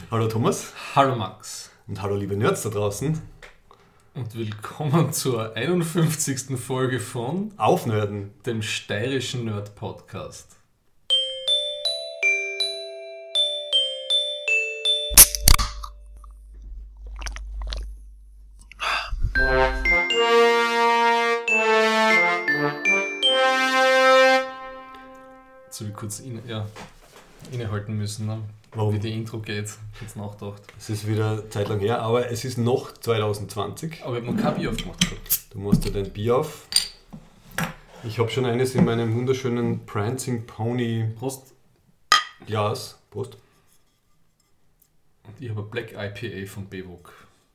Hallo Thomas. Hallo Max. Und hallo liebe Nerds da draußen. Und willkommen zur 51. Folge von Aufnörden, dem steirischen Nerd-Podcast. Jetzt habe ich kurz innehalten müssen, ne? Warum? Wie die Intro geht. Jetzt nachgedacht. Es ist wieder zeitlang her, aber es ist noch 2020. Aber ich habe noch kein Bier aufgemacht gehabt. Du machst dir dein Bier auf. Ich habe schon eines in meinem wunderschönen Prancing Pony Prost. Glas. Prost. Und ich habe ein Black IPA von Bewok.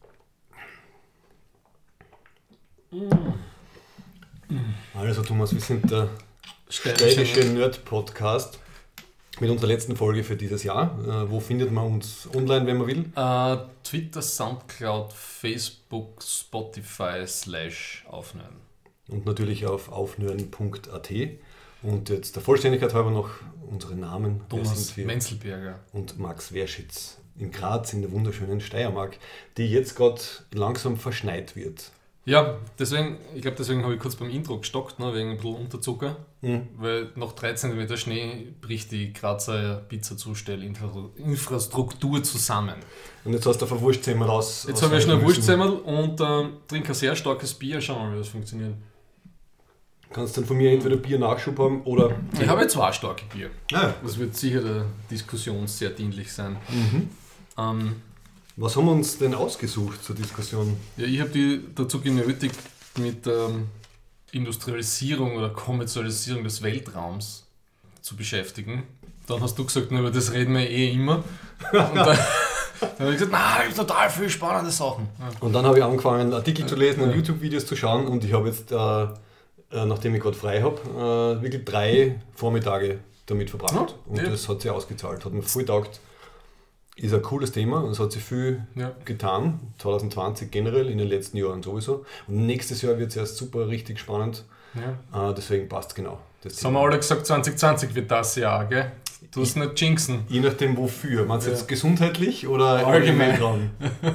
Also Thomas, wir sind der steirische Nerd-Podcast mit unserer letzten Folge für dieses Jahr. Wo findet man uns online, wenn man will? Twitter, Soundcloud, Facebook, Spotify /Aufnörden. Und natürlich auf aufnörden.at. Und jetzt der Vollständigkeit halber noch unsere Namen. Thomas Menzelberger und Max Werschitz in Graz in der wunderschönen Steiermark, die jetzt gerade langsam verschneit wird. Ja, deswegen habe ich kurz beim Intro gestockt, ne, wegen ein bisschen Unterzucker, weil nach 3 cm Schnee bricht die Grazer Pizzazustellinfrastruktur zusammen. Und jetzt hast du ein Wurstzimmer raus. Jetzt habe ich schon ein Wurstzimmer und trinke ein sehr starkes Bier. Schauen wir mal, wie das funktioniert. Kannst dann von mir entweder Bier Nachschub haben oder... Ich habe jetzt 2 starke Bier. Ah. Das wird sicher der Diskussion sehr dienlich sein. Was haben wir uns denn ausgesucht zur Diskussion? Ja, ich habe die dazu genötigt, mit Industrialisierung oder Kommerzialisierung des Weltraums zu beschäftigen. Dann hast du gesagt, über das reden wir immer. Und dann habe ich gesagt, nein, ich habe total viele spannende Sachen. Ja. Und dann habe ich angefangen, Artikel zu lesen und YouTube-Videos zu schauen und ich habe jetzt, nachdem ich gerade frei habe, wirklich 3 Vormittage damit verbracht. Und das hat sich ausgezahlt, hat mir voll taugt. Ist ein cooles Thema, es hat sich viel getan, 2020 generell, in den letzten Jahren sowieso. Und nächstes Jahr wird es erst super, richtig spannend, deswegen passt genau. Das haben wir alle gesagt, 2020 wird das Jahr, gell? Du hast nicht jinxen. Je nachdem wofür, meinst du jetzt gesundheitlich oder allgemein dran?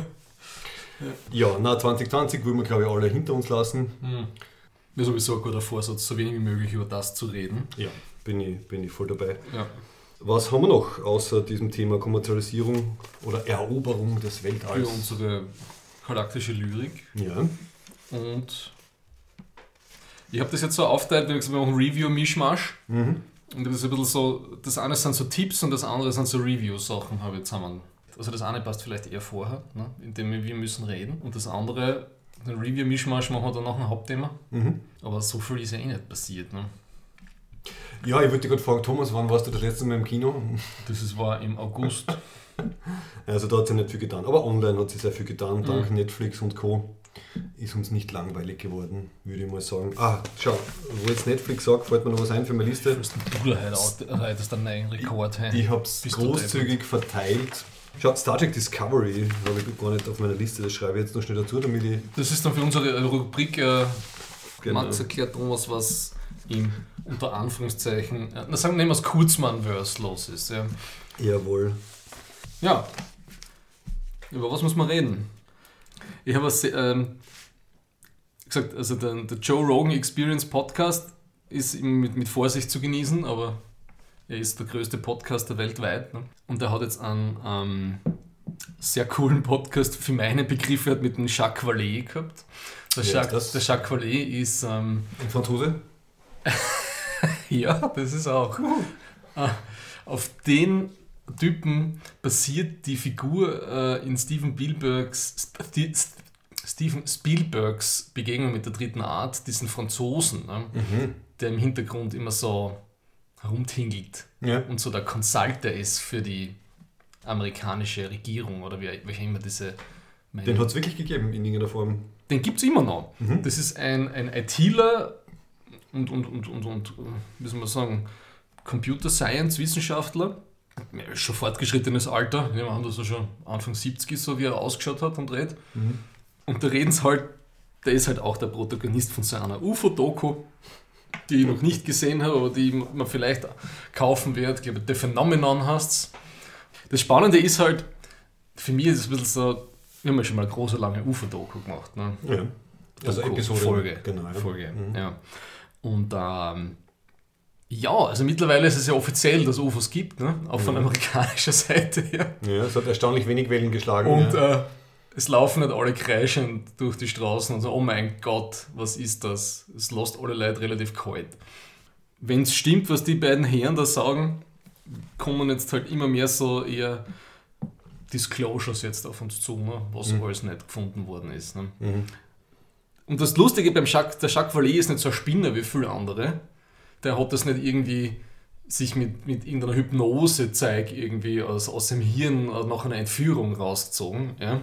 Ja, 2020 wollen wir glaube ich alle hinter uns lassen. Das ist sowieso ein guter Vorsatz, so wenig wie möglich über das zu reden. Ja, bin ich voll dabei. Ja. Was haben wir noch außer diesem Thema Kommerzialisierung oder Eroberung des Weltalls? Für unsere galaktische Lyrik. Ja. Und ich habe das jetzt so aufgeteilt, wir machen Review-Mischmasch. Und das ist ein bisschen so, das eine sind so Tipps und das andere sind so Review-Sachen, habe ich zusammen. Also das eine passt vielleicht eher vorher, ne, indem wir müssen reden. Und das andere, den Review-Mischmasch machen wir dann nach einem Hauptthema. Aber so viel ist ja eh nicht passiert. Ne? Ja, ich wollte dich gerade fragen, Thomas, wann warst du das letzte Mal im Kino? Das war im August. Also da hat sich nicht viel getan, aber online hat sich sehr viel getan, dank Netflix und Co. Ist uns nicht langweilig geworden, würde ich mal sagen. Schau, wo jetzt Netflix sagt, fällt mir noch was ein für meine Liste. Du hast einen neuen Rekord. Ich habe es großzügig verteilt. Schau, Star Trek Discovery habe ich gar nicht auf meiner Liste, das schreibe ich jetzt noch schnell dazu, damit ich... Das ist dann für unsere Rubrik, genau. Max erklärt Thomas, was im unter Anführungszeichen, nehmen wir es Kurzmann-Verse los ist. Ja. Jawohl. Ja, über was muss man reden? Ich habe gesagt, also der Joe Rogan Experience Podcast ist mit Vorsicht zu genießen, aber er ist der größte Podcaster weltweit. Ne? Und er hat jetzt einen sehr coolen Podcast für meine Begriffe mit dem Jacques Vallée gehabt. Der Jacques Vallée ist... Ein Franzose? Ja, das ist auch. Auf den Typen basiert die Figur in Steven Spielbergs Begegnung mit der dritten Art, diesen Franzosen, der im Hintergrund immer so herumtingelt und so der Consulter ist für die amerikanische Regierung oder wie immer diese... Den hat es wirklich gegeben in irgendeiner Form. Den gibt es immer noch. Das ist ein ITler und wie soll man sagen, Computer Science Wissenschaftler, schon fortgeschrittenes Alter, wir haben das ja schon Anfang 70 so, wie er ausgeschaut hat und redet. Und da reden sie halt, der ist halt auch der Protagonist von so einer UFO-Doku, die ich noch nicht gesehen habe, aber die man vielleicht kaufen wird. Ich glaube, The Phenomenon heißt es. Das Spannende ist halt, für mich ist es ein bisschen so, wir haben ja schon mal eine große, lange UFO-Doku gemacht. Ne? Ja. Also Episode. Folge. Genau. Ja. Folge, ja. Und also mittlerweile ist es ja offiziell, dass es UFOs gibt, ne? Auch von amerikanischer Seite her. Ja, es hat erstaunlich wenig Wellen geschlagen. Und es laufen nicht alle kreischend durch die Straßen und so, oh mein Gott, was ist das? Es lässt alle Leute relativ kalt. Wenn es stimmt, was die beiden Herren da sagen, kommen jetzt halt immer mehr so eher Disclosures jetzt auf uns zu, ne? Was alles nicht gefunden worden ist. Ne? Und das Lustige beim der Jacques Vallée ist nicht so ein Spinner wie viele andere. Der hat das nicht irgendwie sich mit irgendeiner Hypnose-Zeug irgendwie aus dem Hirn nach einer Entführung rausgezogen. Ja?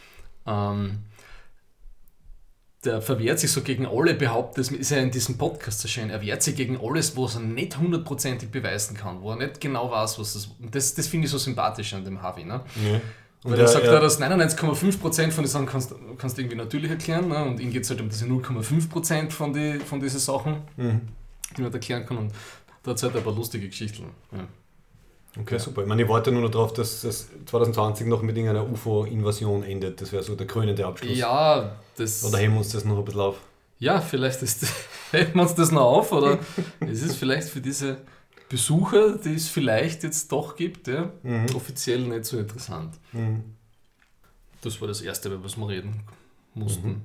Der verwehrt sich so gegen alle, behauptet, das ist ja in diesem Podcast so schön, er wehrt sich gegen alles, was er nicht hundertprozentig beweisen kann, wo er nicht genau weiß, was das ist. Das finde ich so sympathisch an dem Harvey. Ne? Ja. Weil er sagt, dass 99,5% von den Sachen kannst du irgendwie natürlich erklären, ne? Und ihm geht es halt um diese 0,5% von diesen Sachen, die man nicht erklären kann. Und da hat es halt ein paar lustige Geschichten. Ja. Okay, super. Ich meine, ich warte nur noch darauf, dass das 2020 noch mit irgendeiner UFO-Invasion endet. Das wäre so der krönende Abschluss. Ja, das... Oder heben wir uns das noch ein bisschen auf? Ja, vielleicht heben wir uns das noch auf, oder es ist vielleicht für diese Besucher, die es vielleicht jetzt doch gibt, ja, offiziell nicht so interessant. Das war das Erste, über was wir reden mussten.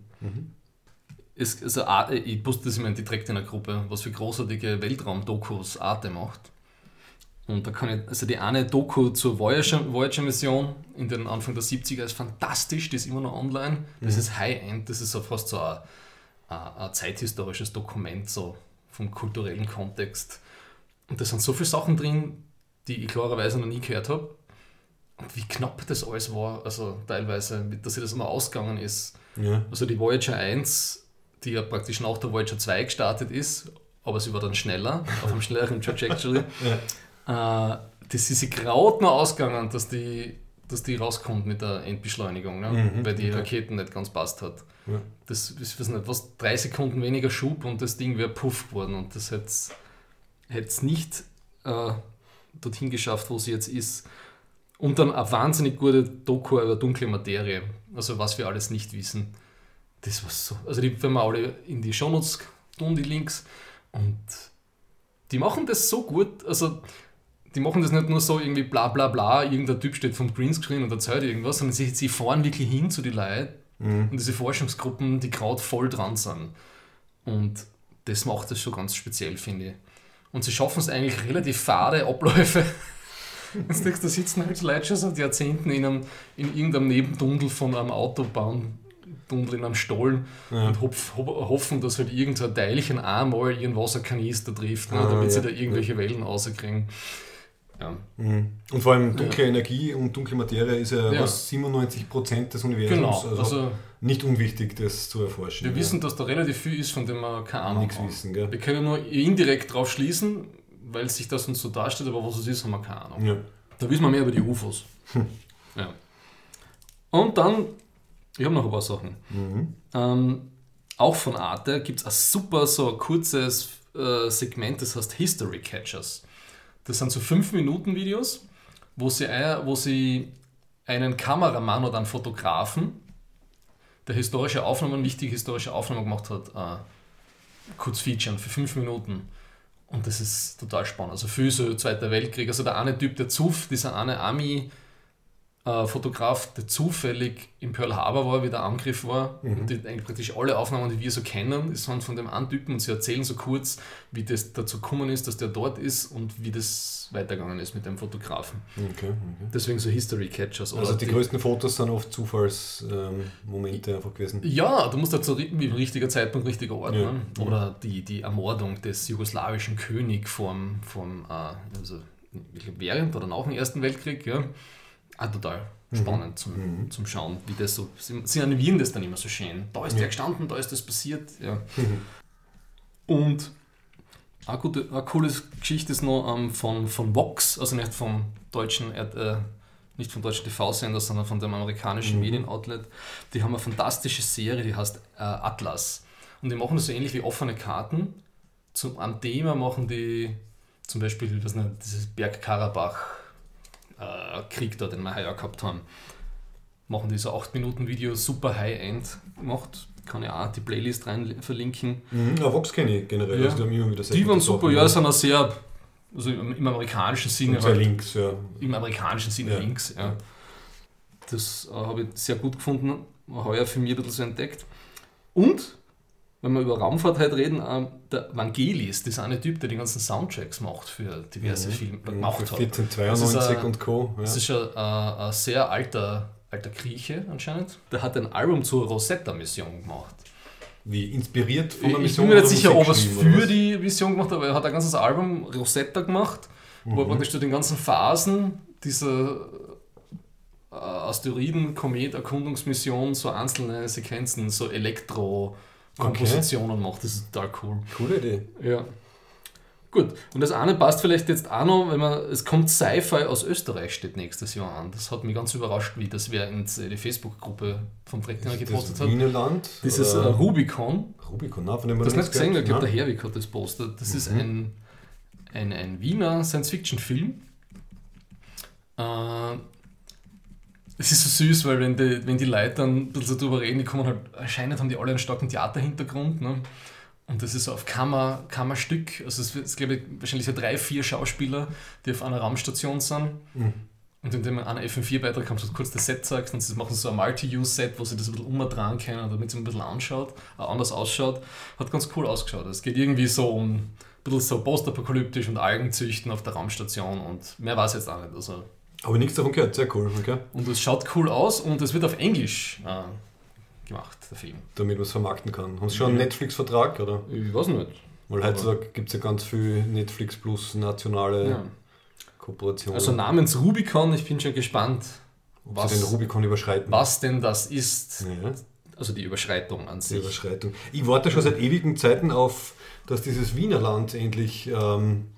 Ich wusste das immer, die trägt in der Gruppe, was für großartige Weltraum-Dokus Arte macht. Und da kann ich, also die eine Doku zur Voyager-Mission in den Anfang der 70er ist fantastisch, die ist immer noch online. Das ist High-End, das ist so fast so ein zeithistorisches Dokument, so vom kulturellen Kontext. Und da sind so viele Sachen drin, die ich klarerweise noch nie gehört habe. Und wie knapp das alles war, also teilweise, dass sich das immer ausgegangen ist. Ja. Also die Voyager 1, die ja praktisch nach der Voyager 2 gestartet ist, aber sie war dann schneller, auf einem schnelleren Trajectory. Das ist sich gerade noch ausgegangen, dass die rauskommt mit der Endbeschleunigung, ne? Weil die Raketen nicht ganz passt hat. Ja. Das ist, weiß nicht, 3 Sekunden weniger Schub und das Ding wäre puff geworden und das hätte es nicht dorthin geschafft, wo sie jetzt ist. Und dann eine wahnsinnig gute Doku über dunkle Materie, also was wir alles nicht wissen. Das war so, also die werden wir alle in die Shownotes tun, die Links, und die machen das so gut, also die machen das nicht nur so irgendwie bla bla bla, irgendein Typ steht vom Greenscreen und erzählt irgendwas, sondern sie fahren wirklich hin zu den Leuten und diese Forschungsgruppen, die gerade voll dran sind. Und das macht das schon ganz speziell, finde ich. Und sie schaffen es eigentlich relativ fade Abläufe. Jetzt denkst du, da sitzen halt Leute schon seit Jahrzehnten in irgendeinem Nebentunnel von einem Autobahntunnel in einem Stollen und hoffen, dass halt irgendein Teilchen einmal ihren Wasserkanister trifft, ne, damit sie da irgendwelche Wellen rauskriegen. Ja. Und vor allem dunkle Energie und dunkle Materie ist ja, 97% des Universums. Genau, also nicht unwichtig, das zu erforschen. Wir wissen, dass da relativ viel ist, von dem wir keine Ahnung nichts wissen. Gell? Wir können nur indirekt drauf schließen, weil sich das uns so darstellt, aber was es ist, haben wir keine Ahnung. Ja. Da wissen wir mehr über die UFOs. Ja. Und dann, ich habe noch ein paar Sachen. Auch von Arte gibt es ein super, so ein kurzes Segment, das heißt History Catchers. Das sind so 5-Minuten-Videos, wo sie einen Kameramann oder einen Fotografen, der wichtige historische Aufnahmen gemacht hat, kurz featuren für 5 Minuten. Und das ist total spannend. Also viel so Zweiter Weltkrieg. Also der eine Typ, dieser eine Army-Fotograf, der zufällig in Pearl Harbor war, wie der Angriff war. Und die, eigentlich praktisch alle Aufnahmen, die wir so kennen, sind von dem einen Typen. Und sie erzählen so kurz, wie das dazu gekommen ist, dass der dort ist und wie das weitergegangen ist mit dem Fotografen. Okay. Deswegen so History Catchers. Also die größten Fotos sind oft Zufallsmomente einfach gewesen. Ja, du musst halt so richtiger Zeitpunkt, richtiger Ort. Ja. Ne? Oder die Ermordung des jugoslawischen Königs also während oder nach dem Ersten Weltkrieg. Ja. Total spannend zum Schauen, wie das so. Sie animieren das dann immer so schön. Da ist der gestanden, da ist das passiert. Ja. Und eine coole Geschichte ist noch von Vox, also nicht vom deutschen TV-Sender, sondern von dem amerikanischen Medien-Outlet. Die haben eine fantastische Serie, die heißt Atlas. Und die machen das so ähnlich wie offene Karten. Am Thema machen die zum Beispiel dieses Bergkarabach Krieg da, den wir heuer gehabt haben. machen diese 8-Minuten-Videos super High-End gemacht. Kann ich auch die Playlist rein verlinken. Ja, Vox kenne ich generell. Ja. Also die haben immer wieder sehr die waren gute super, Sachen. ja, sind auch sehr, also im amerikanischen Sinne. Und sehr links, ja. Im amerikanischen Sinne links, ja. Das habe ich sehr gut gefunden, heuer für mich ein bisschen so entdeckt. Und, wenn wir über Raumfahrt halt reden, der Vangelis, das ist eine Typ, der die ganzen Soundtracks macht für diverse Filme, gemacht hat. 1492 und Co. Ja. Das ist ein sehr alter Grieche anscheinend. Der hat ein Album zur Rosetta-Mission gemacht. Wie inspiriert von der Mission? Ich bin mir nicht sicher, ob er es für die Mission gemacht hat, aber er hat ein ganzes Album Rosetta gemacht, wo er praktisch zu den ganzen Phasen dieser Asteroiden-Komet-Erkundungsmission so einzelne Sequenzen, so Elektro-Kompositionen macht. Das ist total cool. Coole Idee. Ja. Gut, und das eine passt vielleicht jetzt auch noch, wenn es kommt Sci-Fi aus Österreich, steht nächstes Jahr an. Das hat mich ganz überrascht, wie das wer in die Facebook-Gruppe vom Trekkinger gepostet hat. Wienerland? Dieses Rubicon. Rubicon, nein, von dem das nicht gesehen, ich glaube der Herwig hat das postet. Das ist ein Wiener Science-Fiction-Film. Es ist so süß, weil wenn die Leute dann ein bisschen so drüber reden, die kommen halt, anscheinend haben die alle einen starken Theaterhintergrund, ne? Und das ist so auf Kammerstück, also es ist glaube ich wahrscheinlich so 3-4 Schauspieler, die auf einer Raumstation sind. Mhm. Und indem man einen FM4-Beitrag haben, so kurz das Set sagst, und sie machen so ein Multi-Use-Set, wo sie das ein bisschen umdrehen können, damit es ein bisschen anders ausschaut. Hat ganz cool ausgeschaut. Es geht irgendwie so um ein bisschen so postapokalyptisch und Algenzüchten auf der Raumstation und mehr weiß ich jetzt auch nicht. Also, aber nichts davon gehört, sehr cool. Okay. Und es schaut cool aus und es wird auf Englisch gemacht, der Film. Damit man es vermarkten kann. Haben Sie schon einen Netflix-Vertrag, oder? Ich weiß nicht. Weil heutzutage gibt es ja ganz viel Netflix plus nationale Kooperationen. Also namens Rubicon, ich bin schon gespannt, ob Sie den Rubicon überschreiten. Was denn das ist. Ja. Also die Überschreitung an sich. Die Überschreitung. Ich warte schon seit ewigen Zeiten auf, dass dieses Wienerland endlich in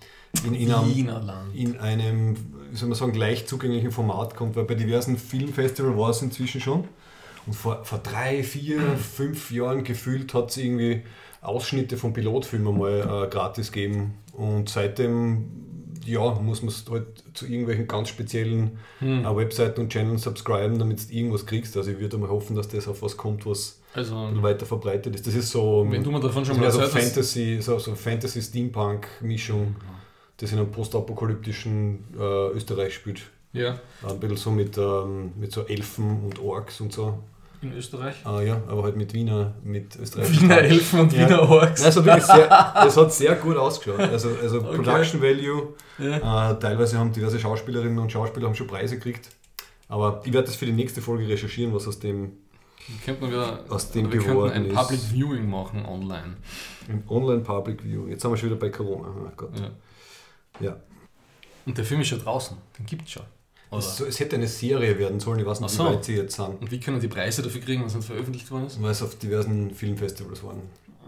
einem, wie soll man sagen, leicht zugänglichen Format kommt, weil bei diversen Filmfestivals war es inzwischen schon. Und vor 3, 4, 5 Jahren gefühlt hat es irgendwie Ausschnitte von Pilotfilmen mal gratis gegeben. Und seitdem muss man es halt zu irgendwelchen ganz speziellen Webseiten und Channels subscriben, damit du irgendwas kriegst. Also ich würde mal hoffen, dass das auf was kommt, was ein bisschen weiter verbreitet ist. Das ist so, wenn du mir davon schon mal so Fantasy-Mischung, das in einem postapokalyptischen Österreich spielt. Ja. Ein bisschen so mit so Elfen und Orks und so. In Österreich? Ja, aber halt mit Österreich. Wiener Elfen und Wiener Orks. Also wirklich das hat sehr gut ausgeschaut. Also okay. Production Value. Ja. Teilweise haben diverse Schauspielerinnen und Schauspieler haben schon Preise gekriegt. Aber ich werde das für die nächste Folge recherchieren, was aus dem geworden ist. Wir könnten ein Public Viewing machen online. Ein Online Public Viewing. Jetzt sind wir schon wieder bei Corona. Oh Gott. Ja. Und der Film ist schon draußen. Den gibt es schon. Es hätte eine Serie werden sollen, ich weiß nicht, wie weit sie jetzt sind. Und wie können die Preise dafür kriegen, wenn es nicht veröffentlicht worden ist? Weil es auf diversen Filmfestivals waren.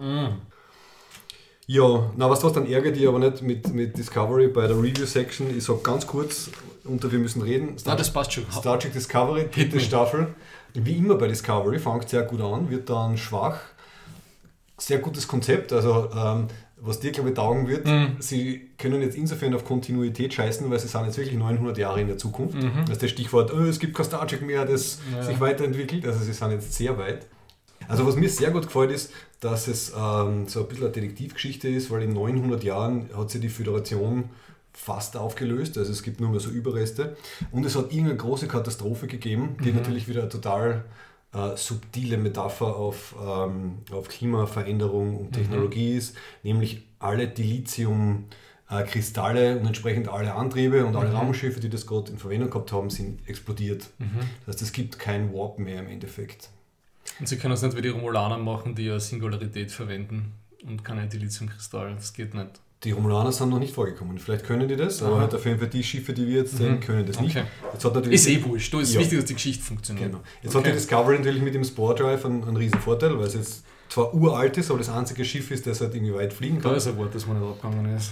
Ja, was dann ärgert dich aber nicht mit Discovery bei der Review-Section. Ich sage ganz kurz, wir müssen reden. Das passt schon. Star Trek Discovery, 3. Staffel. Wie immer bei Discovery, fängt sehr gut an, wird dann schwach. Sehr gutes Konzept, also was dir, glaube ich, taugen wird, sie können jetzt insofern auf Kontinuität scheißen, weil sie sind jetzt wirklich 900 Jahre in der Zukunft. Das ist das Stichwort, es gibt kein Star Trek mehr, das sich weiterentwickelt, also sie sind jetzt sehr weit. Also was mir sehr gut gefällt ist, dass es so ein bisschen eine Detektivgeschichte ist, weil in 900 Jahren hat sich die Föderation fast aufgelöst, also es gibt nur mehr so Überreste und es hat irgendeine große Katastrophe gegeben, die natürlich wieder eine total subtile Metapher auf Klimaveränderung und Technologie ist, nämlich alle Dilithium-Kristalle und entsprechend alle Antriebe und alle Raumschiffe, die das gerade in Verwendung gehabt haben, sind explodiert. Das heißt, es gibt kein Warp mehr im Endeffekt. Und sie können es nicht wie die Romulaner machen, die ja Singularität verwenden und keine Dilithium-Kristalle, das geht nicht. Die Romulaner sind noch nicht vorgekommen. Vielleicht können die das, aber halt auf jeden Fall die Schiffe, die wir jetzt sehen, können das nicht. Jetzt hat ist wurscht. Es ist wichtig, dass die Geschichte funktioniert. Genau. Jetzt hat die Discovery natürlich mit dem Spore Drive einen riesen Vorteil, weil es jetzt zwar uralt ist, aber das einzige Schiff ist, das halt irgendwie weit fliegen kann. Da ist ein Wort, das man nicht abgegangen ist.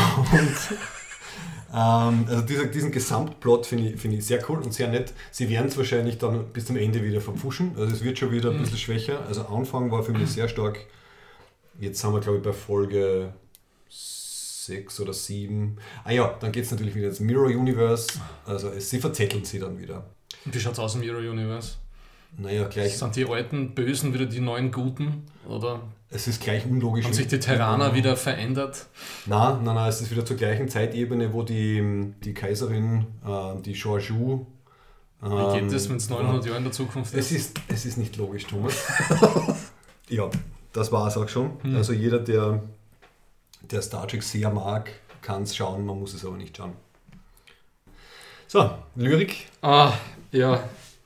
Und also diesen Gesamtplot finde ich sehr cool und sehr nett. Sie werden es wahrscheinlich dann bis zum Ende wieder verpfuschen. Also es wird schon wieder ein bisschen schwächer. Also Anfang war für mich sehr stark. Jetzt sind wir, glaube ich, bei Folge 6 oder 7. Dann geht es natürlich wieder ins Mirror Universe. Also sie verzetteln sie dann wieder. Und wie schaut es aus im Mirror Universe? Naja, gleich. Sind die alten Bösen wieder die neuen Guten? Oder es ist gleich unlogisch. haben sich die Terraner wieder verändert? Nein, es ist wieder zur gleichen Zeitebene, wo die Kaiserin, die Shorju. Wie geht das, wenn es 900 Jahre in der Zukunft ist? Es ist nicht logisch, Thomas. Ja, das war es auch schon. Also jeder, der Star Trek sehr mag, kann es schauen, man muss es aber nicht schauen. So, Lyrik. Ja.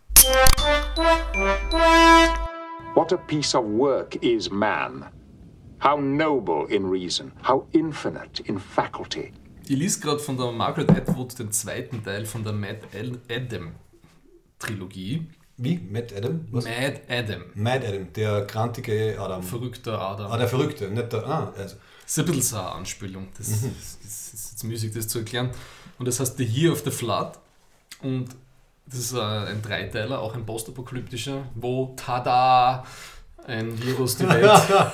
What a piece of work is man. How noble in reason, how infinite in faculty. Ich liess gerade von der Margaret Atwood den zweiten Teil von der Mad Adam Trilogie. Wie? Mad Adam? Was? Mad Adam. Mad Adam, der grantige Adam. Verrückter Adam. Der Verrückte, nicht der... Also. Das ist ein bisschen so eine Anspielung. Das ist jetzt müßig, das zu erklären. Und das heißt The Year of the Flood. Und das ist ein Dreiteiler, auch ein postapokalyptischer, wo, tada, ein Virus die Welt,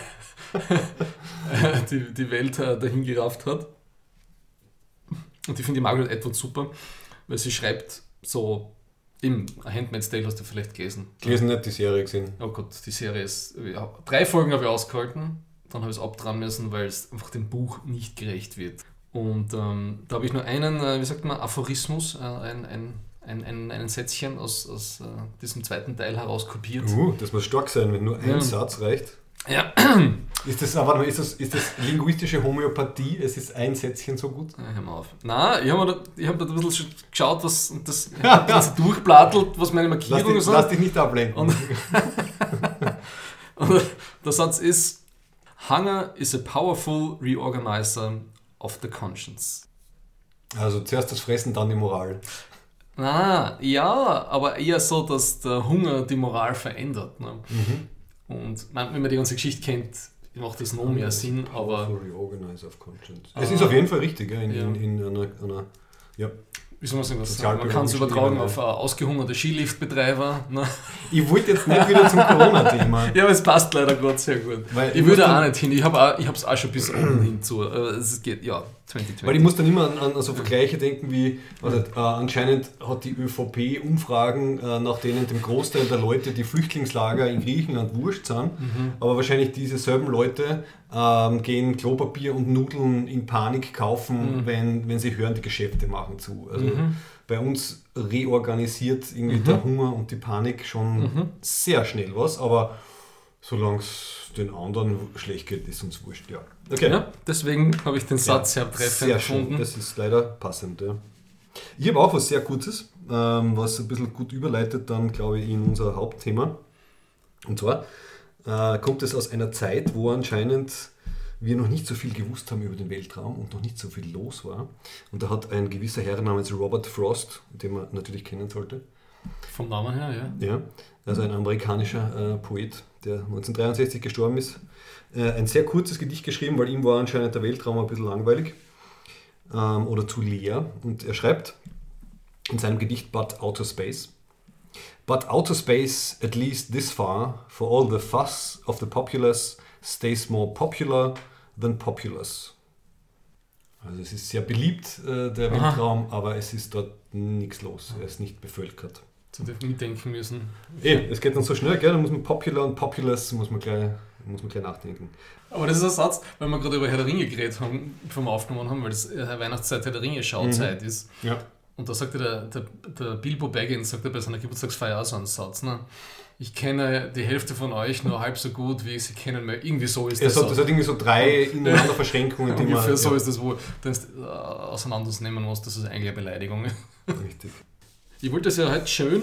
die Welt dahin gerafft hat. Und ich finde die Margaret Atwood super, weil sie schreibt so, im Handmaid's Tale hast du vielleicht gelesen. Gelesen, nicht die Serie gesehen. Oh Gott, die Serie ist, 3 Folgen habe ich ausgehalten, dann habe ich es abdrehen müssen, weil es einfach dem Buch nicht gerecht wird. Und da habe ich nur einen, Aphorismus, ein Sätzchen aus diesem zweiten Teil heraus kopiert. Das muss stark sein, wenn nur ein Satz reicht. Ja. Ist das linguistische Homöopathie? Es ist ein Sätzchen so gut? Hör mal auf. Nein, ich hab da ein bisschen geschaut, ich hab ein bisschen durchplattelt, was meine Markierungen sind. Lass dich nicht ablenken. Und der Satz ist: Hunger is a powerful reorganizer of the conscience. Also zuerst das Fressen, dann die Moral. Ja, aber eher so, dass der Hunger die Moral verändert. Ne? Und wenn man die ganze Geschichte kennt, macht das noch mehr Sinn. Aber Reorganizer of conscience. Es ist auf jeden Fall richtig, in einer wie soll man sagen, man kann es übertragen auf ausgehungerte Skiliftbetreiber. Ne? Ich wollte jetzt nicht wieder zum Corona-Thema. Ja, aber es passt leider gerade sehr gut. Weil ich würde auch nicht hin, ich habe es auch schon bis oben hinzu. Es geht, 2020. Weil ich muss dann immer an so Vergleiche denken wie, anscheinend hat die ÖVP Umfragen, nach denen dem Großteil der Leute die Flüchtlingslager in Griechenland wurscht sind, aber wahrscheinlich diese selben Leute gehen Klopapier und Nudeln in Panik kaufen, wenn sie hören, die Geschäfte machen zu. Also bei uns reorganisiert irgendwie der Hunger und die Panik schon sehr schnell was, aber solange es den anderen schlecht geht, ist uns wurscht. Ja. Okay. Ja, deswegen habe ich den Satz sehr treffend gefunden. Schön. Das ist leider passend. Ja. Ich habe auch was sehr Kurzes, was ein bisschen gut überleitet dann, glaube ich, in unser Hauptthema. Und zwar kommt es aus einer Zeit, wo anscheinend wir noch nicht so viel gewusst haben über den Weltraum und noch nicht so viel los war. Und da hat ein gewisser Herr namens Robert Frost, den man natürlich kennen sollte. Vom Namen her, ja. Ja, also ein amerikanischer Poet, der 1963 gestorben ist. Ein sehr kurzes Gedicht geschrieben, weil ihm war anscheinend der Weltraum ein bisschen langweilig oder zu leer. Und er schreibt in seinem Gedicht But Outer Space. But outer space, at least this far, for all the fuss of the populace, stays more popular than populous. Also es ist sehr beliebt, der Weltraum, aber es ist dort nichts los. Er ist nicht bevölkert. So mitdenken müssen. Es geht dann so schnell, gell? Da muss man popular und populous muss man gleich nachdenken. Aber das ist ein Satz, weil wir gerade über Herr der Ringe geredet haben, bevor wir aufgenommen haben, weil es Weihnachtszeit Herr der Ringe Schauzeit ist. Ja. Und da sagte der Bilbo Baggins, sagt er bei seiner Geburtstagsfeier auch so einen Satz, ne? Ich kenne die Hälfte von euch nur halb so gut, wie ich sie kennen möchte. Irgendwie so ist das. Das hat irgendwie so 3 ineinander Verschränkungen, die man... Ungefähr so ist das, wo du auseinandernehmen musst, das ist eigentlich eine Beleidigung. Richtig. Ich wollte das ja heute schön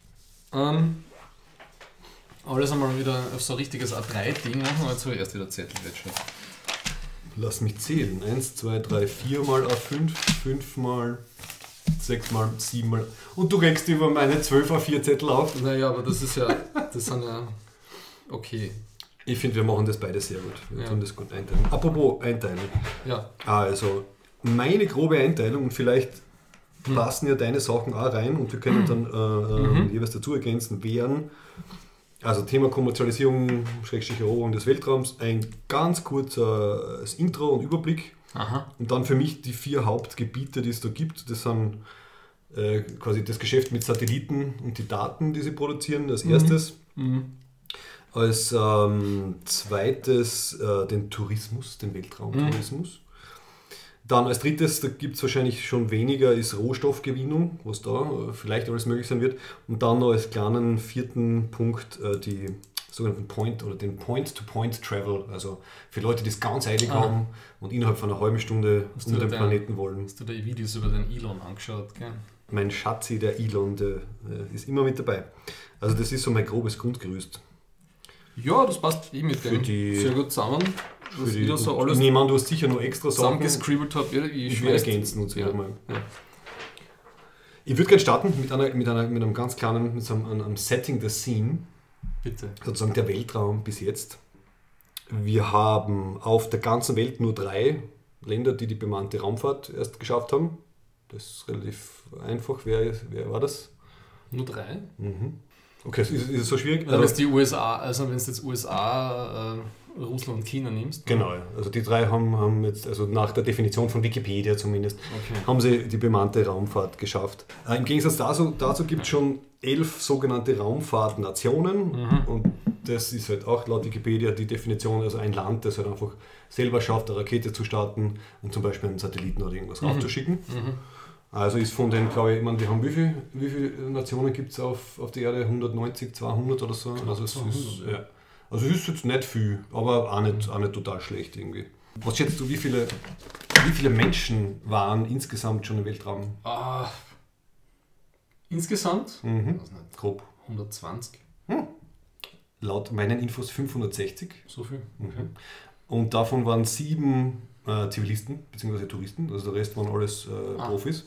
alles einmal wieder auf so ein richtiges A3-Ding machen, aber jetzt habe ich erst wieder Zettel schon. Lass mich zählen. 1, 2, 3, 4 mal A5, 5 mal... 6 mal, 7 mal. Und du regst über meine 12 A4 Zettel auf. Naja, aber das sind ja okay. Ich finde, wir machen das beide sehr gut. Wir tun das gut einteilen. Apropos Einteilung. Ja. Also, meine grobe Einteilung, und vielleicht passen ja deine Sachen auch rein und wir können dann jeweils dazu ergänzen, wären, also Thema Kommerzialisierung, Eroberung des Weltraums, ein ganz kurzes Intro und Überblick. Aha. Und dann für mich die 4 Hauptgebiete, die es da gibt. Das sind quasi das Geschäft mit Satelliten und die Daten, die sie produzieren, als erstes. Als zweites den Tourismus, den Weltraumtourismus. Dann als drittes, da gibt es wahrscheinlich schon weniger, ist Rohstoffgewinnung, was da vielleicht alles möglich sein wird. Und dann noch als kleinen vierten Punkt die sogenannten den Point-to-Point-Travel, also für Leute, die es ganz eilig haben und innerhalb von einer halben Stunde um den Planeten wollen. Hast du da Videos über den Elon angeschaut? Gell? Mein Schatzi, der Elon, der ist immer mit dabei. Also das ist so mein grobes Grundgerüst. Ja, das passt mit dem sehr gut zusammen. So alles ich nehme an, du hast sicher noch extra Sachen zusammengescribbelt habe. Ich will ergänzen und so. Ja. Ich würde gerne starten mit einem ganz kleinen, mit so einem Setting the Scene. Bitte. Sozusagen der Weltraum bis jetzt. Wir haben auf der ganzen Welt nur 3 Länder, die bemannte Raumfahrt erst geschafft haben. Das ist relativ einfach. Wer war das? Nur 3? Okay, ist es so schwierig? Also, die USA, also wenn du jetzt USA, Russland und China nimmst. Genau, also die 3 haben jetzt, also nach der Definition von Wikipedia zumindest, haben sie die bemannte Raumfahrt geschafft. Im Gegensatz dazu gibt es schon 11 sogenannte Raumfahrtnationen und das ist halt auch laut Wikipedia die Definition, also ein Land, das halt einfach selber schafft, eine Rakete zu starten und zum Beispiel einen Satelliten oder irgendwas raufzuschicken. Also ist von den, glaube ich, wir haben wie viele Nationen gibt es auf der Erde? 190, 200 oder so? Also es ist jetzt nicht viel, aber auch nicht total schlecht irgendwie. Was schätzt du, wie viele Menschen waren insgesamt schon im Weltraum? Insgesamt? Grob. 120. Laut meinen Infos 560. So viel? Okay. Und davon waren 7 Zivilisten bzw. Touristen, also der Rest waren alles Profis.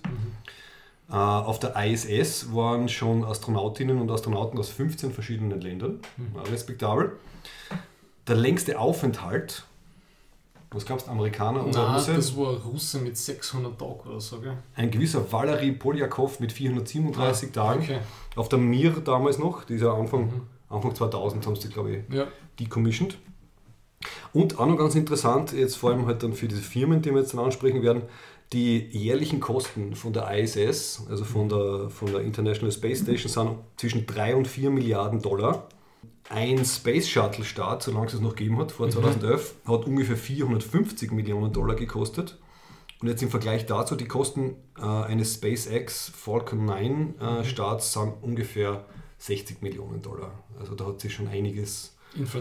Auf der ISS waren schon Astronautinnen und Astronauten aus 15 verschiedenen Ländern, respektabel. Der längste Aufenthalt, was glaubst du, Amerikaner oder Russe? Das war ein Russe mit 600 Tagen oder so, gell? Ein gewisser Valery Poljakov mit 437 Tagen. Okay. Auf der Mir damals noch, die ist ja Anfang 2000 haben sie, glaube ich, decommissioned. Und auch noch ganz interessant, jetzt vor allem halt dann für diese Firmen, die wir jetzt dann ansprechen werden, die jährlichen Kosten von der ISS, also von der International Space Station, sind zwischen 3 und 4 Milliarden $. Ein Space Shuttle Start, solange es noch gegeben hat, vor 2011, hat ungefähr 450 Millionen $ gekostet. Und jetzt im Vergleich dazu, die Kosten eines SpaceX Falcon 9 Starts sind ungefähr 60 Millionen $. Also da hat sich schon einiges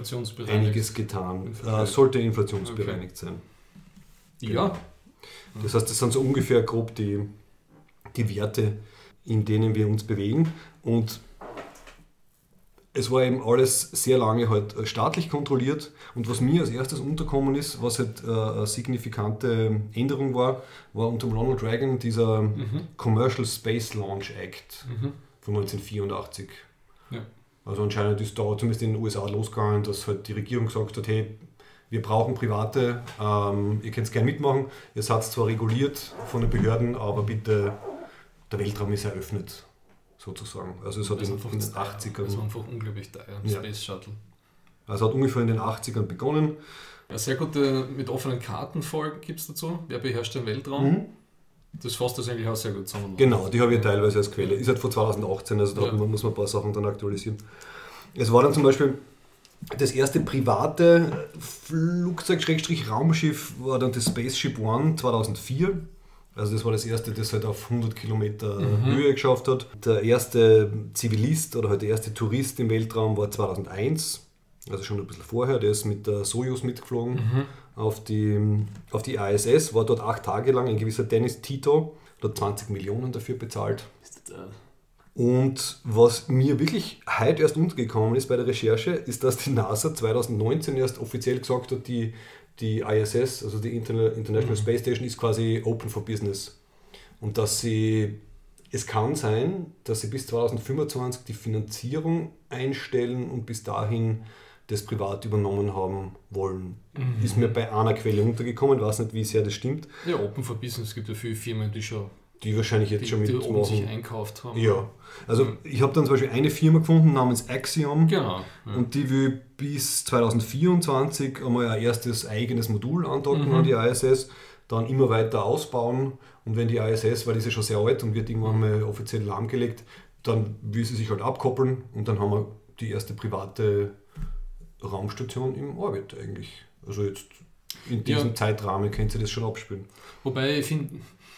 getan. Sollte inflationsbereinigt sein. Ja. Das heißt, das sind so ungefähr grob die Werte, in denen wir uns bewegen. Und es war eben alles sehr lange halt staatlich kontrolliert. Und was mir als erstes unterkommen ist, was halt eine signifikante Änderung war unter Ronald Reagan dieser Commercial Space Launch Act von 1984. Ja. Also anscheinend ist da zumindest in den USA losgegangen, dass halt die Regierung gesagt hat, hey, wir brauchen Private, ihr könnt es gerne mitmachen, ihr seid zwar reguliert von den Behörden, aber bitte, der Weltraum ist eröffnet, sozusagen. Also es hat in den 80ern... Das war einfach unglaublich teuer, Space Shuttle. Also hat ungefähr in den 80ern begonnen. Eine sehr gute, mit offenen Kartenfolgen gibt es dazu, wer beherrscht den Weltraum. Das fasst das eigentlich auch sehr gut zusammen. Genau, die habe ich teilweise als Quelle. Ist halt von 2018, also da muss man ein paar Sachen dann aktualisieren. Es war dann zum Beispiel das erste private Flugzeug-Raumschiff war dann das Spaceship One 2004. Also das war das erste, das halt auf 100 Kilometer Höhe geschafft hat. Der erste Zivilist oder halt der erste Tourist im Weltraum war 2001. Also schon ein bisschen vorher, der ist mit der Soyuz mitgeflogen auf die ISS, war dort 8 Tage lang, ein gewisser Dennis Tito, hat 20 Millionen dafür bezahlt. Und was mir wirklich heute erst untergekommen ist bei der Recherche, ist, dass die NASA 2019 erst offiziell gesagt hat, die ISS, also die International Space Station, ist quasi open for business. Und dass es kann sein, dass sie bis 2025 die Finanzierung einstellen und bis dahin das privat übernommen haben wollen. Ist mir bei einer Quelle untergekommen, weiß nicht, wie sehr das stimmt. Ja, Open for Business, es gibt ja viele Firmen, die wahrscheinlich jetzt schon mitmachen. Die sich einkauft haben. Ja, also ich habe dann zum Beispiel eine Firma gefunden namens Axiom. Genau. Ja. Und die will bis 2024 einmal ein erstes eigenes Modul andocken an die ISS, dann immer weiter ausbauen und wenn die ISS, weil die ist ja schon sehr alt und wird irgendwann mal offiziell lahmgelegt, dann will sie sich halt abkoppeln und dann haben wir die erste private Raumstation im Orbit eigentlich. Also jetzt in diesem Zeitrahmen können sie das schon abspielen. Wobei ich finde,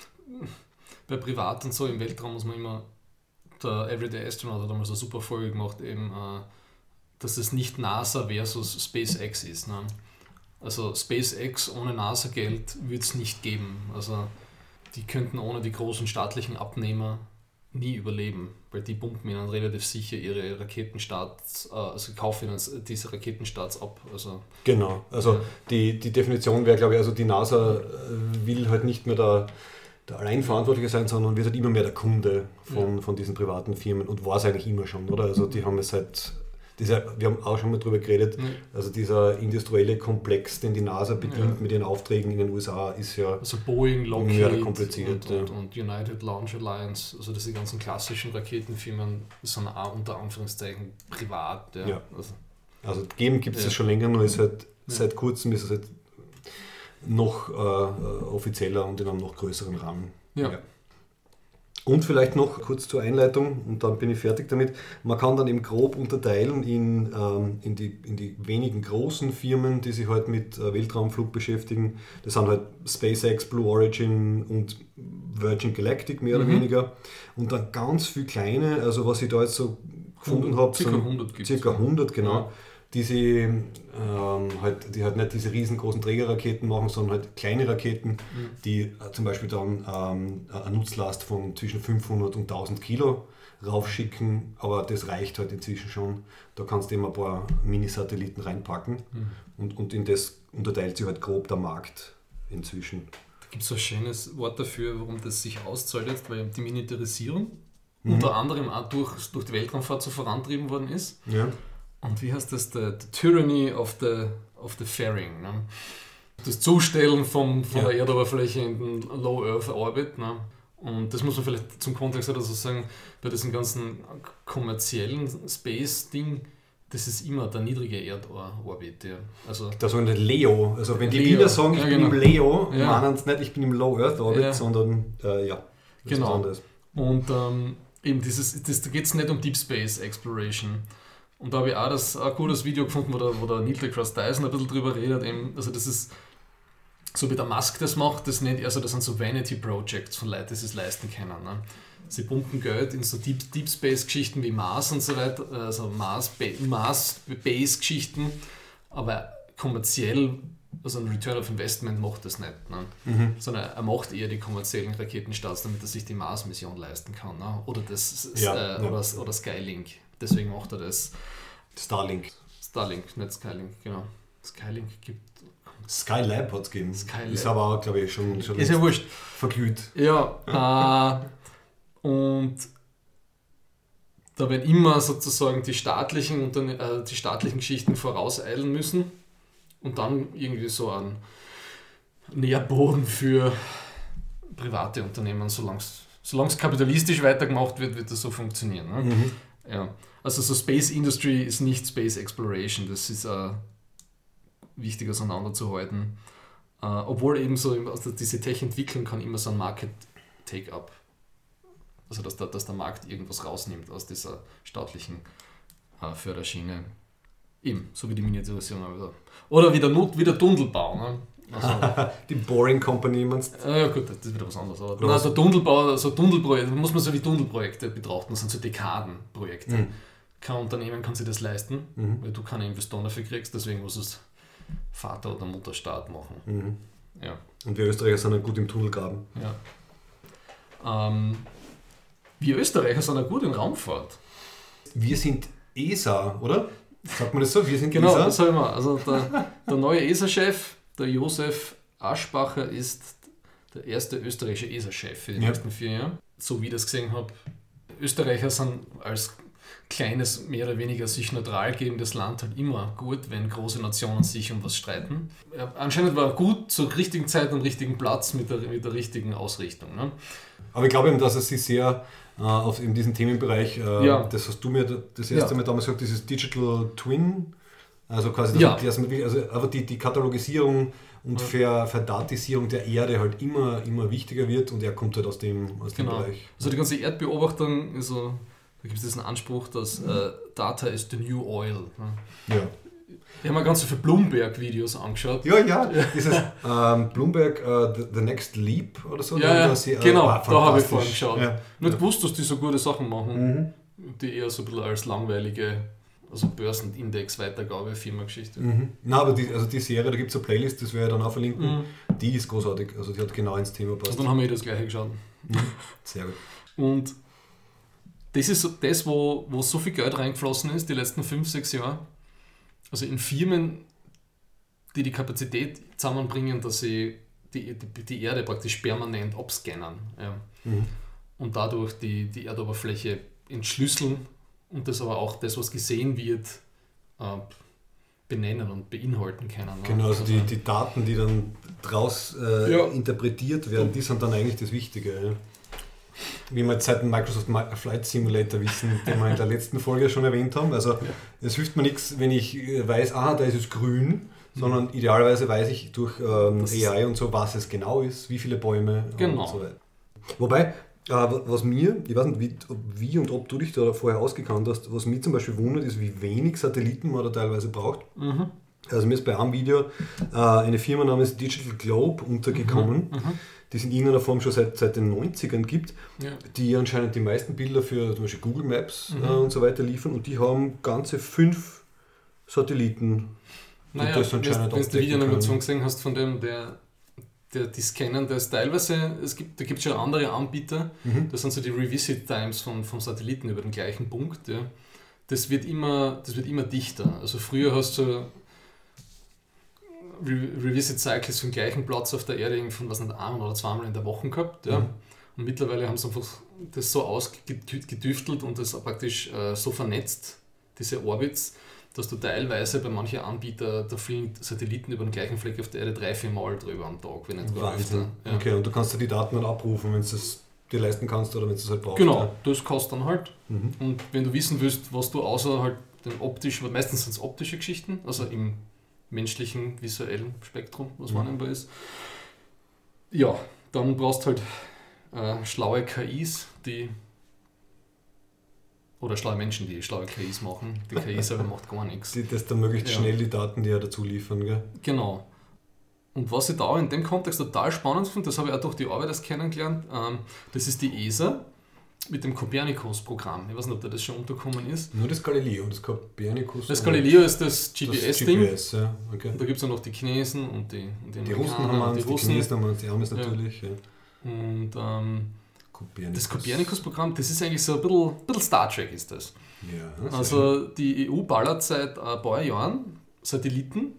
bei Privat und so im Weltraum muss man immer, der Everyday Astronaut hat damals eine super Folge gemacht, eben, dass es nicht NASA versus SpaceX ist. Ne? Also SpaceX ohne NASA-Geld wird es nicht geben. Also die könnten ohne die großen staatlichen Abnehmer nie überleben, weil die pumpen ihnen relativ sicher ihre Raketenstarts, also kaufen ihnen diese Raketenstarts ab. Also, genau, also die Definition wäre, glaube ich, also die NASA will halt nicht mehr der Alleinverantwortliche sein, sondern wird halt immer mehr der Kunde von diesen privaten Firmen und war es eigentlich immer schon, oder? Also die haben es halt, wir haben auch schon mal drüber geredet, also dieser industrielle Komplex, den die NASA bedient mit ihren Aufträgen in den USA, ist ja also Boeing, Lockheed kompliziert. Und United Launch Alliance, also diese ganzen klassischen Raketenfirmen sind auch unter Anführungszeichen privat. Ja. Also geben gibt es das schon länger, nur ist halt seit kurzem ist es halt noch offizieller und in einem noch größeren Rahmen. Ja. Und vielleicht noch kurz zur Einleitung und dann bin ich fertig damit. Man kann dann eben grob unterteilen in die wenigen großen Firmen, die sich halt mit Weltraumflug beschäftigen. Das sind halt SpaceX, Blue Origin und Virgin Galactic mehr oder weniger. Und dann ganz viele kleine, also was ich da jetzt so gefunden habe, circa 100 genau. Ja. Die halt nicht diese riesengroßen Trägerraketen machen, sondern halt kleine Raketen, die zum Beispiel dann eine Nutzlast von zwischen 500 und 1000 Kilo raufschicken, aber das reicht halt inzwischen schon. Da kannst du eben ein paar Mini-Satelliten reinpacken und in das unterteilt sich halt grob der Markt inzwischen. Da gibt es so ein schönes Wort dafür, warum das sich auszahlt jetzt, weil die Miniaturisierung unter anderem auch durch die Weltraumfahrt so vorantrieben worden ist. Ja. Und wie heißt das? The Tyranny of the Fairing. Ne? Das Zustellen von der Erdoberfläche in den Low Earth Orbit. Ne? Und das muss man vielleicht zum Kontext oder so sagen, bei diesem ganzen kommerziellen Space-Ding, das ist immer der niedrige Erdorbit. Ja. Also der sogenannte LEO. Also wenn die Wiener sagen, ich bin im LEO, meinen sie nicht, ich bin im Low Earth Orbit, sondern genau. Anderes. Und eben da geht es nicht um Deep Space Exploration. Und da habe ich auch ein gutes Video gefunden, wo der Neil deGrasse Tyson ein bisschen drüber redet. Eben, also das ist, so wie der Musk das macht, das sind so Vanity Projects von Leuten, die es leisten können. Ne? Sie pumpen Geld in so Deep Space Geschichten wie Mars und so weiter, also Mars-Base-Geschichten, aber kommerziell, also ein Return of Investment macht das nicht. Ne? Sondern er macht eher die kommerziellen Raketenstarts, damit er sich die Mars-Mission leisten kann. Ne? Oder oder Skylink. Deswegen macht er das. Starlink, nicht Skylink, genau. Skylink gibt. Skylab hat es gegeben. Skylab. Ist aber auch, glaube ich, schon ist ja wurscht. Verglüht. Ja, und da werden immer sozusagen die staatlichen Geschichten vorauseilen müssen und dann irgendwie so ein Nährboden für private Unternehmen, solange es kapitalistisch weitergemacht wird, wird das so funktionieren. Ne? Ja. Also so Space Industry ist nicht Space Exploration, das ist wichtig auseinanderzuhalten. Obwohl eben so, also diese Tech-Entwicklung kann immer so ein Market-Take-up. Also dass der Markt irgendwas rausnimmt aus dieser staatlichen Förderschiene. Eben, so wie die Miniaturisierung. Oder wie der Tunnelbau. Ne? Also, die Boring Company, meinst du? Ja gut, das ist wieder was anderes. Aber der Tunnelbau, so Tunnelprojekte, muss man so wie Tunnelprojekte betrachten, das sind so Dekadenprojekte. Kein Unternehmen kann sich das leisten, weil du keine Investoren dafür kriegst, deswegen muss es Vater oder Mutterstaat machen. Ja. Und wir Österreicher sind ja gut im Tunnelgraben. Ja. Wir Österreicher sind ja gut in Raumfahrt. Wir sind ESA, oder? Sagt man das so? Wir sind genau, ESA? Das sagen wir. Also der neue ESA-Chef, der Josef Aschbacher, ist der erste österreichische ESA-Chef für die nächsten 4 Jahre. So wie ich das gesehen habe, Österreicher sind als kleines, mehr oder weniger sich neutral gebendes Land halt immer gut, wenn große Nationen sich um was streiten. Anscheinend war er gut zur richtigen Zeit am richtigen Platz mit der richtigen Ausrichtung. Ne? Aber ich glaube eben, dass er sich sehr in diesem Themenbereich, das hast du mir das erste Mal damals gesagt, dieses Digital Twin Also quasi aber die Katalogisierung und Verdatisierung der Erde halt immer wichtiger wird und er kommt halt aus dem Bereich. Also die ganze Erdbeobachtung, also, da gibt es diesen Anspruch, dass Data is the new oil. Ne? Ja. Ich habe mir ganz viele Bloomberg-Videos angeschaut. Ja, dieses Bloomberg The Next Leap oder so. Ja, genau, da habe ich vorhin geschaut. Ja. Nicht gewusst, dass die so gute Sachen machen, die eher so ein bisschen als langweilige, also Börsenindex-Weitergabe, Firmengeschichte. Nein, aber die Serie, da gibt es eine Playlist, das werde ich dann auch verlinken, die ist großartig, also die hat genau ins Thema passt. Also dann haben wir das gleiche geschaut. Sehr gut. Und das ist das, wo so viel Geld reingeflossen ist, die letzten 5-6 Jahre. Also in Firmen, die Kapazität zusammenbringen, dass sie die Erde praktisch permanent abscannen. Ja. Und dadurch die Erdoberfläche entschlüsseln und das aber auch das, was gesehen wird, benennen und beinhalten können. Genau, also die Daten, die dann draus interpretiert werden, die sind dann eigentlich das Wichtige. Ja. Wie wir jetzt seit dem Microsoft Flight Simulator wissen, den wir in der letzten Folge schon erwähnt haben. Also es hilft mir nichts, wenn ich weiß, da ist es grün, sondern idealerweise weiß ich durch AI und so, was es genau ist, wie viele Bäume und so weiter. Wobei, was mir, ich weiß nicht, wie und ob du dich da vorher ausgekannt hast, was mich zum Beispiel wundert, ist, wie wenig Satelliten man da teilweise braucht. Also mir ist bei einem Video eine Firma namens Digital Globe untergekommen, die es in irgendeiner Form schon seit den 90ern gibt, die anscheinend die meisten Bilder für zum Beispiel Google Maps und so weiter liefern und die haben ganze 5 Satelliten, die das anscheinend wenn du die Videoanimation gesehen hast von dem, der die scannen, das teilweise, da gibt es schon andere Anbieter, das sind so die Revisit Times vom Satelliten über den gleichen Punkt. Ja. Das wird immer dichter. Also früher hast du Revisit Cycles vom gleichen Platz auf der Erde von einmal oder zweimal in der Woche gehabt. Ja. Und mittlerweile haben sie einfach das so ausgedüftelt und das praktisch so vernetzt, diese Orbits, dass du teilweise bei manchen Anbietern, da fliegen Satelliten über den gleichen Fleck auf der Erde 3-4 Mal drüber am Tag, wenn nicht gar öfter. Ja. Okay, und du kannst die Daten dann abrufen, wenn du es dir leisten kannst oder wenn du es halt brauchst. Genau, das kostet dann halt. Und wenn du wissen willst, was du außer halt den optischen, meistens sind es optische Geschichten, also im menschlichen, visuellen Spektrum, was wahrnehmbar ist, ja, dann brauchst du halt schlaue KIs, oder schlaue Menschen, die schlaue KIs machen. Die KI selber macht gar nichts. Die das dann möglichst schnell die Daten, die dazu liefern. Gell? Genau. Und was ich da in dem Kontext total spannend finde, das habe ich auch durch die Arbeit erst kennengelernt, das ist die ESA mit dem Copernicus-Programm. Ich weiß nicht, ob das schon untergekommen ist. Nur das Galileo, das Copernicus. Das Galileo ist das GPS-Ding. GPS, ja. Okay. Und da gibt es auch noch die Chinesen und die Russen haben die Chinesen haben die Amis natürlich. Ja. Und das Copernicus-Programm, das ist eigentlich so ein bisschen Star Trek ist das. Ja, also die EU ballert seit ein paar Jahren Satelliten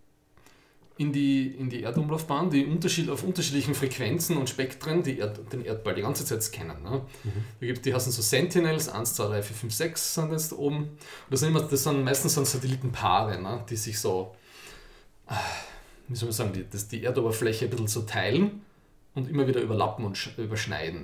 in die Erdumlaufbahn, die auf unterschiedlichen Frequenzen und Spektren den Erdball die ganze Zeit scannen. Ne? Die heißen so Sentinels, 1, 2, 3, 4, 5, 6 sind jetzt oben. Und das sind meistens so Satellitenpaare, ne? Die sich so, wie soll man sagen, die Erdoberfläche ein bisschen so teilen und immer wieder überlappen und überschneiden.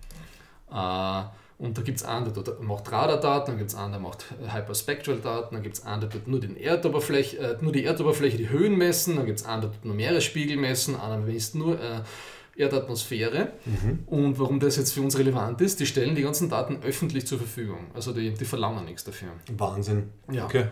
Ne? Und da gibt es einen, der macht Radardaten, dann gibt es einen, der macht Hyperspectral-Daten, dann gibt es einen, der tut nur die Erdoberfläche, die Höhen messen, dann gibt es einen, der tut nur Meeresspiegel messen, einer misst nur Erdatmosphäre. Und warum das jetzt für uns relevant ist, die stellen die ganzen Daten öffentlich zur Verfügung. Also die verlangen nichts dafür. Wahnsinn. Ja. Okay.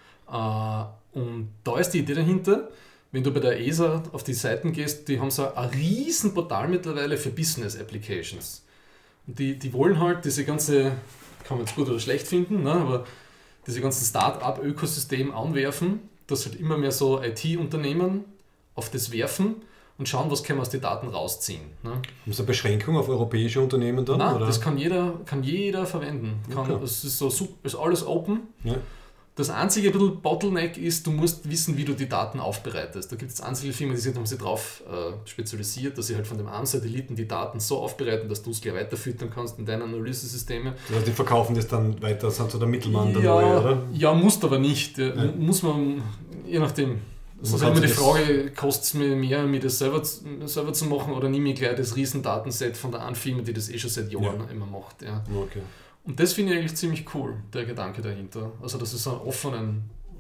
Und da ist die Idee dahinter, wenn du bei der ESA auf die Seiten gehst, die haben so ein riesen Portal mittlerweile für Business Applications. Und die wollen halt diese ganze, kann man jetzt gut oder schlecht finden, ne, aber diese ganzen Start-up-Ökosystem anwerfen, dass halt immer mehr so IT-Unternehmen auf das werfen und schauen, was können wir aus den Daten rausziehen. Ne. Haben Sie eine Beschränkung auf europäische Unternehmen dann? Nein, oder? Das kann jeder verwenden. Es ist alles open. Ja. Das einzige bisschen Bottleneck ist, du musst wissen, wie du die Daten aufbereitest. Da gibt es einzelne Firmen, die haben sich darauf spezialisiert, dass sie halt von dem einen Satelliten die Daten so aufbereiten, dass du es gleich weiterfüttern kannst in deine Analysesysteme. Also die verkaufen das dann weiter, das sind so der Mittelmann dann neu, oder? Ja, musst aber nicht. Ja. Muss man, je nachdem. Das ist immer die Frage, kostet es mir mehr, mir das selber zu machen oder nehme ich gleich das Riesendatenset von der einen Firma, die das schon seit Jahren immer macht. Ja. Okay. Und das finde ich eigentlich ziemlich cool, der Gedanke dahinter. Also, dass es so einen offenen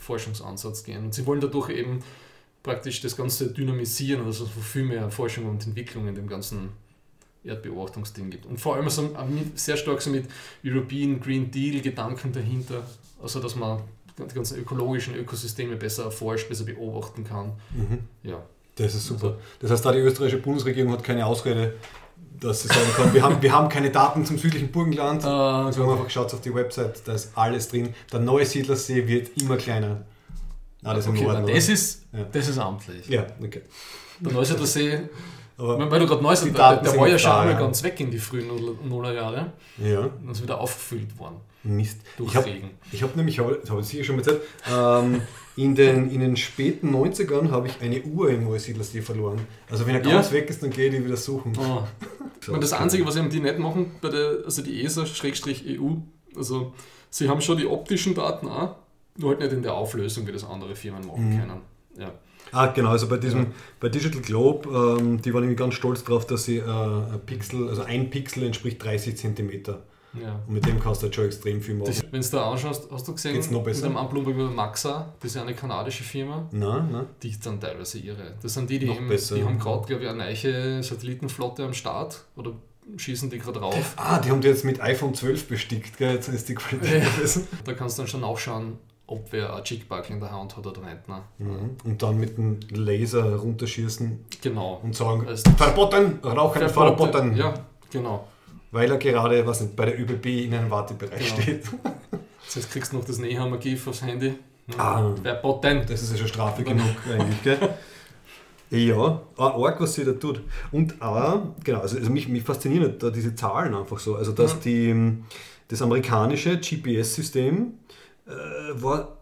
Forschungsansatz gehen. Und sie wollen dadurch eben praktisch das Ganze dynamisieren, dass es viel mehr Forschung und Entwicklung in dem ganzen Erdbeobachtungsding gibt. Und vor allem so sehr stark so mit European Green Deal Gedanken dahinter, also dass man die ganzen ökologischen Ökosysteme besser erforscht, besser beobachten kann. Ja. Das ist super. Das heißt, da die österreichische Bundesregierung hat keine Ausrede, dass sie sagen kann, wir haben keine Daten zum südlichen Burgenland. Also wenn man einfach schaut auf die Website, da ist alles drin. Der Neusiedlersee wird immer kleiner. Das ist im Norden, das ist amtlich. Ja, okay. Der Neusiedlersee, weil du gerade Neusiedler, der war ja schon einmal ganz weg in die frühen Nullerjahre. Ja. Und ist wieder aufgefüllt worden. Mist. Durch Regen. Ich habe es sicher schon mal gesagt, in den späten 90ern habe ich eine Uhr im Neusiedlersee verloren. Also wenn er ganz weg ist, dann gehe ich die wieder suchen. Oh. So, das Einzige, was die nicht machen, also die ESA-EU, also sie haben schon die optischen Daten auch, nur halt nicht in der Auflösung, wie das andere Firmen machen können. Ja. Genau, also bei Digital Globe, die waren irgendwie ganz stolz drauf, dass sie ein Pixel entspricht 30 Zentimeter. Ja. Und mit dem kannst du halt schon extrem viel machen. Wenn du da anschaust, hast du gesehen, mit dem Anblumberg über Maxa, das ist ja eine kanadische Firma, nein. Die ist dann teilweise irre. Das sind die haben gerade, glaube ich, eine neue Satellitenflotte am Start oder schießen die gerade rauf. Die haben die jetzt mit iPhone 12 bestickt, gell? Jetzt ist die Qualität besser. Da kannst du dann schon nachschauen, ob wer ein Jigbuck in der Hand hat oder nicht. Ne? Und dann mit dem Laser runterschießen. Genau. Und sagen, verboten, Rauchen verboten. Ja, genau. Weil er gerade, bei der ÖBB in einem Wartebereich steht. Das heißt, kriegst du noch das Nehammer-GIF aufs Handy. Verboten. Das ist ja schon Strafe genug eigentlich, gell? Ja, arg, was sie da tut. Und auch, genau, also mich faszinieren da diese Zahlen einfach so. Also, dass das amerikanische GPS-System war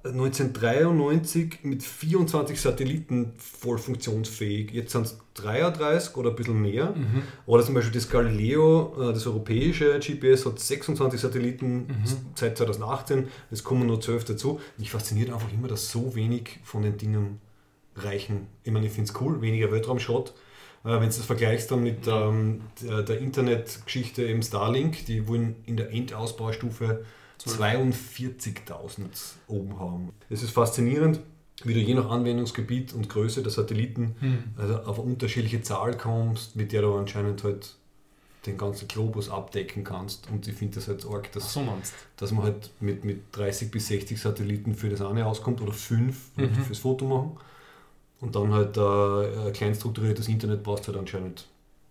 1993 mit 24 Satelliten voll funktionsfähig. Jetzt sind es 33 oder ein bisschen mehr. Oder zum Beispiel das Galileo, das europäische GPS, hat 26 Satelliten seit 2018. Es kommen nur 12 dazu. Mich fasziniert einfach immer, dass so wenig von den Dingen reichen. Ich meine, ich finde es cool, weniger Weltraumschrott. Wenn du das vergleichst dann mit der Internetgeschichte eben Starlink, die wollen in der Endausbaustufe 42.000 oben haben. Es ist faszinierend, wie du je nach Anwendungsgebiet und Größe der Satelliten also auf eine unterschiedliche Zahl kommst, mit der du anscheinend halt den ganzen Globus abdecken kannst. Und ich finde das halt arg, dass man halt mit 30 bis 60 Satelliten für das eine auskommt oder 5 fürs Foto machen. Und dann halt ein klein strukturiertes Internet brauchst du halt anscheinend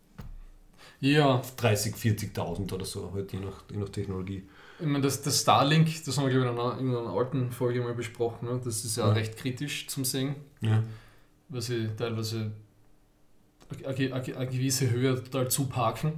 30, 40.000 oder so, halt je nach Technologie. Ich meine, das Starlink, das haben wir, glaube ich, in einer alten Folge mal besprochen, ne? Das ist ja recht kritisch zum Sehen, weil sie teilweise eine gewisse Höhe total zuparken.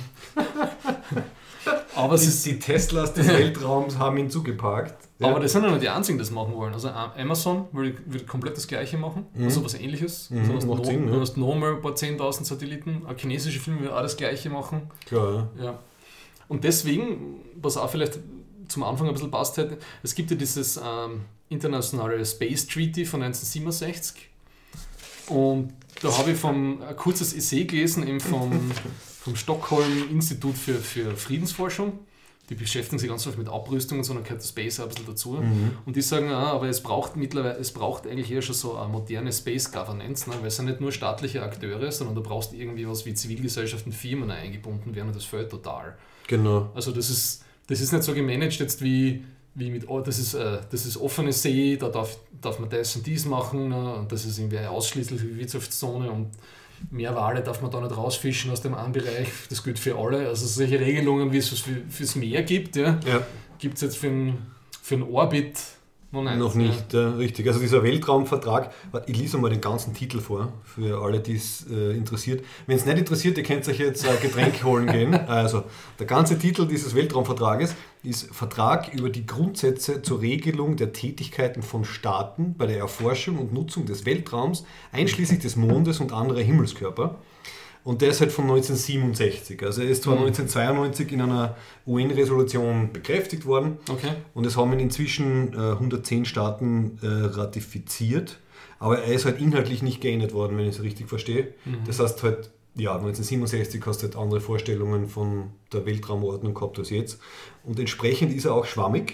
Aber die Teslas des Weltraums haben ihn zugeparkt. Ja. Aber das sind ja nicht die einzigen, die das machen wollen. Also Amazon will komplett das Gleiche machen, also was Ähnliches. Du hast nochmal ein paar 10.000 Satelliten. Eine chinesische Firma will auch das Gleiche machen. Klar, ja. Und deswegen, was auch vielleicht zum Anfang ein bisschen passt hätte, es gibt ja dieses internationale Space Treaty von 1967 und da habe ich ein kurzes Essay gelesen eben vom Stockholm Institut für Friedensforschung. Die beschäftigen sich ganz oft mit Abrüstung und so, dann gehört das Space auch ein bisschen dazu. Und die sagen, aber es braucht eigentlich eher schon so eine moderne Space Governance, ne? Weil es sind nicht nur staatliche Akteure, sondern du braust irgendwie was wie Zivilgesellschaften, Firmen eingebunden werden und das fällt total. Genau. Also das ist nicht so gemanagt jetzt wie mit, das ist offene See, da darf man das und dies machen, ne? Und das ist irgendwie eine ausschließliche Wirtschaftszone und mehr Wale darf man da nicht rausfischen aus dem einen Bereich, das gilt für alle. Also solche Regelungen, wie es fürs Meer gibt, gibt es jetzt für einen Orbit noch nicht. Richtig. Also dieser Weltraumvertrag, ich lese mal den ganzen Titel vor, für alle, die es interessiert. Wenn es nicht interessiert, ihr könnt euch jetzt ein Getränk holen gehen. Also der ganze Titel dieses Weltraumvertrages ist Vertrag über die Grundsätze zur Regelung der Tätigkeiten von Staaten bei der Erforschung und Nutzung des Weltraums, einschließlich des Mondes und anderer Himmelskörper. Und der ist halt von 1967. Also er ist zwar 1992 in einer UN-Resolution bekräftigt worden, und es haben ihn inzwischen 110 Staaten ratifiziert, aber er ist halt inhaltlich nicht geändert worden, wenn ich es richtig verstehe. Das heißt halt, 1967 hast du halt andere Vorstellungen von der Weltraumordnung gehabt als jetzt. Und entsprechend ist er auch schwammig.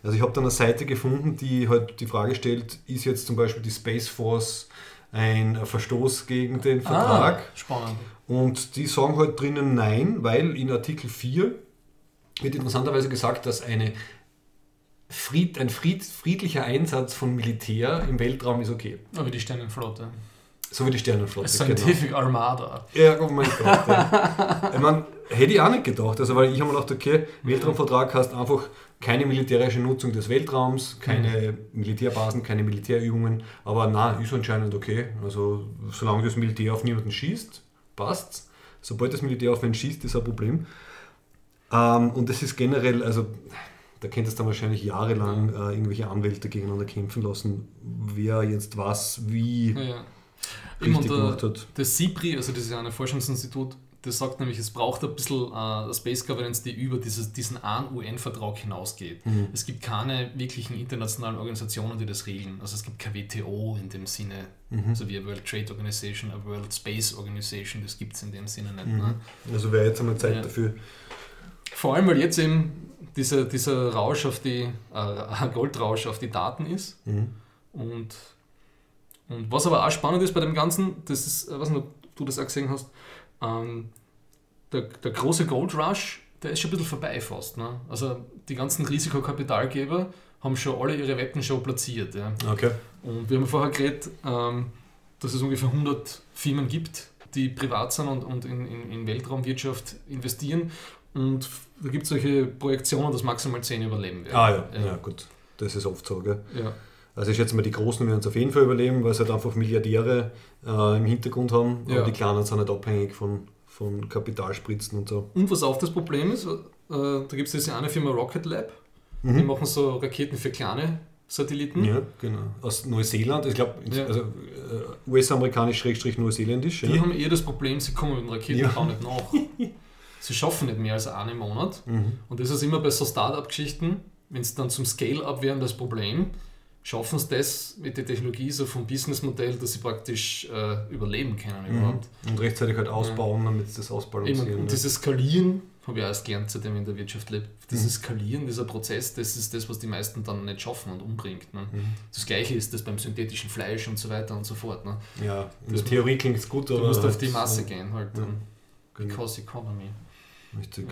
Also ich habe dann eine Seite gefunden, die halt die Frage stellt, ist jetzt zum Beispiel die Space Force ein Verstoß gegen den Vertrag? Spannend. Und die sagen halt drinnen nein, weil in Artikel 4 wird interessanterweise gesagt, dass ein friedlicher Einsatz von Militär im Weltraum ist okay. Aber die Sternenflotte. So wie die Sternenflotte. Scientific Armada. Ja, oh mein Gott. Ja. Ich meine, hätte ich auch nicht gedacht. Also, weil ich habe mir gedacht, okay, Weltraumvertrag heißt einfach keine militärische Nutzung des Weltraums, keine Militärbasen, keine Militärübungen. Aber nein, ist anscheinend okay. Also, solange das Militär auf niemanden schießt, passt's. Sobald das Militär auf einen schießt, ist ein Problem. Und das ist generell, also da könntest du dann wahrscheinlich jahrelang irgendwelche Anwälte gegeneinander kämpfen lassen, wer jetzt was, wie richtig gemacht hat. Das SIPRI, also das ist ja ein Forschungsinstitut, das sagt nämlich, es braucht ein bisschen Space Governance, die über diesen einen UN-Vertrag hinausgeht. Es gibt keine wirklichen internationalen Organisationen, die das regeln. Also es gibt kein WTO in dem Sinne, so wie eine World Trade Organization, eine World Space Organization, das gibt es in dem Sinne nicht. Ne? Also wäre jetzt einmal Zeit dafür. Vor allem, weil jetzt eben dieser Rausch auf Goldrausch auf die Daten ist. Und was aber auch spannend ist bei dem Ganzen, das ist, ich weiß nicht, ob du das auch gesehen hast, der große Gold Rush, der ist schon ein bisschen vorbei fast. Ne? Also die ganzen Risikokapitalgeber haben schon alle ihre Wetten schon platziert. Ja? Okay. Und wir haben vorher geredet, dass es ungefähr 100 Firmen gibt, die privat sind und in Weltraumwirtschaft investieren. Und da gibt es solche Projektionen, dass maximal 10 überleben werden. Ja, gut. Das ist oft so, gell? Ja. Also ich schätze mal, die Großen werden es auf jeden Fall überleben, weil sie halt einfach Milliardäre im Hintergrund haben. Ja. Aber die Kleinen sind nicht abhängig von Kapitalspritzen und so. Und was auch das Problem ist, da gibt es diese eine Firma Rocket Lab, die machen so Raketen für kleine Satelliten. Ja, genau. Aus Neuseeland, ich glaube, US-amerikanisch-neuseeländisch. Die haben eher das Problem, sie kommen mit dem Raketenbau nicht nach. Sie schaffen nicht mehr als einen Monat. Und das ist immer bei so Start-up-Geschichten, wenn es dann zum Scale-up werden, das Problem, schaffen sie das mit der Technologie so vom Businessmodell, dass sie praktisch überleben können überhaupt. Und rechtzeitig halt ausbauen, damit sie das ausbalancieren. Und dieses Skalieren, habe ich auch erst gelernt, seitdem ich in der Wirtschaft lebe, dieses Skalieren, dieser Prozess, das ist das, was die meisten dann nicht schaffen und umbringt. Ne? Das Gleiche ist das beim synthetischen Fleisch und so weiter und so fort. Ne? Ja, in der Theorie klingt es gut, aber... Du musst auf die Masse gehen halt. Ja. Because Economy. Richtig,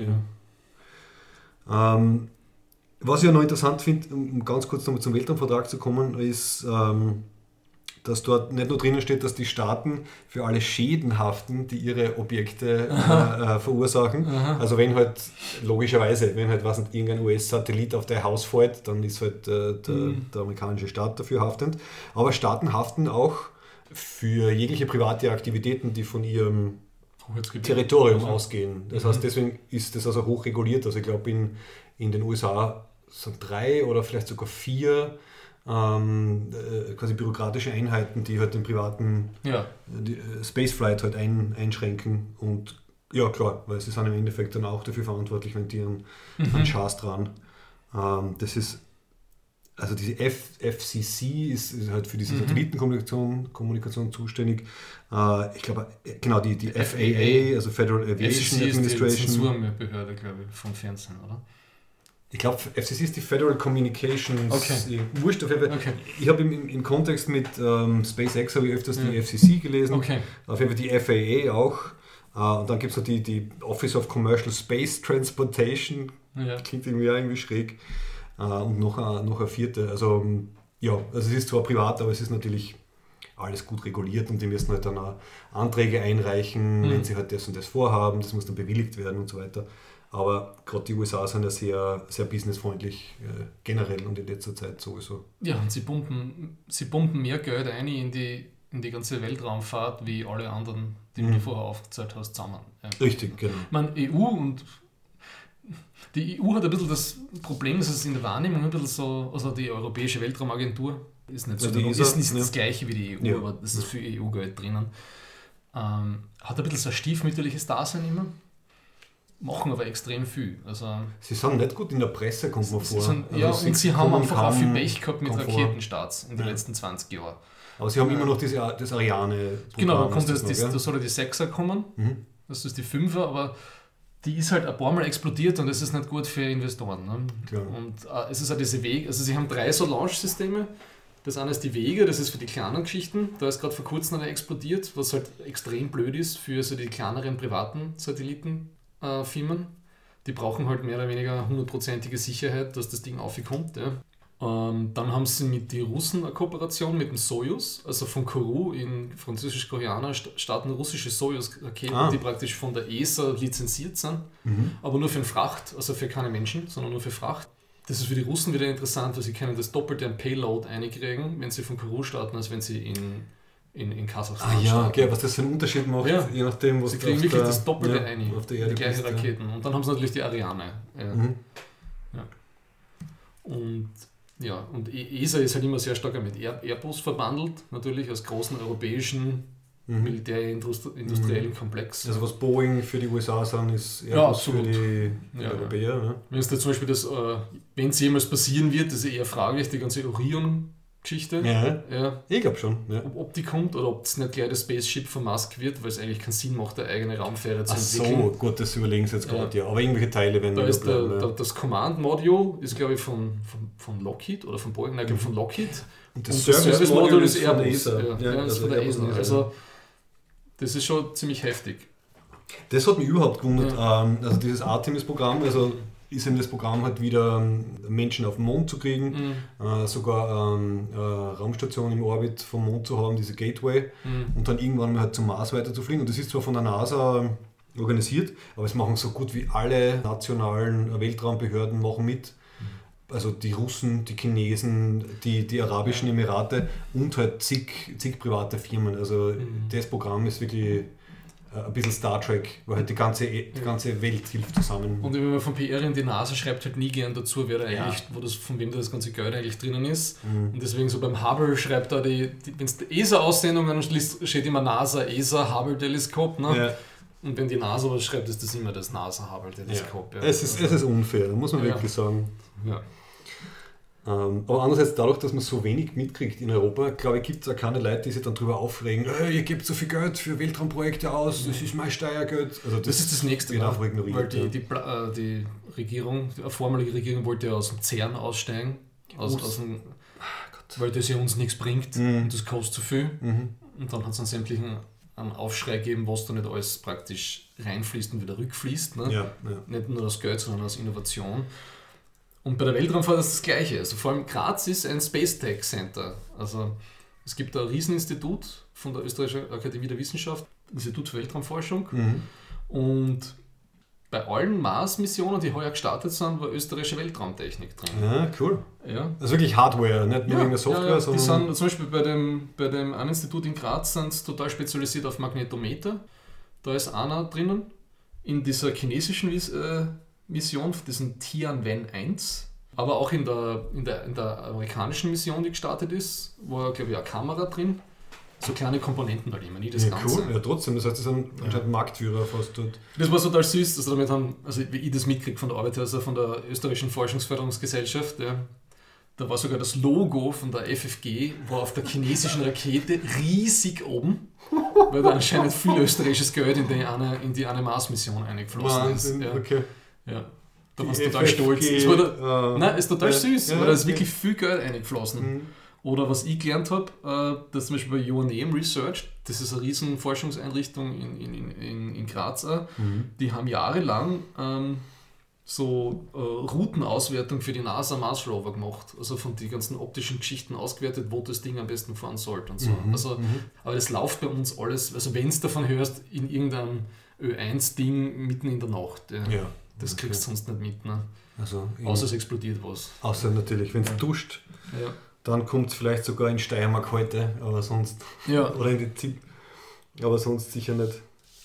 ja. Was ich ja noch interessant finde, um ganz kurz nochmal zum Weltraumvertrag zu kommen, ist, dass dort nicht nur drinnen steht, dass die Staaten für alle Schäden haften, die ihre Objekte verursachen. Also wenn halt, logischerweise, wenn halt irgendein US-Satellit auf dein Haus fällt, dann ist halt der amerikanische Staat dafür haftend. Aber Staaten haften auch für jegliche private Aktivitäten, die von ihrem Territorium ausgehen. Das heißt, deswegen ist das also hoch reguliert. Also ich glaube, in den USA sind 3 oder vielleicht sogar 4 quasi bürokratische Einheiten, die halt den privaten Spaceflight halt einschränken. Und ja, klar, weil sie sind im Endeffekt dann auch dafür verantwortlich, wenn die einen Schaß dran. Das ist, also diese FCC ist halt für diese Satellitenkommunikation zuständig. Ich glaube, genau, die FAA, also Federal Aviation Administration. Ist die Zensurbehörde, glaube ich, vom Fernsehen, oder? Ich glaube, FCC ist die Federal Communications. Okay. Wurscht auf jeden Fall. Okay. Ich habe im Kontext mit SpaceX habe ich öfters die FCC gelesen. Okay. Auf jeden Fall die FAA auch. Und dann gibt es noch die Office of Commercial Space Transportation. Ja. Klingt irgendwie schräg. Und noch eine 4. Also es ist zwar privat, aber es ist natürlich alles gut reguliert und die müssen halt dann auch Anträge einreichen, wenn sie halt das und das vorhaben. Das muss dann bewilligt werden und so weiter. Aber gerade die USA sind ja sehr, sehr businessfreundlich generell und in letzter Zeit sowieso. Ja, und sie pumpen mehr Geld ein in die ganze Weltraumfahrt wie alle anderen, die du vorher aufgezählt hast, zusammen. Ja. Richtig, genau. Die EU hat ein bisschen das Problem, dass es in der Wahrnehmung ein bisschen so, also die Europäische Weltraumagentur ist nicht so, ist nicht das gleiche wie die EU, aber das ist für EU-Geld drinnen. Hat ein bisschen so ein stiefmütterliches Dasein immer. Machen aber extrem viel. Also, sie sind nicht gut in der Presse, kommt man vor. Und sie haben einfach auch viel Pech gehabt mit Raketenstarts in den letzten 20 Jahren. Aber sie haben immer noch das Ariane-Programm. Genau, da soll die 6er kommen, das ist die 5er, aber die ist halt ein paar Mal explodiert und das ist nicht gut für Investoren. Ne? Klar. Und es ist auch diese Wege, also sie haben 3 so Launch-Systeme. Das eine ist die Vega, das ist für die kleinen Geschichten. Da ist gerade vor kurzem eine explodiert, was halt extrem blöd ist für so die kleineren privaten Satellitenfirmen. Die brauchen halt mehr oder weniger 100%ige Sicherheit, dass das Ding aufkommt. Ja. Dann haben sie mit den Russen eine Kooperation mit dem Soyuz, also von Kourou in Französisch-Koreaner starten russische Soyuz-Raketen, die praktisch von der ESA lizenziert sind, aber nur für den Fracht, also für keine Menschen, sondern nur für Fracht. Das ist für die Russen wieder interessant, weil sie können das Doppelte an Payload einkriegen, wenn sie von Kourou starten, als wenn sie in Kasachstan starten. Okay, was das für einen Unterschied macht, je nachdem, was sie kriegen wirklich das Doppelte ein, auf der Erde die gleichen Raketen. Und dann haben sie natürlich die Ariane. Ja. Und ESA ist halt immer sehr stark mit Airbus verbandelt, natürlich als großen europäischen militärindustriellen Komplex. Also was Boeing für die USA sind, ist Airbus für die Europäer. Ne? Wenn es da zum Beispiel wenn es jemals passieren wird, das ist eher fraglich, die ganze Orion-Geschichte. Ja. Ich glaube schon. Ja. Ob die kommt oder ob es nicht gleich das Spaceship von Musk wird, weil es eigentlich keinen Sinn macht, eine eigene Raumfähre zu entwickeln. So, gut, das überlegen sie jetzt gerade, aber irgendwelche Teile werden da ist das Command-Module ist, glaube ich, von Lockheed oder von Boeing, nein, glaube von Lockheed. Und das Service-Module ist Airbus. Von der ESA. Ist von der ESA. Also das ist schon ziemlich heftig. Das hat mich überhaupt gewundert. Also dieses Artemis-Programm, also ist eben das Programm halt wieder Menschen auf den Mond zu kriegen, sogar Raumstation im Orbit vom Mond zu haben, diese Gateway, und dann irgendwann mal halt zum Mars weiter zu fliegen. Und das ist zwar von der NASA organisiert, aber es machen so gut wie alle nationalen Weltraumbehörden machen mit. Also die Russen, die Chinesen, die Arabischen Emirate und halt zig private Firmen. Also das Programm ist wirklich ein bisschen Star Trek, wo halt die ganze Welt hilft zusammen. Und wenn man von PR in die NASA schreibt, halt nie gern dazu, wer da eigentlich, von wem das ganze Geld eigentlich drinnen ist. Und deswegen so beim Hubble schreibt da wenn es die ESA-Aussendungen liest, steht immer NASA, ESA, Hubble-Teleskop. Ne? Ja. Und wenn die NASA was schreibt, ist das immer das NASA-Hubble-Teleskop. Ja. Es ist unfair, muss man wirklich sagen. Ja. Aber andererseits, dadurch, dass man so wenig mitkriegt in Europa, glaube ich, gibt es auch keine Leute, die sich dann darüber aufregen, ihr gebt so viel Geld für Weltraumprojekte aus, das ist mein Steuergeld. Also das ist das Nächste, wird einfach ignoriert. Weil die Regierung, die vormalige Regierung wollte ja aus dem CERN aussteigen, weil das ja uns nichts bringt und das kostet zu viel. Und dann hat es einen sämtlichen Aufschrei gegeben, was da nicht alles praktisch reinfließt und wieder rückfließt. Ne? Nicht nur das Geld, sondern als Innovation. Und bei der Weltraumfahrt ist das Gleiche. Also vor allem Graz ist ein Space Tech Center. Also es gibt ein Rieseninstitut von der Österreichischen Akademie der Wissenschaft, Institut für Weltraumforschung. Und bei allen Mars-Missionen, die heuer gestartet sind, war österreichische Weltraumtechnik drin. Ja, cool. Ja. Also wirklich Hardware, nicht nur irgendeine Software, sondern... Die sind zum Beispiel bei dem einen Institut in Graz sind total spezialisiert auf Magnetometer. Da ist einer drinnen. In dieser chinesischen Mission, diesen Tianwen 1, aber auch in der amerikanischen Mission, die gestartet ist, war, glaube ich, eine Kamera drin. So kleine Komponenten halt immer, nie das Ganze. Cool, ja trotzdem, das heißt, das sind anscheinend Marktführer fast dort. Das war total süß, also damit wie ich das mitkriege von der Arbeit, also von der österreichischen Forschungsförderungsgesellschaft, da war sogar das Logo von der FFG, war auf der chinesischen Rakete riesig oben, weil da anscheinend viel österreichisches Geld in die eine Mars-Mission eingeflossen ist. Ja. Okay. Ja, da warst du total stolz. Ist total süß, weil da ist wirklich viel Geld eingeflossen. Oder was ich gelernt habe, dass zum Beispiel bei UNM Research, das ist eine riesen Forschungseinrichtung in Graz, die haben jahrelang Routenauswertung für die NASA Mars Rover gemacht, also von den ganzen optischen Geschichten ausgewertet, wo das Ding am besten fahren sollte und so. Aber das läuft bei uns alles, also wenn du davon hörst, in irgendeinem Ö1-Ding mitten in der Nacht. Das kriegst du sonst nicht mit. Ne? Also außer es explodiert was. Außer natürlich, wenn es duscht, dann kommt es vielleicht sogar in Steiermark heute, aber sonst. Oder in die ZIP, aber sonst sicher nicht.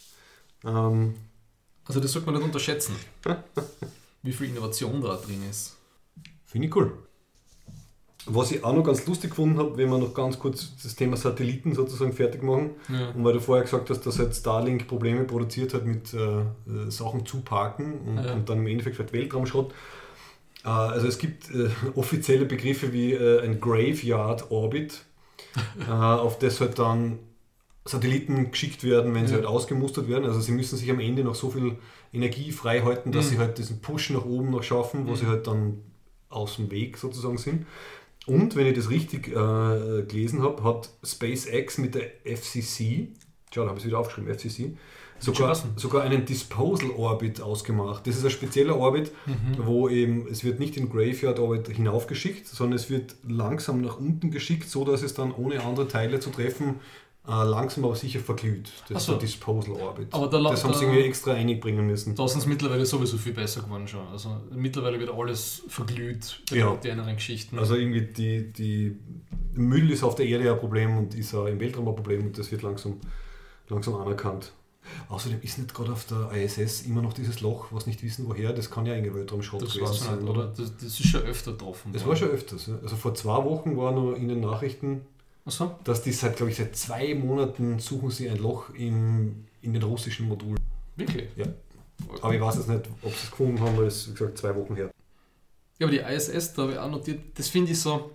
Also das sollte man nicht unterschätzen, wie viel Innovation da drin ist. Finde ich cool. Was ich auch noch ganz lustig gefunden habe, wenn wir noch ganz kurz das Thema Satelliten sozusagen fertig machen, und weil du vorher gesagt hast, dass halt Starlink Probleme produziert hat mit Sachen zu parken und dann im Endeffekt halt Weltraumschrott. Also es gibt offizielle Begriffe wie ein Graveyard Orbit, auf das halt dann Satelliten geschickt werden, wenn sie halt ausgemustert werden. Also sie müssen sich am Ende noch so viel Energie frei halten, dass sie halt diesen Push nach oben noch schaffen, wo sie halt dann aus dem Weg sozusagen sind. Und wenn ich das richtig gelesen habe, hat SpaceX mit der FCC, da habe ich es wieder aufgeschrieben, FCC, sogar einen Disposal Orbit ausgemacht. Das ist ein spezieller Orbit, wo eben, es wird nicht in Graveyard Orbit hinaufgeschickt, sondern es wird langsam nach unten geschickt, so dass es dann ohne andere Teile zu treffen langsam aber sicher verglüht. Das ist der Disposal Orbit. Aber das haben sie irgendwie extra einbringen müssen. Da sind es mittlerweile sowieso viel besser geworden schon. Also mittlerweile wird alles verglüht bei den moderneren Geschichten. Also irgendwie die Müll ist auf der Erde ein Problem und ist auch im Weltraum ein Problem und das wird langsam anerkannt. Außerdem ist nicht gerade auf der ISS immer noch dieses Loch, was nicht wissen woher, das kann ja eigentlich Weltraumschrott gewesen sein. Nicht, oder? Das ist schon öfter getroffen. Das war schon öfters. Ja. Also vor 2 Wochen war noch in den Nachrichten, dass die seit 2 Monaten suchen sie ein Loch in den russischen Modulen. Wirklich? Ja. Aber ich weiß jetzt nicht, ob sie es gefunden haben, weil es, wie gesagt, 2 Wochen her. Ja, aber die ISS, da habe ich auch notiert, das finde ich so,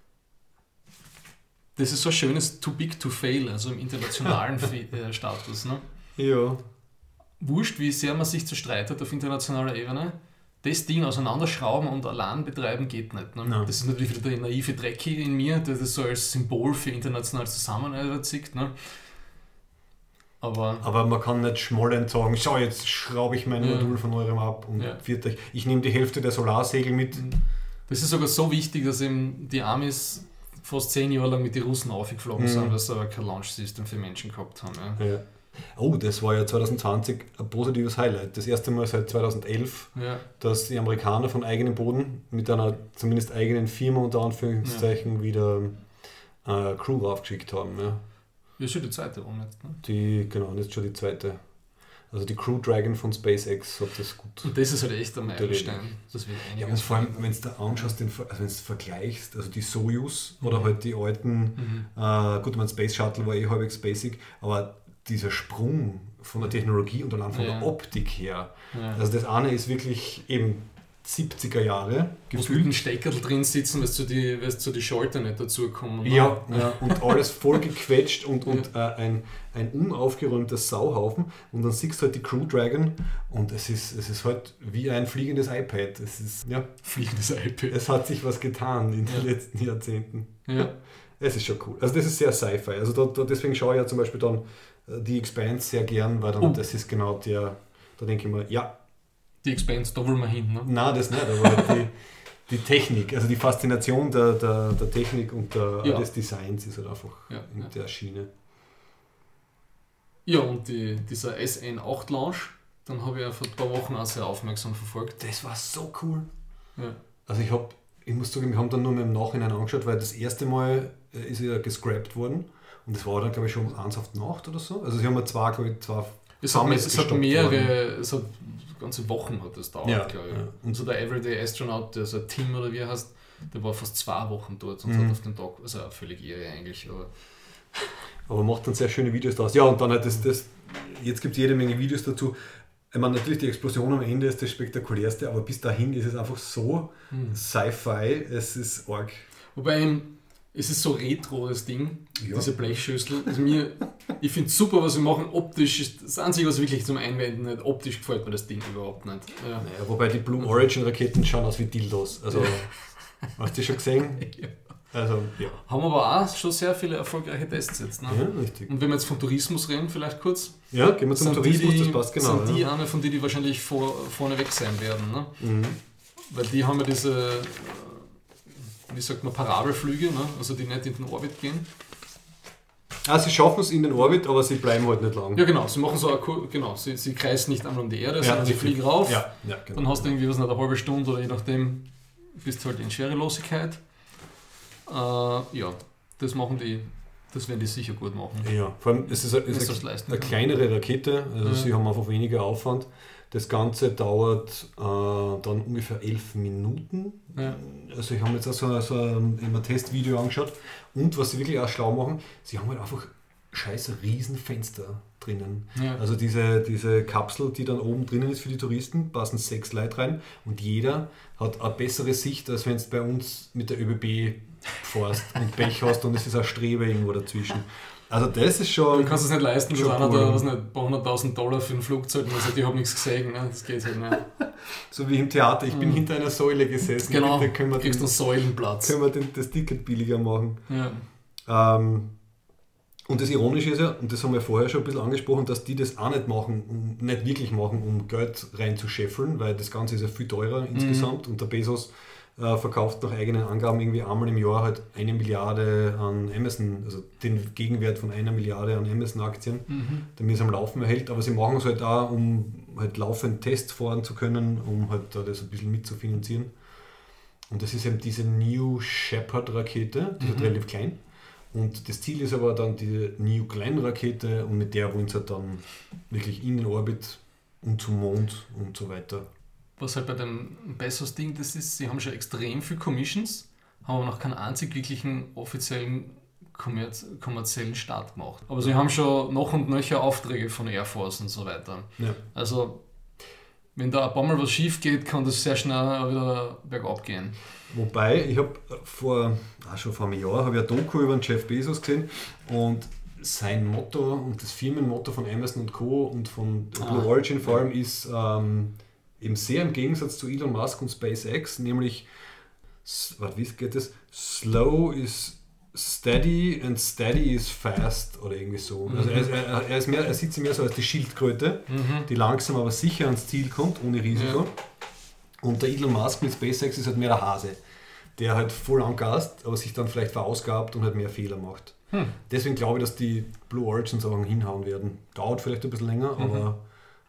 das ist so ein schönes Too Big to Fail, also im internationalen Status. Ne? Ja. Wurscht, wie sehr man sich zerstreitet auf internationaler Ebene, das Ding auseinanderschrauben und allein betreiben geht nicht. Ne? Das ist natürlich wieder der naive Drecki in mir, der das so als Symbol für internationale Zusammenarbeit sieht. Ne? Aber man kann nicht schmollend sagen, schau, jetzt schraube ich mein Modul von eurem ab und ich nehme die Hälfte der Solarsegel mit. Das ist sogar so wichtig, dass eben die Amis fast 10 Jahre lang mit den Russen aufgeflogen sind, dass sie aber kein Launch-System für Menschen gehabt haben. Ja. Oh, das war ja 2020 ein positives Highlight. Das erste Mal seit 2011, dass die Amerikaner von eigenem Boden mit einer zumindest eigenen Firma unter Anführungszeichen wieder Crew raufgeschickt haben. Ja. Ist schon die zweite Runde jetzt, ne? Jetzt schon die zweite. Also die Crew Dragon von SpaceX hat das gut. Und das ist halt echt ein Meilenstein. Und vor allem, wenn du da anschaust, wenn du es vergleichst, also die Soyuz oder halt die alten, Space Shuttle war halbwegs basic, aber dieser Sprung von der Technologie und allein von der Optik her, also das eine ist wirklich eben 70er Jahre gefühlt. Wo mit einem Stecker drin sitzen, weil zu die Schalter nicht dazukommen. Ja, und alles voll gequetscht und ein unaufgeräumter Sauhaufen und dann siehst du halt die Crew Dragon und es ist halt wie ein fliegendes iPad. Fliegendes iPad. Es hat sich was getan in den letzten Jahrzehnten. Ja. Es ist schon cool. Also das ist sehr Sci-Fi. Also deswegen schaue ich ja zum Beispiel dann die Expanse sehr gern, weil dann das ist genau da denke ich mir, die Expanse, da wollen wir hin, ne? Nein, das nicht, aber halt die Technik, also die Faszination der Technik und des Designs ist halt einfach in der Schiene. Ja, und dieser SN8 Launch, dann habe ich ja vor ein paar Wochen auch sehr aufmerksam verfolgt. Das war so cool. Ja. Also ich muss sagen, wir haben dann nur im Nachhinein angeschaut, weil das erste Mal ist ja gescrapped worden und das war dann, glaube ich, schon um 1 auf die Nacht oder so. Also sie haben ja zwei es hat ganze Wochen hat das dauert, glaube ich. Ja. Und so der Everyday Astronaut, der so Tim oder wie er heißt, der war fast 2 Wochen dort und hat auf den Tag, also völlig irre eigentlich. Aber macht dann sehr schöne Videos daraus. Ja, und dann halt jetzt gibt es jede Menge Videos dazu. Ich meine, natürlich die Explosion am Ende ist das Spektakulärste, aber bis dahin ist es einfach so Sci-Fi, es ist arg. Wobei es ist so retro, das Ding, diese Blechschüssel. Also ich finde es super, was sie machen. Optisch ist das Einzige, was wirklich zum Einwenden nicht. Optisch gefällt mir das Ding überhaupt nicht. Ja. Naja, wobei die Blue Origin Raketen schauen aus wie Dildos. Also, hast du die schon gesehen? Also, haben aber auch schon sehr viele erfolgreiche Tests jetzt. Ne? Ja, richtig. Und wenn wir jetzt von Tourismus reden, vielleicht kurz. Ja, gehen wir zum Tourismus, das passt genau. Sind die eine von denen, die wahrscheinlich vorne weg sein werden. Ne? Mhm. Weil die haben ja diese, wie sagt man, Parabelflüge, ne? Also die nicht in den Orbit gehen. Sie schaffen es in den Orbit, aber sie bleiben halt nicht lang. Ja, genau. Sie machen so sie kreisen nicht einmal um die Erde, sondern sie fliegen rauf. Ja, genau. Dann hast du irgendwie eine halbe Stunde oder je nachdem, bist du halt in Schwerelosigkeit. Das werden die sicher gut machen. Ja, vor allem es ist eine kleinere Rakete, also sie haben einfach weniger Aufwand. Das Ganze dauert dann ungefähr 11 Minuten. Ja. Also ich habe jetzt auch so ein Testvideo angeschaut. Und was sie wirklich auch schlau machen, sie haben halt einfach scheiße Riesenfenster drinnen. Ja. Also diese Kapsel, die dann oben drinnen ist für die Touristen, passen 6 Leute rein und jeder hat eine bessere Sicht, als wenn es bei uns mit der ÖBB fährst und Pech hast und es ist eine Strebe irgendwo dazwischen. Also das ist schon... Du kannst es nicht leisten, dass einer cool. da was nicht, ein paar $100.000 für ein Flugzeug und sagt, ich habe nichts gesehen. Ne? Das geht halt nicht. So wie im Theater, ich bin hinter einer Säule gesessen. Genau, Bitte können wir kriegst einen Säulenplatz. Können wir das Ticket billiger machen. Ja. Und das Ironische ist ja, und das haben wir vorher schon ein bisschen angesprochen, dass die das auch nicht wirklich machen, um Geld reinzuscheffeln, weil das Ganze ist ja viel teurer insgesamt und der Bezos verkauft nach eigenen Angaben irgendwie einmal im Jahr halt 1 Milliarde an Amazon, also den Gegenwert von 1 Milliarde an Amazon-Aktien, damit es am Laufen erhält. Aber sie machen es halt auch, um halt laufend Tests fahren zu können, um halt da das ein bisschen mitzufinanzieren. Und das ist eben diese New Shepard-Rakete, die ist relativ klein. Und das Ziel ist aber dann die New Glenn-Rakete und mit der wollen sie halt dann wirklich in den Orbit und zum Mond und so weiter. Was halt bei dem Bezos-Ding das ist, sie haben schon extrem viel Commissions, haben aber noch keinen einzig wirklichen offiziellen kommerziellen Start gemacht. Aber sie haben schon noch und nöcher Aufträge von Air Force und so weiter. Ja. Also, wenn da ein paar Mal was schief geht, kann das sehr schnell wieder bergab gehen. Wobei, ich habe schon vor einem Jahr eine Doku über den Jeff Bezos gesehen und sein Motto und das Firmenmotto von Amazon und Co. und von Blue Origin vor allem ist eben sehr im Gegensatz zu Elon Musk und SpaceX, nämlich, wie geht das? Slow is steady and steady is fast oder irgendwie so. Also er sieht sich mehr so als die Schildkröte, die langsam aber sicher ans Ziel kommt, ohne Risiko. Ja. Und der Elon Musk mit SpaceX ist halt mehr der Hase, der halt voll angast, aber sich dann vielleicht verausgabt und halt mehr Fehler macht. Deswegen glaube ich, dass die Blue Origin Sachen hinhauen werden. Dauert vielleicht ein bisschen länger, aber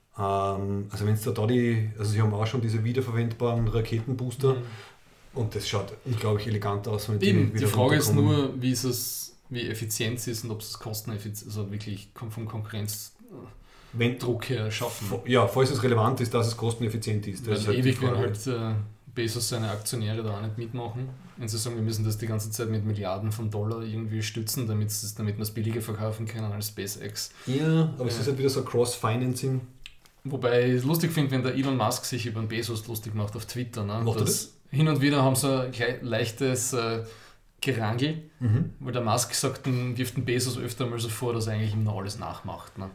also wenn es da sie haben auch schon diese wiederverwendbaren Raketenbooster und das schaut unglaublich elegant aus. Wenn die Frage ist nur, wie effizient es ist und ob es kosteneffizient, also wirklich vom Konkurrenzdruck her schaffen. Ja, falls es relevant ist, dass es kosteneffizient ist. Das Weil ist ewig werden halt Bezos seine Aktionäre da auch nicht mitmachen. Wenn sie sagen, wir müssen das die ganze Zeit mit Milliarden von Dollar irgendwie stützen, damit wir es billiger verkaufen können als SpaceX. Ja, aber es ist halt wieder so Cross-Financing. Wobei ich es lustig finde, wenn der Elon Musk sich über den Bezos lustig macht auf Twitter. Ne? Macht er das? Hin und wieder haben sie ein leichtes Gerangel, weil der Musk sagt, dann wirft den Bezos öfter mal so vor, dass er eigentlich ihm noch alles nachmacht. Ne?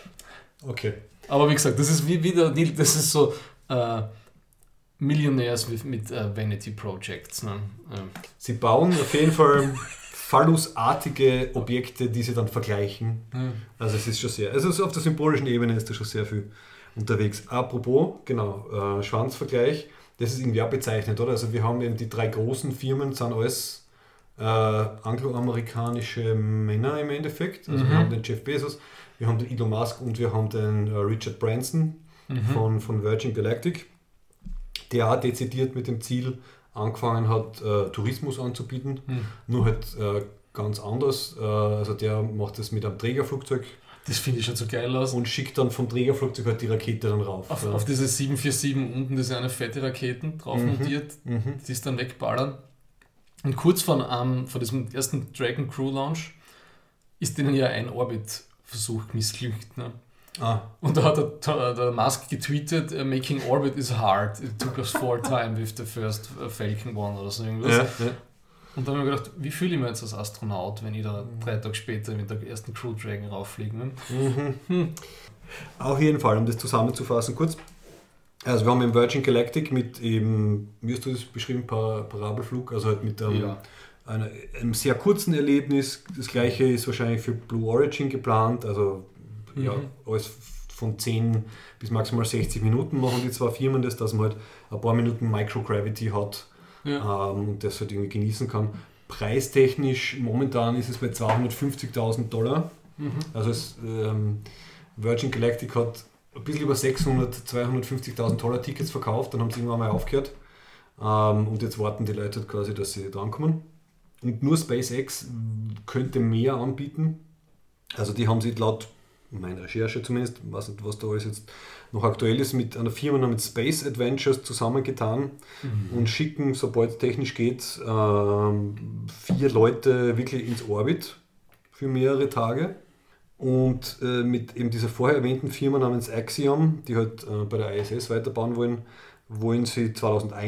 Okay. Aber wie gesagt, das ist das ist so Millionärs mit Vanity Projects. Ne? Sie bauen auf jeden Fall phallusartige Objekte, die sie dann vergleichen. Also es ist schon sehr, also auf der symbolischen Ebene ist da schon sehr viel unterwegs. Apropos, genau, Schwanzvergleich, das ist irgendwie auch bezeichnet, oder? Also wir haben eben die 3 großen Firmen, sind alles angloamerikanische Männer im Endeffekt. Also wir haben den Jeff Bezos, wir haben den Elon Musk und wir haben den Richard Branson von Virgin Galactic, der auch dezidiert mit dem Ziel angefangen hat, Tourismus anzubieten, nur halt ganz anders. Also der macht das mit einem Trägerflugzeug. Das finde ich schon so geil aus. Und schickt dann vom Trägerflugzeug halt die Rakete dann rauf. Auf diese 747 unten, diese eine fette Raketen drauf montiert, die ist dann wegballern. Und kurz vor diesem ersten Dragon Crew Launch ist denen ja ein Orbit-Versuch missglückt. Ne? Und da hat der Musk getweetet, making orbit is hard, it took us 4 times with the first Falcon 1 oder so irgendwas. Ja. Und dann habe ich gedacht, wie fühle ich mich jetzt als Astronaut, wenn ich da 3 Tage später mit der ersten Crew Dragon rauffliege? Ne? Auf jeden Fall, um das zusammenzufassen kurz. Also wir haben im Virgin Galactic mit eben, wie hast du das beschrieben, Parabelflug, also halt mit einem sehr kurzen Erlebnis. Das gleiche ist wahrscheinlich für Blue Origin geplant, also alles von 10 bis maximal 60 Minuten machen die 2 Firmen das, dass man halt ein paar Minuten Microgravity hat und das halt irgendwie genießen kann. Preistechnisch momentan ist es bei $250.000. Also Virgin Galactic hat ein bisschen über 250.000 Tickets verkauft, dann haben sie irgendwann mal aufgehört und jetzt warten die Leute halt quasi, dass sie drankommen. Und nur SpaceX könnte mehr anbieten. Also die haben sich laut meiner Recherche zumindest, ich weiß nicht, was da alles jetzt noch aktuell ist, mit einer Firma namens Space Adventures zusammengetan und schicken, sobald es technisch geht, 4 Leute wirklich ins Orbit für mehrere Tage. Und mit eben dieser vorher erwähnten Firma namens Axiom, die halt bei der ISS weiterbauen wollen sie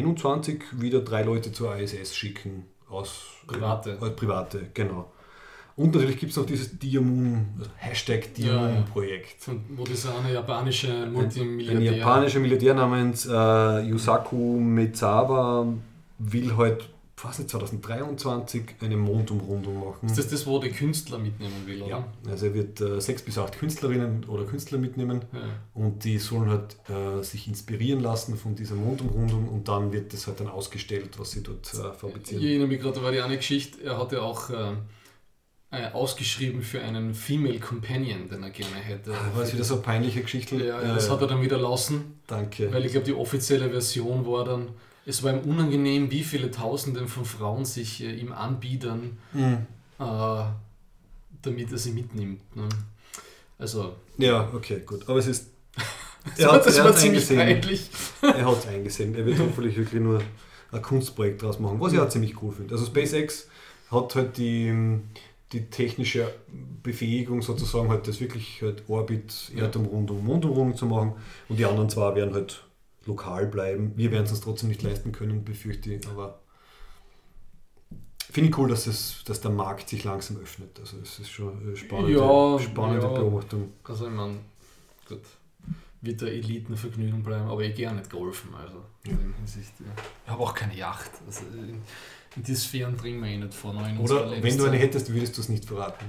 2021 wieder 3 Leute zur ISS schicken. Private, genau. Und natürlich gibt es noch dieses Diamoon, Hashtag Diamoon-Projekt. Wo dieser eine japanische Multimilliardär. Ein japanischer Milliardär namens Yusaku Maezawa will halt, was nicht, 2023 eine Mondumrundung machen. Ist das, wo der Künstler mitnehmen will, oder? Ja, also er wird 6 bis 8 Künstlerinnen oder Künstler mitnehmen und die sollen halt sich inspirieren lassen von dieser Mondumrundung und dann wird das halt dann ausgestellt, was sie dort fabrizieren. Ich erinnere mich gerade, da war die eine Geschichte, er hatte auch ausgeschrieben für einen Female Companion, den er gerne hätte. War es wieder so eine peinliche Geschichte? Ja, das hat er dann wieder lassen. Danke. Weil ich glaube, die offizielle Version war dann, es war ihm unangenehm, wie viele Tausenden von Frauen sich ihm anbieten, damit er sie mitnimmt. Ne? Also. Ja, okay, gut. Aber es ist. Das war ziemlich peinlich. Er hat es eingesehen. Er wird hoffentlich wirklich nur ein Kunstprojekt draus machen, was ich auch ziemlich cool finde. Also SpaceX hat halt die technische Befähigung sozusagen, halt das wirklich halt Orbit, Erdumrundung, Mondumrundung zu machen und die anderen zwei werden halt lokal bleiben. Wir werden es uns trotzdem nicht leisten können, befürchte ich, aber finde ich cool, dass der Markt sich langsam öffnet. Also es ist schon eine spannende Beobachtung. Also ich meine, gut, wird der Elitenvergnügen bleiben, aber ich gehe auch nicht golfen. Also in der Hinsicht, ich habe auch keine Yacht. Also in die Sphären dringen wir nicht vor. Oder wenn du eine hättest, würdest du es nicht verraten.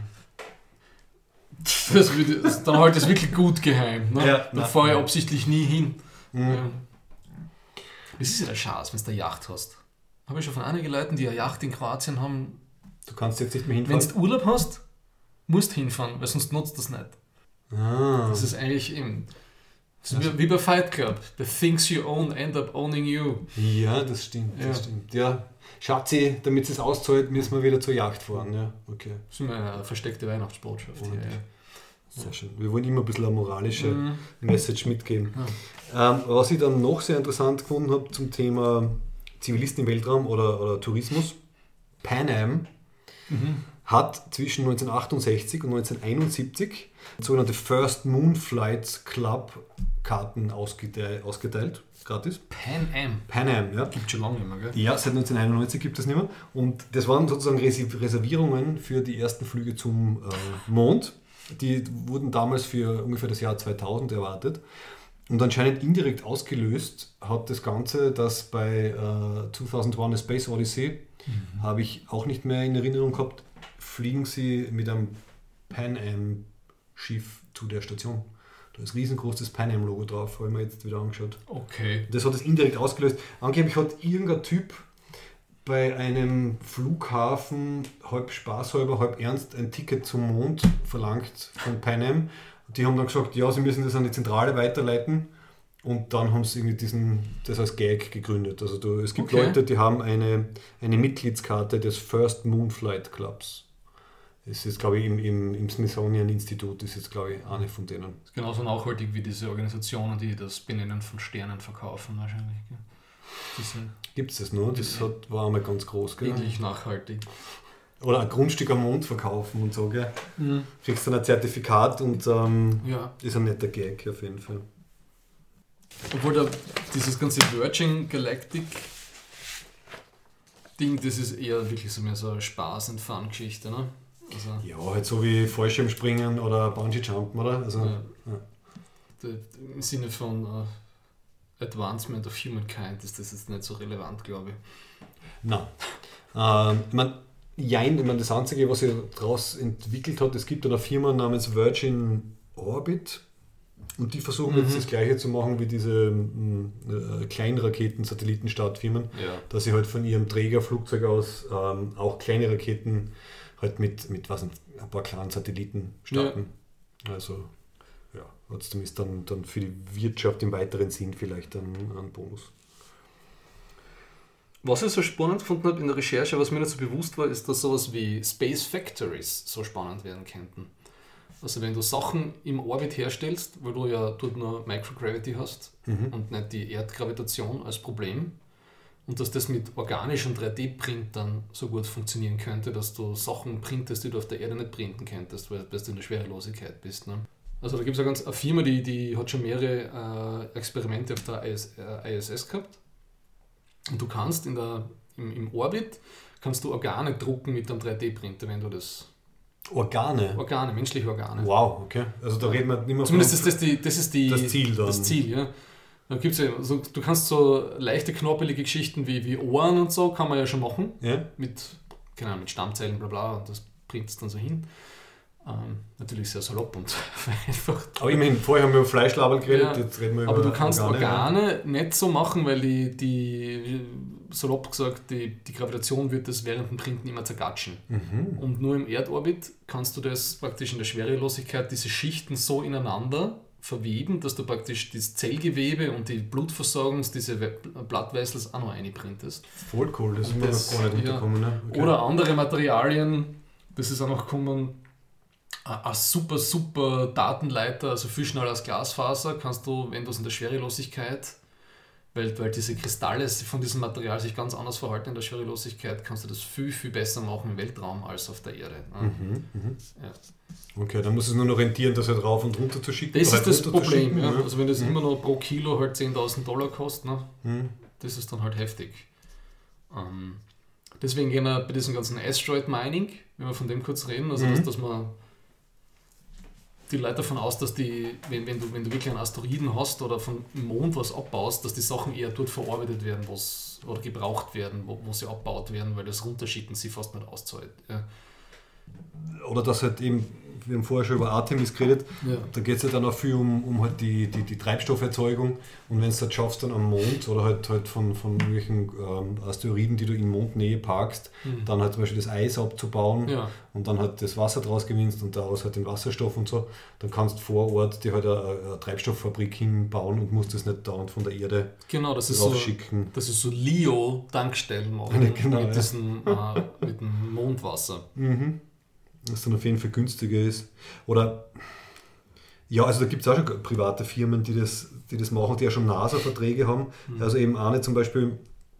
Dann halt es wirklich gut geheim. Ne? Ja, dann fahre ich absichtlich nie hin. Ja. Das ist ja der Schatz, wenn du eine Yacht hast. Habe ich schon von einigen Leuten, die eine Yacht in Kroatien haben. Du kannst jetzt nicht mehr hinfahren. Wenn du Urlaub hast, musst du hinfahren, weil sonst nutzt das nicht. Das ist eigentlich eben. Das ist wie bei Fight Club. The things you own end up owning you. Ja, das stimmt. Das stimmt. Ja. Schatzi, damit es auszahlt, müssen wir wieder zur Yacht fahren. Ja, okay. Das ist immer eine versteckte Weihnachtsbotschaft. Hier, Sehr schön. Wir wollen immer ein bisschen eine moralische Message mitgeben. Was ich dann noch sehr interessant gefunden habe zum Thema Zivilisten im Weltraum oder Tourismus, Pan Am hat zwischen 1968 und 1971 sogenannte First Moon Flights Club Karten ausgeteilt, gratis. Pan Am, ja. Gibt schon lange nicht mehr, gell? Ja, seit 1991 gibt es nicht mehr. Und das waren sozusagen Reservierungen für die ersten Flüge zum Mond. Die wurden damals für ungefähr das Jahr 2000 erwartet. Und anscheinend indirekt ausgelöst hat das Ganze, dass bei 2001 A Space Odyssey, habe ich auch nicht mehr in Erinnerung gehabt, fliegen sie mit einem Pan Am Schiff zu der Station. Da ist riesengroß das Pan Am Logo drauf, habe ich mir jetzt wieder angeschaut. Okay. Das hat es indirekt ausgelöst. Angeblich hat irgendein Typ bei einem Flughafen halb spaßhalber, halb ernst ein Ticket zum Mond verlangt von Pan Am. Die haben dann gesagt, ja, sie müssen das an die Zentrale weiterleiten und dann haben sie irgendwie das als Gag gegründet. Also es gibt Leute, die haben eine Mitgliedskarte des First Moonflight Clubs. Es ist, glaube ich, im Smithsonian Institut ist jetzt, glaube ich, eine von denen. Das ist genauso nachhaltig wie diese Organisationen, die das Benennen von Sternen verkaufen wahrscheinlich. Gibt es das nur? Das war einmal ganz groß, gell? Ähnlich nachhaltig. Oder ein Grundstück am Mond verkaufen und so, gell? Kriegst dann ein Zertifikat und ist ein netter Gag auf jeden Fall. Obwohl dieses ganze Virgin Galactic Ding, das ist eher wirklich so mehr so eine Spaß- und Fun-Geschichte, ne? Also, ja, halt so wie Fallschirmspringen oder Bungee-Jumpen, oder? Also, Im Sinne von Advancement of Humankind ist das jetzt nicht so relevant, glaube ich. Nein. Ich meine, das Einzige, was sich daraus entwickelt hat, es gibt eine Firma namens Virgin Orbit und die versuchen jetzt das Gleiche zu machen wie diese Kleinraketen, Satellitenstartfirmen, dass sie halt von ihrem Trägerflugzeug aus auch kleine Raketen halt mit ein paar kleinen Satelliten starten. Ja. Also trotzdem ist dann für die Wirtschaft im weiteren Sinn vielleicht ein Bonus. Was ich so spannend gefunden habe in der Recherche, was mir nicht so bewusst war, ist, dass sowas wie Space Factories so spannend werden könnten. Also wenn du Sachen im Orbit herstellst, weil du ja dort nur Microgravity hast und nicht die Erdgravitation als Problem, und dass das mit organischen 3D-Printern so gut funktionieren könnte, dass du Sachen printest, die du auf der Erde nicht printen könntest, weil du in der Schwerelosigkeit bist. Ne? Also da gibt es eine Firma, die hat schon mehrere Experimente auf der ISS gehabt. Und du kannst im Orbit kannst du Organe drucken mit einem 3D-Printer, wenn du das Organe? Organe, menschliche Organe. Wow, okay. Also da reden wir nicht mehr zumindest von... das Ziel dann. Das Ziel, ja. Da gibt's ja, also du kannst so leichte, knorpelige Geschichten wie Ohren und so, kann man ja schon machen. Ja. Mit Stammzellen, bla bla, und das bringt es dann so hin. Natürlich sehr salopp und einfach. Aber immerhin, vorher haben wir über Fleischlaberl geredet, jetzt reden wir über aber du kannst Organe nicht so machen, weil die salopp gesagt, die Gravitation wird das während dem Printen immer zergatschen. Und nur im Erdorbit kannst du das praktisch in der Schwerelosigkeit, diese Schichten so ineinander verweben, dass du praktisch das Zellgewebe und die Blutversorgung, diese Bloodvessels auch noch einprintest. Voll cool, das ist mir noch gar nicht untergekommen. Ne? Okay. Oder andere Materialien, das ist auch noch gekommen, ein super, super Datenleiter, also viel schneller als Glasfaser, kannst du, wenn du es in der Schwerelosigkeit, weil diese Kristalle von diesem Material sich ganz anders verhalten in der Schwerelosigkeit, kannst du das viel, viel besser machen im Weltraum als auf der Erde. Ja. Okay, dann muss es nur noch rentieren, das halt rauf und runter zu schicken. Das ist das Problem. Ja. Also wenn das immer noch pro Kilo halt $10.000 kostet, ne? Das ist dann halt heftig. Deswegen gehen wir bei diesem ganzen Asteroid Mining, wenn wir von dem kurz reden, also dass man die Leute davon aus, dass wenn du wirklich einen Asteroiden hast oder vom Mond was abbaust, dass die Sachen eher dort verarbeitet werden oder gebraucht werden, wo sie abgebaut werden, weil das Runterschicken sie fast nicht auszahlt. Ja. Oder dass halt eben, wir haben vorher schon über Artemis geredet, da geht es ja dann auch viel um halt die Treibstofferzeugung, und wenn du es halt schaffst dann am Mond oder halt von irgendwelchen Asteroiden, die du in Mondnähe parkst, dann halt zum Beispiel das Eis abzubauen und dann halt das Wasser draus gewinnst und daraus halt den Wasserstoff und so, dann kannst du vor Ort dir halt eine Treibstofffabrik hinbauen und musst das nicht dauernd von der Erde rausschicken. Das ist so Leo-Tankstellen machen mit dem Mondwasser. Was dann auf jeden Fall günstiger ist. Oder, ja, also da gibt es auch schon private Firmen, die das machen, die ja schon NASA-Verträge haben. Also eben eine zum Beispiel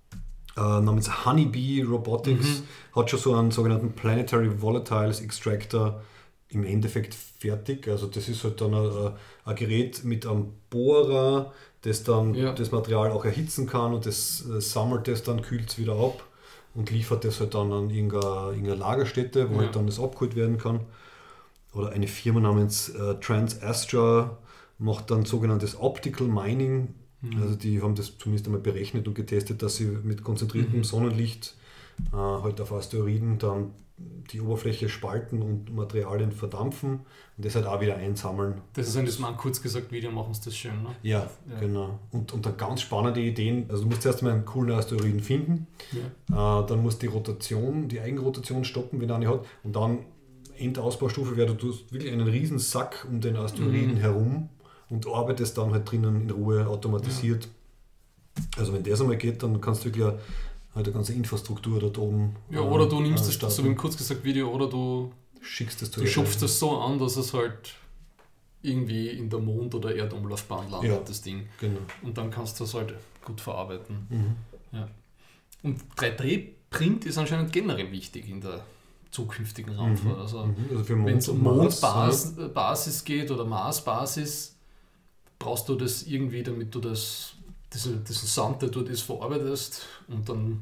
namens Honeybee Robotics hat schon so einen sogenannten Planetary Volatiles Extractor im Endeffekt fertig. Also das ist halt dann ein Gerät mit einem Bohrer, das dann das Material auch erhitzen kann, und das sammelt das dann, kühlt es wieder ab und liefert das halt dann an irgendeiner Lagerstätte, wo halt dann das abgeholt werden kann. Oder eine Firma namens TransAstra macht dann sogenanntes Optical Mining. Also die haben das zumindest einmal berechnet und getestet, dass sie mit konzentriertem Sonnenlicht halt auf Asteroiden dann die Oberfläche spalten und Materialien verdampfen und das halt auch wieder einsammeln. Das ist in diesem kurz gesagt Video, machen sie das schön, ne? Ja, genau. Und da ganz spannende Ideen. Also du musst erst mal einen coolen Asteroiden finden, dann musst du die Eigenrotation stoppen, wenn er eine hat, und dann Endausbaustuffe wäre, du tust wirklich einen riesen Sack um den Asteroiden herum und arbeitest dann halt drinnen in Ruhe automatisiert. Also wenn das einmal geht, dann kannst du wirklich halt eine ganze Infrastruktur dort oben. Ja, oder du nimmst das, so wie im kurz gesagt Video, oder du schickst du schupfst das so an, dass es halt irgendwie in der Mond- oder Erdumlaufbahn landet, das Ding. Genau. Und dann kannst du das halt gut verarbeiten. Ja. Und 3D-Print ist anscheinend generell wichtig in der zukünftigen Raumfahrt. Also wenn es um Mondbasis geht oder Marsbasis, brauchst du das irgendwie, damit du diesen Sand, der dort ist, verarbeitest und dann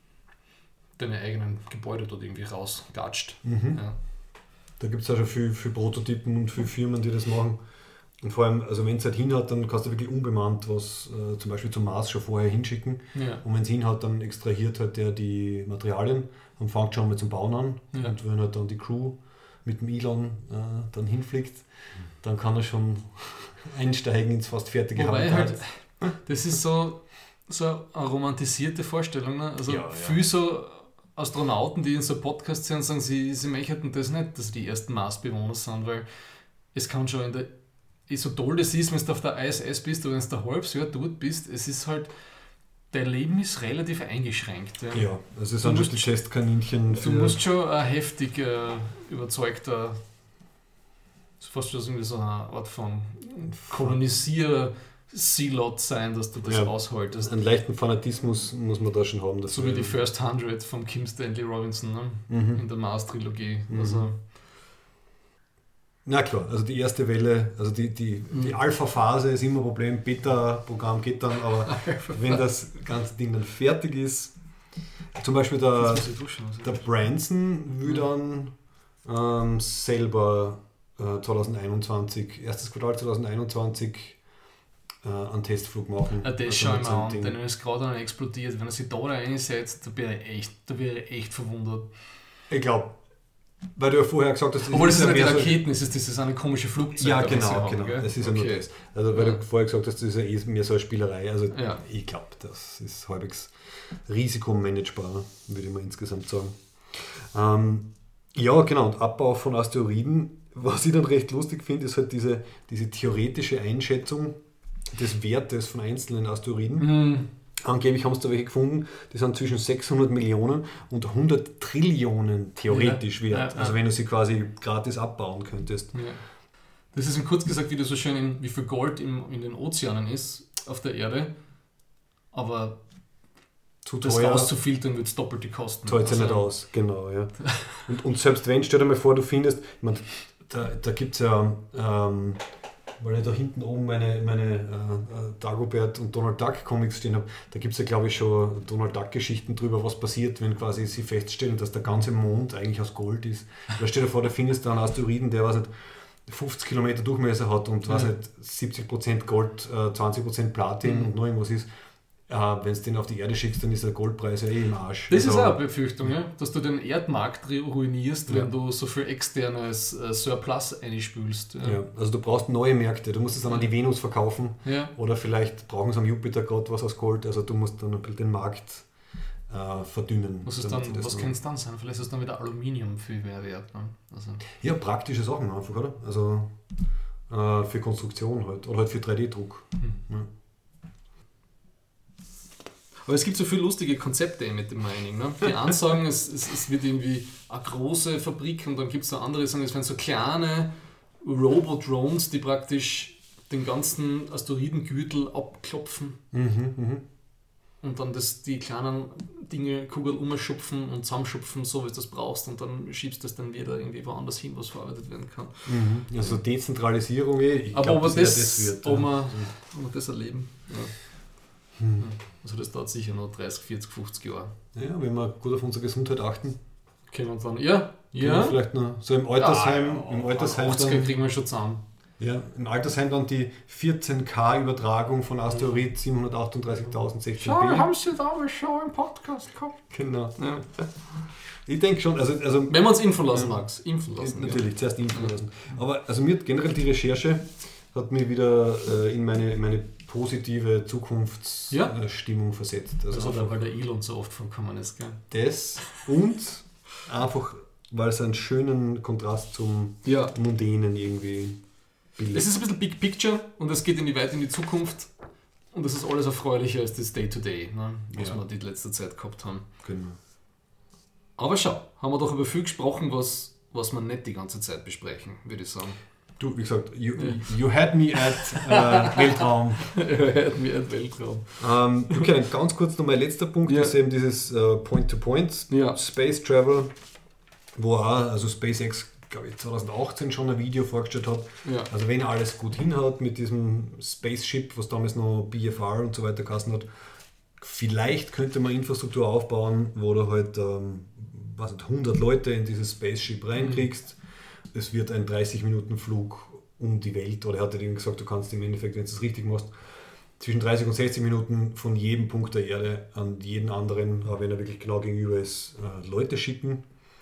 deine eigenen Gebäude dort irgendwie rausgatscht. Ja. Da gibt es ja schon viel Prototypen und viele Firmen, die das machen. Und vor allem, also wenn es halt hinhat, dann kannst du wirklich unbemannt was zum Beispiel zum Mars schon vorher hinschicken. Ja. Und wenn es hinhat, dann extrahiert halt der die Materialien und fängt schon mal zum Bauen an. Ja. Und wenn halt dann die Crew mit dem Elon dann hinfliegt, dann kann er schon einsteigen ins fast fertige Habitat. Das ist so eine romantisierte Vorstellung. Ne? Also viele so Astronauten, die in so Podcasts sind, sagen, sie möchten das nicht, dass die ersten Marsbewohner sind, weil es kann schon so toll das ist, wenn du auf der ISS bist oder wenn du ein halbes Jahr dort bist, es ist halt, dein Leben ist relativ eingeschränkt. Ja, es ist ein Testkaninchen. Du musst schon ein heftig überzeugter, fast schon irgendwie so eine Art von Kolonisier-Silot sein, dass du das aushaltest. Einen leichten Fanatismus muss man da schon haben. So wie die First 100 von Kim Stanley Robinson, ne? In der Mars-Trilogie. Also na klar, also die erste Welle, also die Alpha-Phase ist immer ein Problem, Beta-Programm geht dann, aber wenn das ganze Ding dann fertig ist, zum Beispiel der Branson will dann selber 2021, erstes Quartal 2021 einen Testflug machen. Das schaue ich mir an, denn wenn es gerade dann explodiert, wenn er sich da reinsetzt, da wäre ich echt verwundert. Ich glaube, weil du ja vorher gesagt hast, obwohl das ist nicht die Raketen, das ist eine komische Flugzeug. Ja, genau. Das ist ja nur das. Also, weil du vorher gesagt hast, das ist ja mehr so eine Spielerei. Also, ich glaube, das ist halbwegs risikomanagebar, würde ich mal insgesamt sagen. Ja, genau. Und Abbau von Asteroiden, was ich dann recht lustig finde, ist halt diese theoretische Einschätzung des Wertes von einzelnen Asteroiden. Angeblich haben sie da welche gefunden, die sind zwischen 600 Millionen und 100 Trillionen theoretisch wert. Also wenn du sie quasi gratis abbauen könntest. Ja. Das ist kurz gesagt wieder so schön, wie viel Gold in den Ozeanen ist auf der Erde, aber das rauszufiltern wird es doppelte kosten. Zahlt sich nicht aus, genau. Ja. Und selbst wenn, stell dir mal vor, du findest, ich meine, da gibt es ja... weil ich da hinten oben meine Dagobert und Donald Duck Comics stehen habe, da gibt es ja, glaube ich, schon Donald Duck Geschichten drüber, was passiert, wenn quasi sie feststellen, dass der ganze Mond eigentlich aus Gold ist. Weil stell dir vor, da findest du einen Asteroiden, der 50 Kilometer Durchmesser hat und 70% Gold, 20% Platin und noch irgendwas ist. Wenn du den auf die Erde schickst, dann ist der Goldpreis ja im Arsch. Das ist auch eine Befürchtung, dass du den Erdmarkt ruinierst, wenn du so viel externes Surplus einspülst. Ja, also du brauchst neue Märkte. Du musst es dann an die Venus verkaufen oder vielleicht brauchen sie am Jupiter-Gott was aus Gold. Also du musst dann ein bisschen den Markt verdünnen. Was könnte es dann sein? Vielleicht ist es dann wieder Aluminium viel mehr wert. Ne? Also. Ja, praktische Sachen einfach, oder? Also für Konstruktion halt oder halt für 3D-Druck. Ja. Aber es gibt so viele lustige Konzepte mit dem Mining. Ne? Die einen sagen, es wird irgendwie eine große Fabrik und dann gibt es da andere, die sagen, es werden so kleine Robot-Drones, die praktisch den ganzen Asteroidengürtel abklopfen und dann die kleinen Dinge, Kugeln umschupfen und zusammenschupfen, so wie du das brauchst und dann schiebst du das dann wieder irgendwie woanders hin, was verarbeitet werden kann. Also Dezentralisierung, ob wir das erleben. Ja. Also das dauert sicher noch 30, 40, 50 Jahre. Ja, wenn wir gut auf unsere Gesundheit achten. Können wir dann, können wir vielleicht noch so im Altersheim. Im Altersheim 80er kriegen wir schon zusammen. Ja, im Altersheim dann die 14K Übertragung von Asteroid 738.016 Schau, wir haben es ja damals schon im Podcast gehabt. Genau. Ja. Ich denke schon, also wenn man uns impfen lassen mag, impfen lassen. Natürlich, zuerst impfen lassen. Aber also mir hat generell die Recherche hat mich wieder in meine positive Zukunftsstimmung versetzt. Also weil der Elon so oft vorkommen ist, gell? Das und einfach, weil es einen schönen Kontrast zum Mundänen irgendwie bildet. Es ist ein bisschen Big Picture und es geht weit in die Zukunft und es ist alles erfreulicher als das Day-to-Day, ne, was wir die letzte Zeit gehabt haben. Genau. Aber schau, haben wir doch über viel gesprochen, was wir nicht die ganze Zeit besprechen, würde ich sagen. Du, wie gesagt, you had me at Weltraum. You had me at Weltraum. Okay, ganz kurz noch mein letzter Punkt, ist eben dieses Point-to-Point Space Travel, wo auch, also SpaceX, glaube ich, 2018 schon ein Video vorgestellt hat. Ja. Also wenn alles gut hinhaut mit diesem Spaceship, was damals noch BFR und so weiter geheißen hat, vielleicht könnte man Infrastruktur aufbauen, wo du halt 100 Leute in dieses Spaceship reinkriegst. Es wird ein 30-Minuten-Flug um die Welt, oder er hat ja gesagt, du kannst im Endeffekt, wenn du es richtig machst, zwischen 30 und 60 Minuten von jedem Punkt der Erde an jeden anderen, wenn er wirklich genau gegenüber ist, Leute schicken.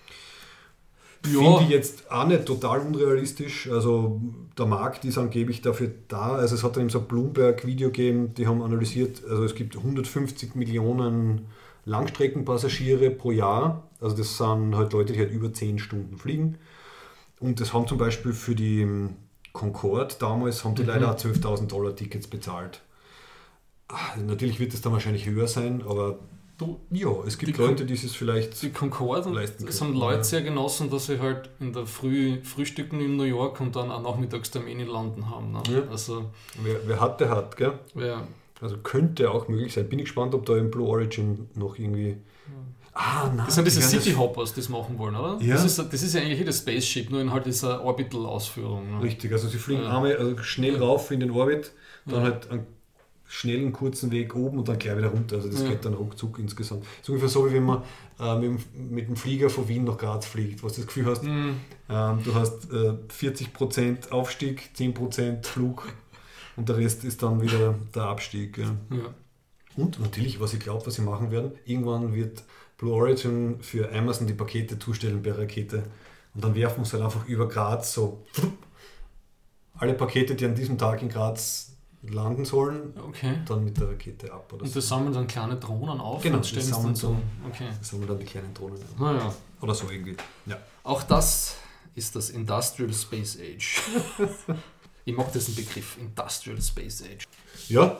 Finde ich jetzt auch nicht total unrealistisch. Also der Markt ist angeblich dafür da. Also es hat dann eben so ein Bloomberg-Video gegeben, die haben analysiert, also es gibt 150 Millionen Langstreckenpassagiere pro Jahr. Also das sind halt Leute, die halt über 10 Stunden fliegen. Und das haben zum Beispiel für die Concorde damals, haben die leider auch $12.000 Tickets bezahlt. Natürlich wird es dann wahrscheinlich höher sein, aber es gibt Leute, die es vielleicht die Concorde leisten können. Es haben Leute sehr genossen, dass sie halt in der Früh frühstücken in New York und dann auch nachmittags Termine landen haben. Ne? Ja. Also, wer hat, der hat, gell? Ja. Also könnte auch möglich sein. Bin ich gespannt, ob da im Blue Origin noch irgendwie... Nein, das sind diese City Hoppers, die es machen wollen, oder? Ja. Das ist ja eigentlich das Spaceship, nur in halt dieser Orbital-Ausführung. Ne? Richtig, also sie fliegen einmal schnell rauf in den Orbit, dann halt einen schnellen, kurzen Weg oben und dann gleich wieder runter. Also das geht dann ruckzuck insgesamt. Das ist ungefähr so, wie wenn man mit dem Flieger von Wien nach Graz fliegt, wo du das Gefühl hast, du hast 40% Aufstieg, 10% Flug und der Rest ist dann wieder der Abstieg. Ja. Ja. Und natürlich, was ich glaube, was sie machen werden, irgendwann wird Blue Origin für Amazon die Pakete zustellen per Rakete und dann werfen sie halt einfach über Graz so alle Pakete, die an diesem Tag in Graz landen sollen, dann mit der Rakete ab. Oder und so. das sammeln dann kleine Drohnen auf? Genau, und stellen dann so. Das sammeln dann die kleinen Drohnen. Ja. Oder so irgendwie. Ja. Auch das ist das Industrial Space Age. Ich mag diesen Begriff, Industrial Space Age. Ja.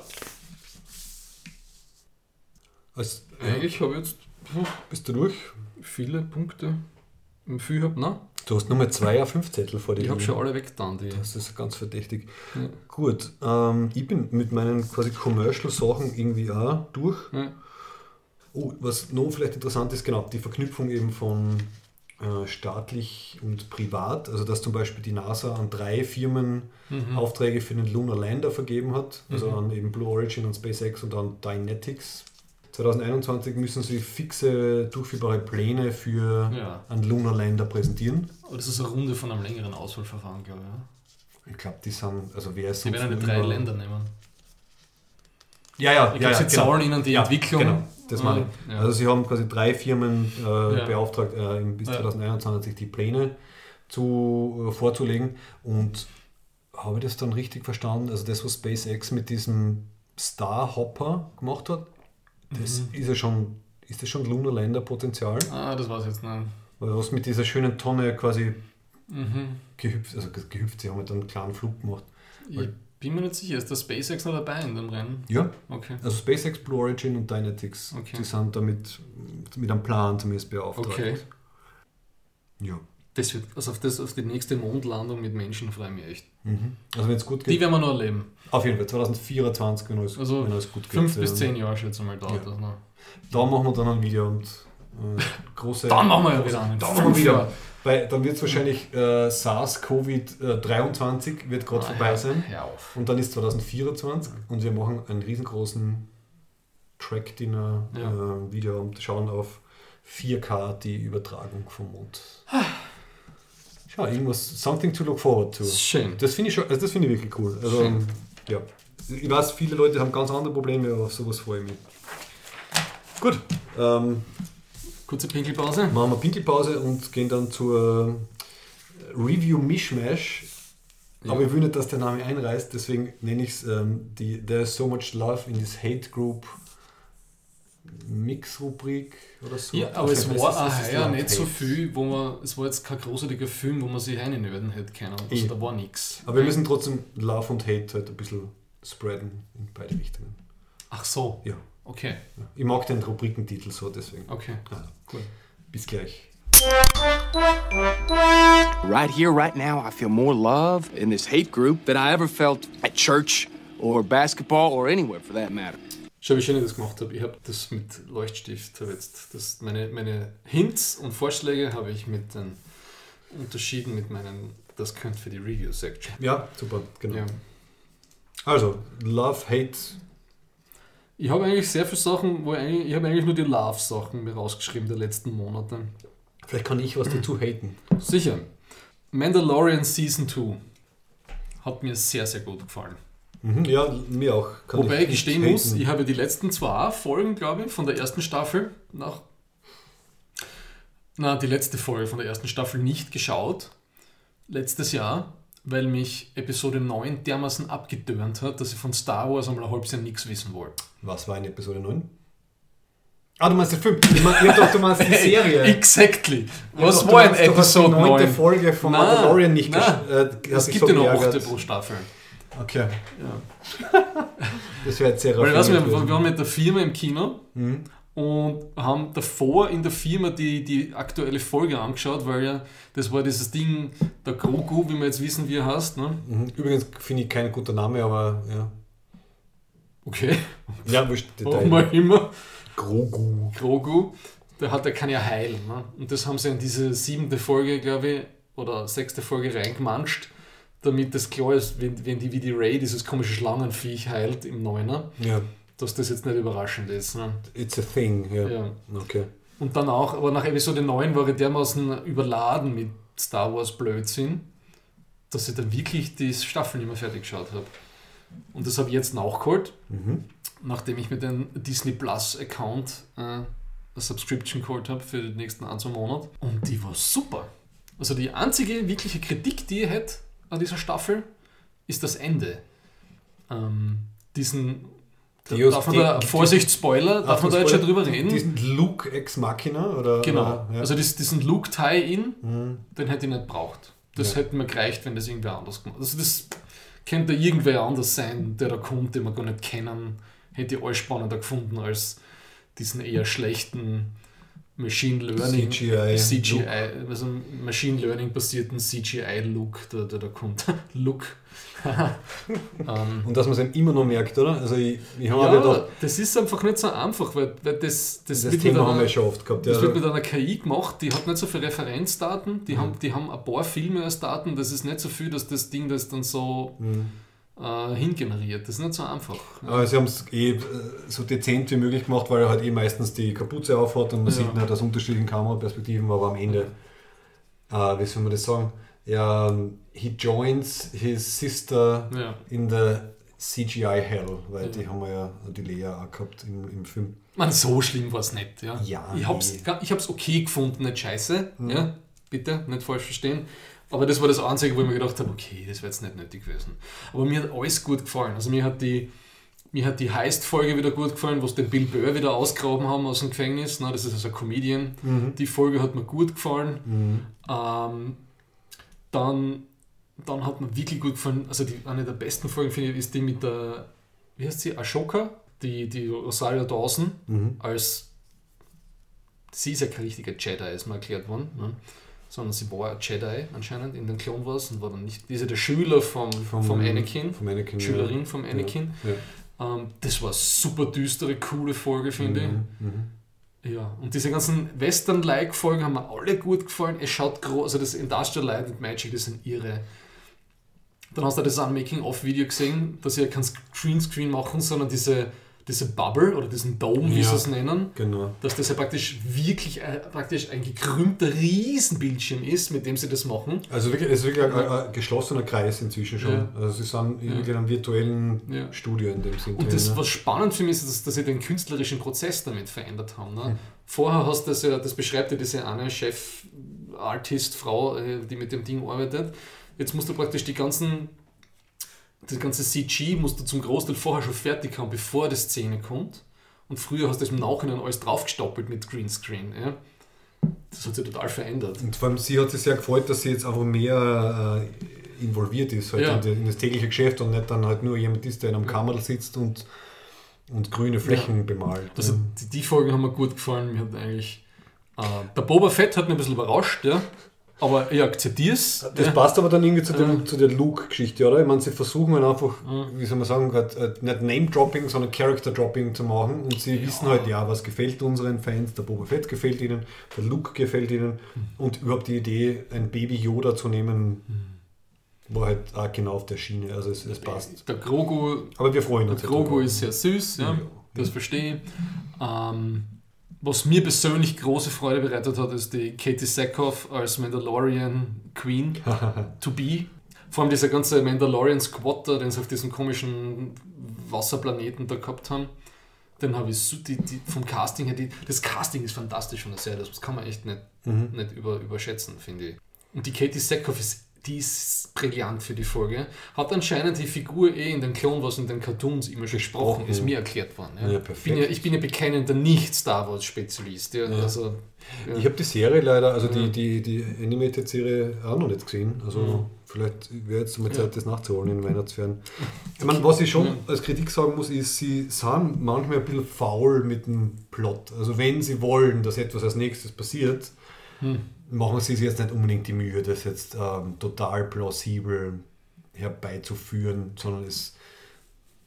Eigentlich habe ich jetzt bist du durch? Viele Punkte im Gefühl habe, ne? Du hast nur mal 2 A5-Zettel vor dir. Ich habe schon alle weggetan. Das ist ganz verdächtig. Ja. Gut, ich bin mit meinen quasi Commercial-Sachen irgendwie auch durch. Ja. Oh, was noch vielleicht interessant ist, genau, die Verknüpfung eben von staatlich und privat. Also dass zum Beispiel die NASA an 3 Firmen Aufträge für den Lunar Lander vergeben hat. Also an eben Blue Origin, an SpaceX und an Dynetics. 2021 müssen sie fixe, durchführbare Pläne für einen Lunar Lander präsentieren. Aber das ist eine Runde von einem längeren Auswahlverfahren, glaube ich. Ja? Ich glaube, die sind, also wer ist die werden eine 3 Länder nehmen. Ja. Ich glaube, sie zahlen ihnen die Entwicklung. Genau, das meine ich. Ja. Also sie haben quasi 3 Firmen beauftragt, bis 2021 die Pläne vorzulegen. Und habe ich das dann richtig verstanden? Also das, was SpaceX mit diesem Starhopper gemacht hat, das ist das schon Lunar Lander Potenzial? Das weiß ich jetzt nicht. Weil was mit dieser schönen Tonne quasi gehüpft, sie haben halt dann einen kleinen Flug gemacht. Ich bin mir nicht sicher, ist der SpaceX noch dabei in dem Rennen? Ja, okay. Also SpaceX, Blue Origin und Dynetics, die sind damit mit einem Plan zumindest beauftragt. Okay. Ja. Das wird, also auf die nächste Mondlandung mit Menschen freue ich mich echt. Also wenn es gut geht. Die werden wir noch erleben. Auf jeden Fall, 2024, wenn alles gut geht. 5 bis 10 Jahre schätze ich mal dauert das noch. Da machen wir dann ein Video und große... Dann machen wir ja wieder einen. Dann wird es wahrscheinlich SARS-CoV-23 wird gerade vorbei sein. Und dann ist 2024 und wir machen einen riesengroßen Track-Dinner-Video und schauen auf 4K die Übertragung vom Mond. Schau, irgendwas, something to look forward to. Schön. Das finde ich wirklich cool. Also, ja. Ich weiß, viele Leute haben ganz andere Probleme, aber auf sowas freue ich mich. Gut. Kurze Pinkelpause. Machen wir Pinkelpause und gehen dann zur Review Mishmash. Ja. Aber ich will nicht, dass der Name einreißt, deswegen nenne ich es There's so much love in this hate group Mix-Rubrik oder so. Ja, aber es war heuer nicht so viel, es war jetzt kein großartiger Film, wo man sich reinnehmen hätte können. Also da war nichts. Aber wir müssen trotzdem Love und Hate halt ein bisschen spreaden in beide Richtungen. Ach so. Ja. Okay. Ja. Ich mag den Rubrikentitel so, deswegen. Okay. Also, cool. Bis gleich. Right here, right now, I feel more love in this hate group than I ever felt at church or basketball or anywhere for that matter. Schau, wie schön ich das gemacht habe. Ich habe das mit Leuchtstift meine Hints und Vorschläge habe ich unterschieden mit meinen, das könnte für die Review-Section. Ja, super, genau. Ja. Also, Love, Hate. Ich habe eigentlich sehr viele Sachen, ich habe eigentlich nur die Love-Sachen mir rausgeschrieben der letzten Monate. Vielleicht kann ich was dazu haten. Sicher. Mandalorian Season 2 hat mir sehr, sehr gut gefallen. Ja, mir auch. Wobei ich gestehen muss, ich habe die letzten 2 Folgen, glaube ich, von der ersten Staffel die letzte Folge von der ersten Staffel nicht geschaut. Letztes Jahr, weil mich Episode 9 dermaßen abgedörnt hat, dass ich von Star Wars einmal ein halbes Jahr nichts wissen wollte. Was war in Episode 9? Du meinst den Film. Ich dachte, du meinst die Serie. Exactly. Was war in Episode 9? Du hast die 9. Folge von Mandalorian nicht geschaut. Es gibt ja noch 8 pro Staffel. Okay. Ja. Das wäre jetzt sehr raffiniert. Wir waren mit der Firma im Kino und haben davor in der Firma die aktuelle Folge angeschaut, weil ja, das war dieses Ding, der Grogu, wie wir jetzt wissen, wie er heißt. Ne? Übrigens finde ich kein guter Name, aber ja. Okay. Ja, wurscht. Warum auch immer. Grogu. Der kann ja heilen. Ne? Und das haben sie in diese 7. Folge, glaube ich, oder 6. Folge reingemanscht, damit das klar ist, wenn die Rey dieses komische Schlangenviech heilt im 9er, dass das jetzt nicht überraschend ist. Ne? It's a thing, ja. Okay. Und dann auch, aber nach Episode 9 war ich dermaßen überladen mit Star Wars Blödsinn, dass ich dann wirklich die Staffel nicht mehr fertig geschaut habe. Und das habe ich jetzt nachgeholt, nachdem ich mir den Disney Plus Account eine Subscription geholt habe für die nächsten 1-2 Monate. Und die war super. Also die einzige wirkliche Kritik, die ich hätte an dieser Staffel, ist das Ende. Vorsicht, Spoiler, darf man da jetzt schon drüber reden? Diesen Luke Ex Machina? Oder, genau, also diesen Luke Tie-In, den hätte ich nicht braucht. Das hätte mir gereicht, wenn das irgendwer anders gemacht. Also das könnte irgendwer anders sein, der da kommt, den wir gar nicht kennen. Hätte ich alles spannender gefunden als diesen eher schlechten Machine Learning CGI also Machine Learning basierten CGI-Look, der kommt. Look. Und dass man es eben immer noch merkt, oder? Also ich habe gedacht, das ist einfach nicht so einfach, weil das wird Thema haben wir schon oft gehabt. Das wird mit einer KI gemacht, die hat nicht so viele Referenzdaten, die haben ein paar Filme als Daten, das ist nicht so viel, dass das Ding das dann so hingeneriert. Das ist nicht so einfach. Aber sie haben es so dezent wie möglich gemacht, weil er halt meistens die Kapuze aufhat und man sieht nicht aus unterschiedlichen Kameraperspektiven, aber am Ende, wie soll man das sagen? Ja, he joins his sister in the CGI hell, weil die haben wir ja die Lea auch gehabt im Film. Man, so schlimm war es nicht. Ich hab's okay gefunden, nicht scheiße. Ja, bitte, nicht falsch verstehen. Aber das war das Einzige, wo ich mir gedacht habe, okay, das wäre jetzt nicht nötig gewesen. Aber mir hat alles gut gefallen. Also mir hat die Heist-Folge wieder gut gefallen, wo sie den Bill Burr wieder ausgraben haben aus dem Gefängnis. Das ist also ein Comedian. Die Folge hat mir gut gefallen. Dann hat mir wirklich gut gefallen, also eine der besten Folgen, finde ich, ist die mit der, wie heißt sie, Ashoka, die Rosario Dawson, als, sie ist ja kein richtiger Jedi, ist mir erklärt worden, ne? Sondern sie war ein Jedi anscheinend in den Clone Wars und war dann nicht, die ist ja der Schüler vom Anakin, Schülerin vom Anakin. Das war eine super düstere, coole Folge, finde ich. Ja, und diese ganzen Western-like-Folgen haben mir alle gut gefallen. Es schaut groß, also das Industrial Light and Magic, das sind irre. Dann hast du das Making-of-Video gesehen, dass sie ja kein Greenscreen machen, sondern diese Bubble oder diesen Dome, wie sie es nennen. Genau. Dass das ja praktisch ein gekrümmter Riesenbildschirm ist, mit dem sie das machen. Also wirklich, es ist wirklich ein geschlossener Kreis inzwischen schon. Ja. Also sie sind in einem virtuellen Studio in dem Sinne. Und das, was spannend für mich ist, dass sie den künstlerischen Prozess damit verändert haben. Ne? Vorher hast du das beschreibt ja diese eine Chef-Artist-Frau, die mit dem Ding arbeitet. Jetzt musst du praktisch das ganze CG musst du zum Großteil vorher schon fertig haben, bevor die Szene kommt. Und früher hast du das im Nachhinein alles draufgestoppelt mit Greenscreen. Ja? Das hat sich total verändert. Und vor allem sie hat sich sehr gefreut, dass sie jetzt einfach mehr involviert ist halt in das tägliche Geschäft und nicht dann halt nur jemand ist, der in einem Kammerl sitzt und grüne Flächen bemalt. Also die Folgen haben mir gut gefallen. Mir hat eigentlich der Boba Fett hat mich ein bisschen überrascht, ja. Aber ich akzeptiere es. Das passt aber dann irgendwie zu der Luke-Geschichte, oder? Ich meine, sie versuchen halt einfach, wie soll man sagen, nicht Name-Dropping, sondern Character-Dropping zu machen. Und sie wissen halt, was gefällt unseren Fans. Der Boba Fett gefällt ihnen, der Luke gefällt ihnen. Und überhaupt die Idee, ein Baby Yoda zu nehmen, war halt auch genau auf der Schiene. Also es passt. Der Grogu, aber wir freuen uns. Der Grogu ist sehr süß, das verstehe ich. Was mir persönlich große Freude bereitet hat, ist die Katie Sackhoff als Mandalorian Queen to be. Vor allem dieser ganze Mandalorian Squad, den sie auf diesem komischen Wasserplaneten da gehabt haben. Den habe ich vom Casting her, das Casting ist fantastisch von der Serie, das kann man echt nicht überschätzen, finde ich. Und die Katie Sackhoff die ist brillant für die Folge. Hat anscheinend die Figur in den Clone Wars und den Cartoons immer schon gesprochen, ist mir erklärt worden. Ja. Ich bin ja bekennender Nicht-Star Wars-Spezialist. Ja. Also, ich habe die Serie leider, also die Animated-Serie auch noch nicht gesehen. Also vielleicht wäre jetzt mal Zeit, das nachzuholen in Weihnachtsferien. Ich meine, was ich schon als Kritik sagen muss, ist, sie sind manchmal ein bisschen faul mit dem Plot. Also wenn sie wollen, dass etwas als nächstes passiert, machen sie sich jetzt nicht unbedingt die Mühe, das jetzt total plausibel herbeizuführen, sondern es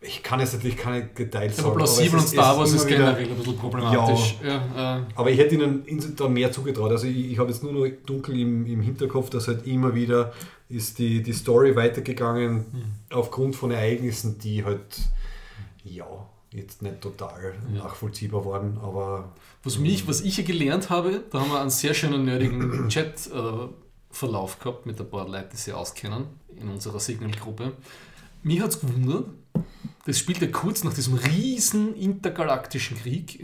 Ich kann jetzt natürlich keine Details sagen. Aber Plus 7 und Star Wars ist generell ein bisschen problematisch. Ja, aber ich hätte ihnen da mehr zugetraut. Also ich habe jetzt nur noch dunkel im Hinterkopf, dass halt immer wieder ist die Story weitergegangen aufgrund von Ereignissen, die halt jetzt nicht total nachvollziehbar waren. Aber was ich ja gelernt habe, da haben wir einen sehr schönen nerdigen Chat-Verlauf gehabt mit ein paar Leuten, die sich auskennen in unserer Signal-Gruppe. Mich hat es gewundert, das spielt ja kurz nach diesem riesen intergalaktischen Krieg,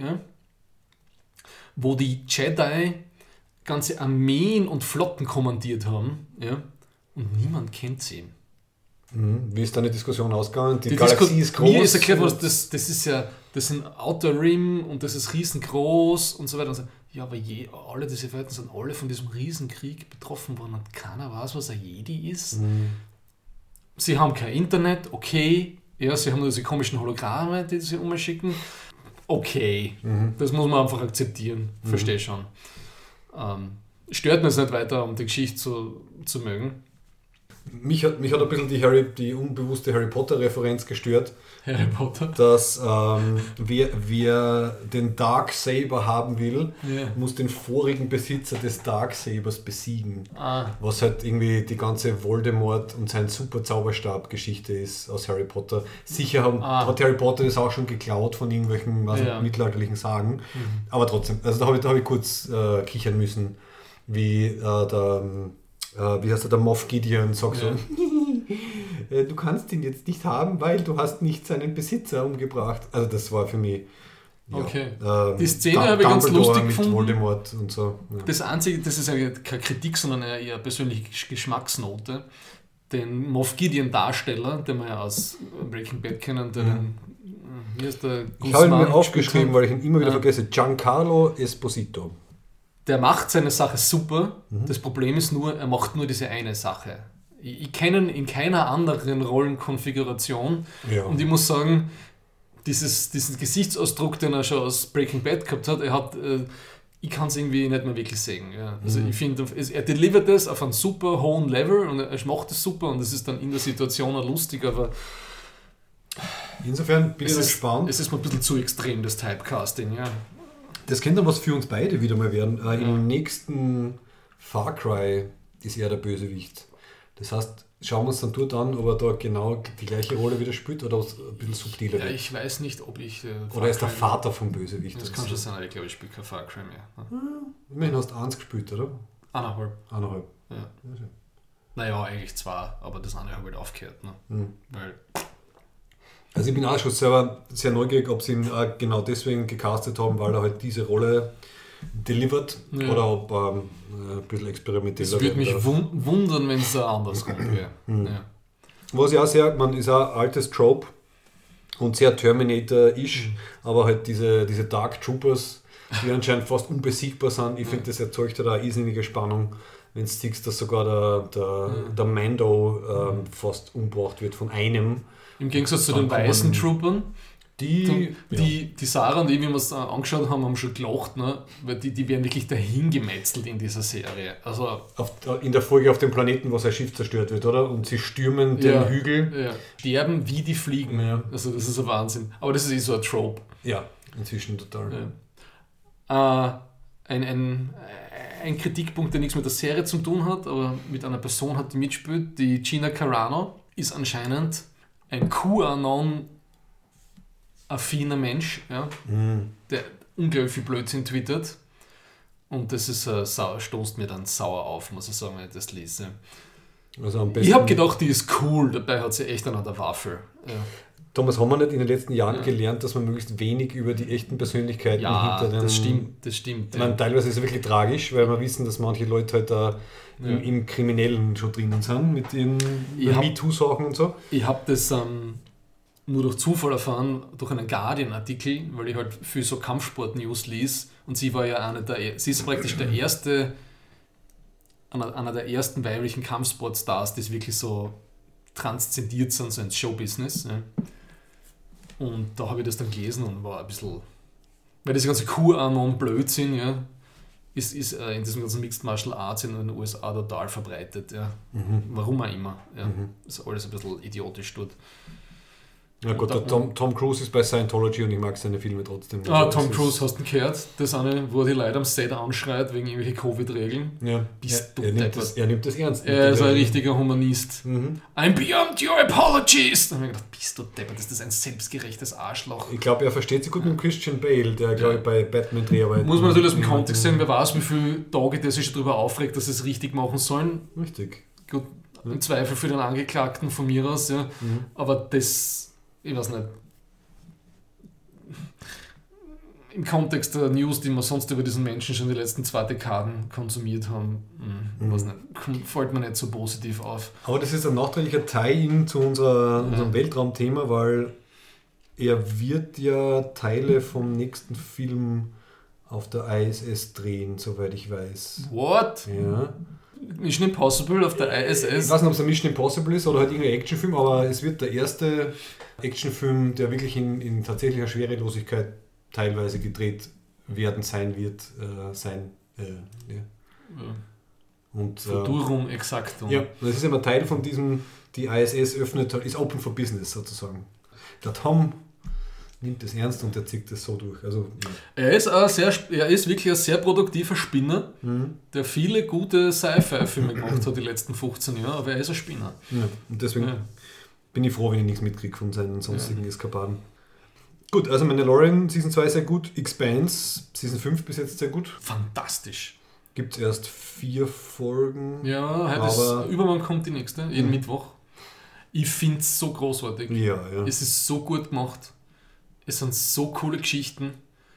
wo die Jedi ganze Armeen und Flotten kommandiert haben, und niemand kennt sie. Wie ist da eine Diskussion ausgegangen? Die Galaxie ist groß. Mir ist erklärt, das sind Outer Rim und das ist riesengroß und so weiter. Und so. Ja, aber alle diese Welten sind alle von diesem Riesenkrieg betroffen worden und keiner weiß, was ein Jedi ist. Sie haben kein Internet, okay. Ja, sie haben nur diese komischen Hologramme, die sie umschicken. Okay, das muss man einfach akzeptieren. Verstehe schon. Stört mir es nicht weiter, um die Geschichte zu mögen. Mich hat ein bisschen die unbewusste Harry Potter-Referenz gestört. Harry Potter? Dass wer den Darksaber haben will, muss den vorigen Besitzer des Darksabers besiegen. Was halt irgendwie die ganze Voldemort und sein super Zauberstab-Geschichte ist aus Harry Potter. Sicher hat Harry Potter das auch schon geklaut von irgendwelchen mittelalterlichen Sagen. Aber trotzdem, also da hab ich kurz kichern müssen, wie der Moff Gideon sagt so, du kannst ihn jetzt nicht haben, weil du hast nicht seinen Besitzer umgebracht. Also das war für mich okay. Die Szene habe ich ganz lustig gefunden. Voldemort und so. Ja. Das Einzige, das ist ja keine Kritik, sondern eher persönliche Geschmacksnote. Den Moff Gideon Darsteller, den wir ja aus Breaking Bad kennen, wie heißt der? Ich habe ihn mir aufgeschrieben, weil ich ihn immer wieder vergesse. Giancarlo Esposito. Der macht seine Sache super. Das Problem ist nur, er macht nur diese eine Sache. Ich kenne ihn in keiner anderen Rollenkonfiguration. Ja. Und ich muss sagen, diesen Gesichtsausdruck, den er schon aus Breaking Bad gehabt hat, ich kann es irgendwie nicht mehr wirklich sehen. Ja. Also ich finde, er delivert das auf einem super hohen Level und er macht es super und es ist dann in der Situation auch lustig, aber insofern bin ich gespannt. Es ist mir ein bisschen zu extrem, das Typecasting, ja. Das könnte dann was für uns beide wieder mal werden. Im nächsten Far Cry ist er der Bösewicht. Das heißt, schauen wir uns dann dort an, ob er da genau die gleiche Rolle wieder spielt oder ein bisschen subtiler wird. Ja, ich weiß nicht, ob ich... oder er ist der Vater vom Bösewicht. Das kann schon sein, aber ich glaube, ich spiele kein Far Cry mehr. Immerhin hast du 1 gespielt, oder? 1,5. 1,5. Ja. Naja, eigentlich 2, aber das eine habe ich aufgehört. Ne? Weil... Also ich bin auch schon selber sehr neugierig, ob sie ihn genau deswegen gecastet haben, weil er halt diese Rolle delivert oder ob ein bisschen experimenteller wird. Es würde mich wundern, wenn es andersrum wäre. Ja. Was ich auch sehr, man ist auch ein altes Trope und sehr Terminator-isch, aber halt diese Dark Troopers, die anscheinend fast unbesiegbar sind. Ich finde, das erzeugt halt eine irrsinnige Spannung, wenn du siehst, dass sogar der Mando fast umgebracht wird von einem. Im Gegensatz zu den weißen Troopern, die Sarah und ich, wie wir es angeschaut haben schon gelacht, ne? Weil die werden wirklich dahin gemetzelt in dieser Serie. Also in der Folge auf dem Planeten, wo sein Schiff zerstört wird, oder? Und sie stürmen den Hügel. Ja. Sterben wie die Fliegen. Ja. Also das ist ein Wahnsinn. Aber das ist so ein Trope. Ja, inzwischen total. Ja. Ein Kritikpunkt, der nichts mit der Serie zu tun hat, aber mit einer Person hat, die mitspielt, die Gina Carano, ist anscheinend ein QAnon-affiner Mensch, der unglaublich viel Blödsinn twittert. Und das ist stoßt mir dann sauer auf, muss ich sagen, wenn ich das lese. Also ich habe gedacht, die ist cool, dabei hat sie echt an der Waffel. Ja. Thomas, haben wir nicht in den letzten Jahren gelernt, dass man möglichst wenig über die echten Persönlichkeiten hinter den... das stimmt. Ich meine, teilweise ist es wirklich tragisch, weil wir wissen, dass manche Leute halt da im Kriminellen schon drinnen sind, mit den MeToo-Sachen und so. Ich habe das nur durch Zufall erfahren, durch einen Guardian-Artikel, weil ich halt viel so Kampfsport-News liess und sie war ja sie ist praktisch einer der ersten weiblichen Kampfsportstars, die wirklich so transzendiert sind, so ins Showbusiness. Ja. Und da habe ich das dann gelesen und war ein bisschen... Weil diese ganze QAnon-Blödsinn, ist in diesem ganzen Mixed Martial Arts in den USA total verbreitet. Ja. Warum auch immer. Ja. Ist alles ein bisschen idiotisch dort. Ja gut, der Tom Cruise ist bei Scientology und ich mag seine Filme trotzdem. Tom Cruise, hast du gehört? Das eine, wo er die Leute am Set anschreit wegen irgendwelchen Covid-Regeln. Ja. Er nimmt das ernst. Er ist ein richtiger Humanist. I'm beyond your apologies. Da habe ich gedacht, bist du deppert, das ist ein selbstgerechtes Arschloch. Ich glaube, er versteht sich gut mit Christian Bale, der, glaube ich, bei Batman Dreharbeit. Muss man natürlich aus dem Kontext sehen, wer weiß, wie viele Tage der sich schon darüber aufregt, dass sie es richtig machen sollen. Richtig. Gut, im Zweifel für den Angeklagten von mir aus, ja. Aber das... Ich weiß nicht, im Kontext der News, die wir sonst über diesen Menschen schon die letzten 2 Dekaden konsumiert haben, weiß nicht, fällt mir nicht so positiv auf. Aber das ist ein nachträglicher Tie-in zu unserem Weltraumthema, weil er wird ja Teile vom nächsten Film auf der ISS drehen, soweit ich weiß. What? Ja. Mission Impossible auf der ISS? Ich weiß nicht, ob es ein Mission Impossible ist oder halt irgendein Actionfilm, aber es wird der erste Actionfilm, der wirklich in tatsächlicher Schwerelosigkeit teilweise gedreht werden sein wird. Und, Futurum Exactum. Ja, das ist immer Teil von diesem, die ISS öffnet, ist open for business sozusagen. Der Tom nimmt das ernst und er zieht das so durch. Also, ja. Er ist wirklich ein sehr produktiver Spinner, der viele gute Sci-Fi-Filme gemacht hat die letzten 15 Jahre, aber er ist ein Spinner. Ja, und deswegen bin ich froh, wenn ich nichts mitkriege von seinen sonstigen Eskapaden. Gut, also Mandalorian Season 2 sehr gut, Expanse Season 5 bis jetzt sehr gut. Fantastisch. Gibt es erst 4 Folgen. Ja, übermorgen kommt die nächste, jeden Mittwoch. Ich finde es so großartig. Ja. Es ist so gut gemacht. Es sind so coole Geschichten.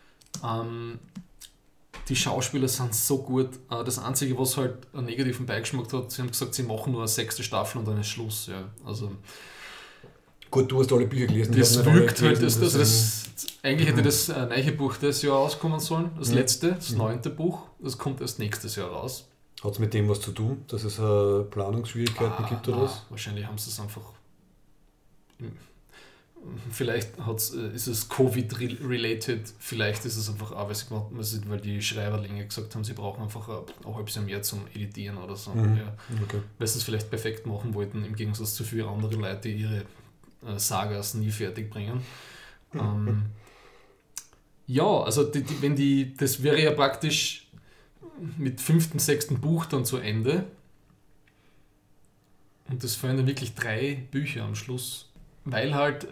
Die Schauspieler sind so gut. Das Einzige, was halt einen negativen Beigeschmack hat, sie haben gesagt, sie machen nur eine 6. Staffel und dann ist Schluss. Ja. Also, gut, du hast alle Bücher gelesen. Das wirkt halt. Eigentlich hätte das neue Buch das Jahr rauskommen sollen. Das letzte, das 9. Buch. Das kommt erst nächstes Jahr raus. Hat es mit dem was zu tun, dass es Planungsschwierigkeiten gibt oder was? Wahrscheinlich haben sie es einfach... Vielleicht ist es Covid-related, vielleicht ist es einfach weil die Schreiberlinge gesagt haben, sie brauchen einfach ein halbes Jahr mehr zum Editieren oder so. Ja. Okay. Weil sie es vielleicht perfekt machen wollten, im Gegensatz zu vielen anderen Leuten, die ihre Sagas nie fertig bringen. Ja, also das wäre ja praktisch mit 5., 6. Buch dann zu Ende. Und das fehlen dann wirklich 3 Bücher am Schluss. Weil halt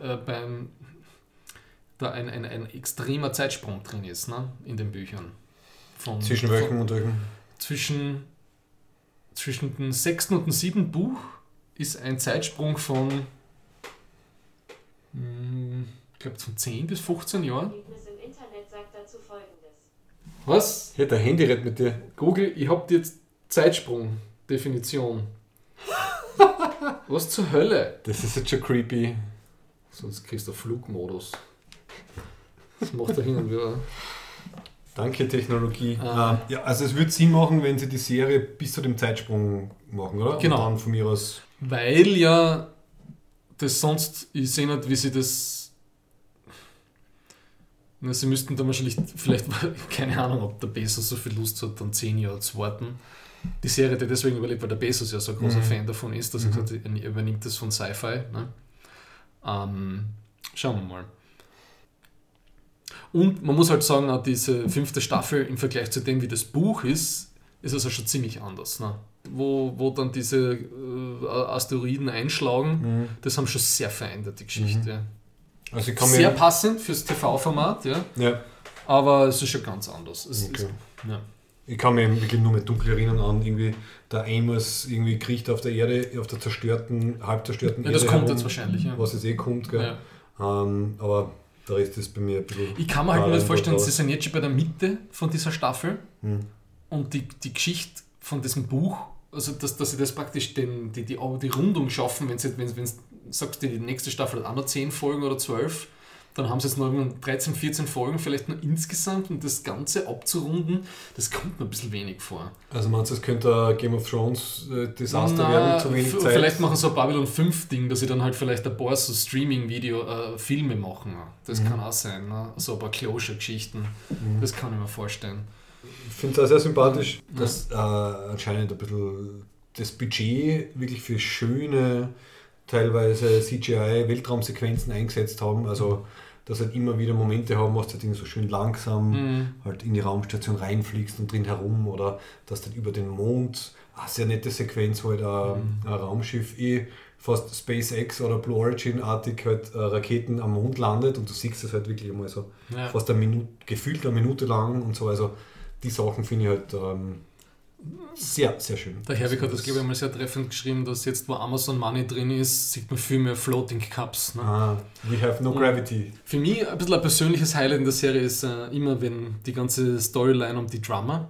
da ein extremer Zeitsprung drin ist, ne, in den Büchern. Zwischen welchem und welchem? Zwischen dem 6. und dem 7. Buch ist ein Zeitsprung von, ich glaube, von 10 bis 15 Jahren. Im Internet sagt dazu Folgendes. Was? Ja, der Handy redet mit dir. Google, ich hab dir jetzt Zeitsprung-Definition. Was zur Hölle? Das ist jetzt schon creepy. Sonst kriegst du Flugmodus. Das macht er hin und wieder. Danke, Technologie. Ja, also es würde Sinn machen, wenn sie die Serie bis zu dem Zeitsprung machen, oder? Genau. Und dann von mir aus... Weil ja das sonst, ich sehe nicht, wie sie das... Na, sie müssten dann wahrscheinlich, vielleicht, keine Ahnung, ob der Bezos so viel Lust hat, dann 10 Jahre zu warten. Die Serie hat deswegen überlebt, weil der Bezos ja so ein großer Fan davon ist, dass er gesagt hat, er übernimmt das von Sci-Fi. Ne? Schauen wir mal. Und man muss halt sagen, auch diese 5. Staffel im Vergleich zu dem, wie das Buch ist also schon ziemlich anders. Ne? Wo dann diese Asteroiden einschlagen, das haben schon sehr verändert, die Geschichte. Also sehr passend fürs TV-Format, ja. Aber es ist schon ganz anders. Ich kann mich wirklich nur mehr dunkel erinnern an irgendwie der Amos irgendwie kriecht auf der Erde, auf der halb zerstörten Erde. Das kommt jetzt wahrscheinlich, ja. Was es kommt, gell? Ja. Aber der Rest ist bei mir ein bisschen... Ich kann mir halt nicht vorstellen, sie sind jetzt schon bei der Mitte von dieser Staffel und die Geschichte von diesem Buch, also dass sie das praktisch die Rundung schaffen, wenn sagst, die nächste Staffel hat auch noch 10 Folgen oder 12, dann haben sie jetzt noch 13, 14 Folgen vielleicht nur insgesamt und das Ganze abzurunden, das kommt mir ein bisschen wenig vor. Also meinst du, es könnte ein Game of Thrones Desaster werden, zu wenig Zeit? Vielleicht machen sie ein Babylon 5 Ding, dass sie dann halt vielleicht ein paar so Streaming-Filme machen. Das kann auch sein, ne? So ein paar Closure-Geschichten, das kann ich mir vorstellen. Ich finde es auch sehr sympathisch, dass anscheinend ein bisschen das Budget wirklich für schöne teilweise CGI-Weltraumsequenzen eingesetzt haben, also dass halt immer wieder Momente haben, wo du halt so schön langsam halt in die Raumstation reinfliegst und drin herum oder dass du halt über den Mond, sehr nette Sequenz, wo halt ein Raumschiff fast SpaceX oder Blue Origin-artig halt Raketen am Mond landet und du siehst das halt wirklich einmal so fast gefühlt eine Minute lang und so, also die Sachen finde ich halt sehr, sehr schön. Der Herwig hat das, glaube ich, einmal sehr treffend geschrieben, dass jetzt, wo Amazon Money drin ist, sieht man viel mehr Floating Cups. Ne? We have no gravity. Für mich ein bisschen ein persönliches Highlight in der Serie ist immer, wenn die ganze Storyline um die Drummer,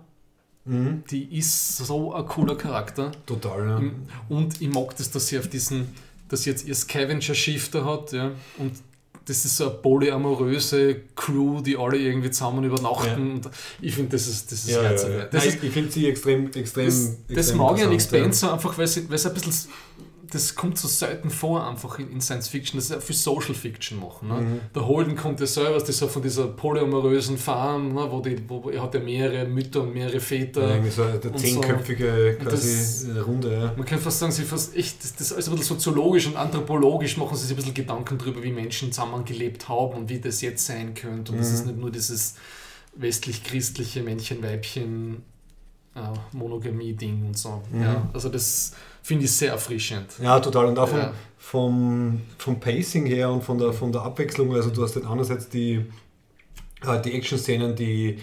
die ist so ein cooler Charakter. Total, ja. Und ich mag das, dass sie dass sie jetzt ihr Scavenger-Schiff da hat, ja, und das ist so eine polyamoröse Crew, die alle irgendwie zusammen übernachten. Und ich finde, das ist herzerwärmend. Ich finde sie extrem das mag ich an Expanse einfach, weil es ein bisschen, das kommt so selten vor einfach in Science Fiction, das ist ja für Social Fiction machen. Ne? Der Holden kommt ja selber, das ist so von dieser polyamorösen Farm, ne, wo er hat ja mehrere Mütter und mehrere Väter. Ja, irgendwie so eine 10-köpfige quasi Runde. Ja. Man kann fast sagen, das ist alles ein bisschen soziologisch und anthropologisch, machen sie sich ein bisschen Gedanken darüber, wie Menschen zusammen gelebt haben und wie das jetzt sein könnte. Und das ist nicht nur dieses westlich-christliche Männchen-Weibchen Monogamie-Ding und so. Ja, also das finde ich sehr erfrischend. Ja, total. Und auch vom Pacing her und von der Abwechslung, also du hast dann einerseits die Action-Szenen, die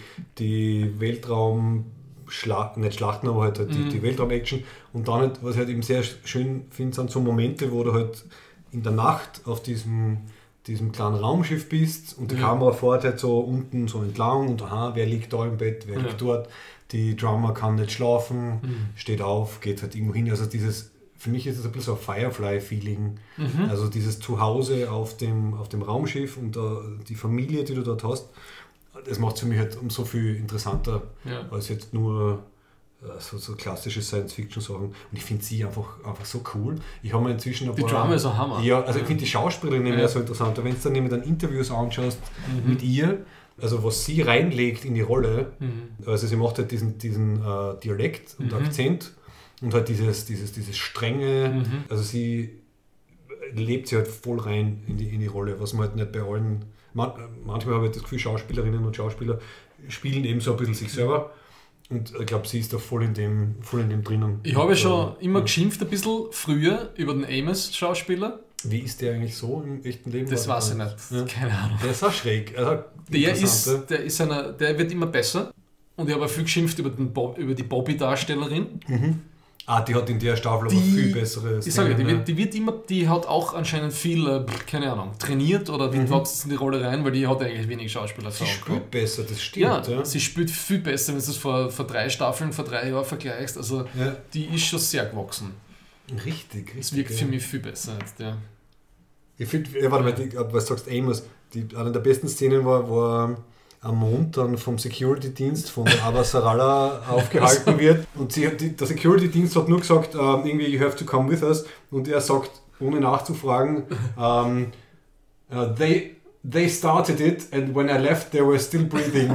Weltraum nicht Schlachten, aber halt die Weltraum-Action und dann halt, was ich halt eben sehr schön finde, sind so Momente, wo du halt in der Nacht auf diesem kleinen Raumschiff bist und die Kamera fährt halt so unten so entlang und wer liegt da im Bett, wer liegt dort. Die Drummer kann nicht schlafen, steht auf, geht halt irgendwo hin. Also für mich ist es ein bisschen so ein Firefly-Feeling. Also dieses Zuhause auf dem Raumschiff und die Familie, die du dort hast, das macht es für mich halt umso viel interessanter als jetzt nur so klassische Science-Fiction-Sachen. Und ich finde sie einfach so cool. Ich habe mir inzwischen die Drama ist ein Hammer. Ja, also ich finde die Schauspielerin mehr so interessant. Wenn du dann nämlich dann Interviews anschaust mit ihr, also was sie reinlegt in die Rolle, also sie macht halt diesen Dialekt und Akzent und halt dieses strenge, also sie lebt sie halt voll rein in die Rolle, was man halt nicht bei allen, manchmal habe ich das Gefühl, Schauspielerinnen und Schauspieler spielen eben so ein bisschen sich selber und ich glaube, sie ist da voll in dem drinnen. Ich habe schon immer geschimpft ein bisschen früher über den Amos-Schauspieler. Wie ist der eigentlich so im echten Leben? Das weiß ich nicht. Ja. Keine Ahnung. Der ist auch schräg. Der wird immer besser. Und ich habe auch viel geschimpft über die Bobby-Darstellerin. Die hat in der Staffel aber viel bessere Szenen. Die hat auch anscheinend viel, keine Ahnung, trainiert oder die wächst in die Rolle rein, weil die hat eigentlich wenig Schauspieler. Sie spielt besser, das stimmt. Ja, sie spielt viel besser, wenn du es vor 3 Staffeln, vor 3 Jahren vergleichst. Also die ist schon sehr gewachsen. Richtig. Es wirkt für mich viel besser jetzt, ja. Ich finde, warte mal, was du sagst, Amos, eine der besten Szenen war am Mond dann vom Security-Dienst von der Ava Sarala aufgehalten wird und der Security-Dienst hat nur gesagt, irgendwie, you have to come with us und er sagt, ohne nachzufragen, they started it and when I left they were still breathing.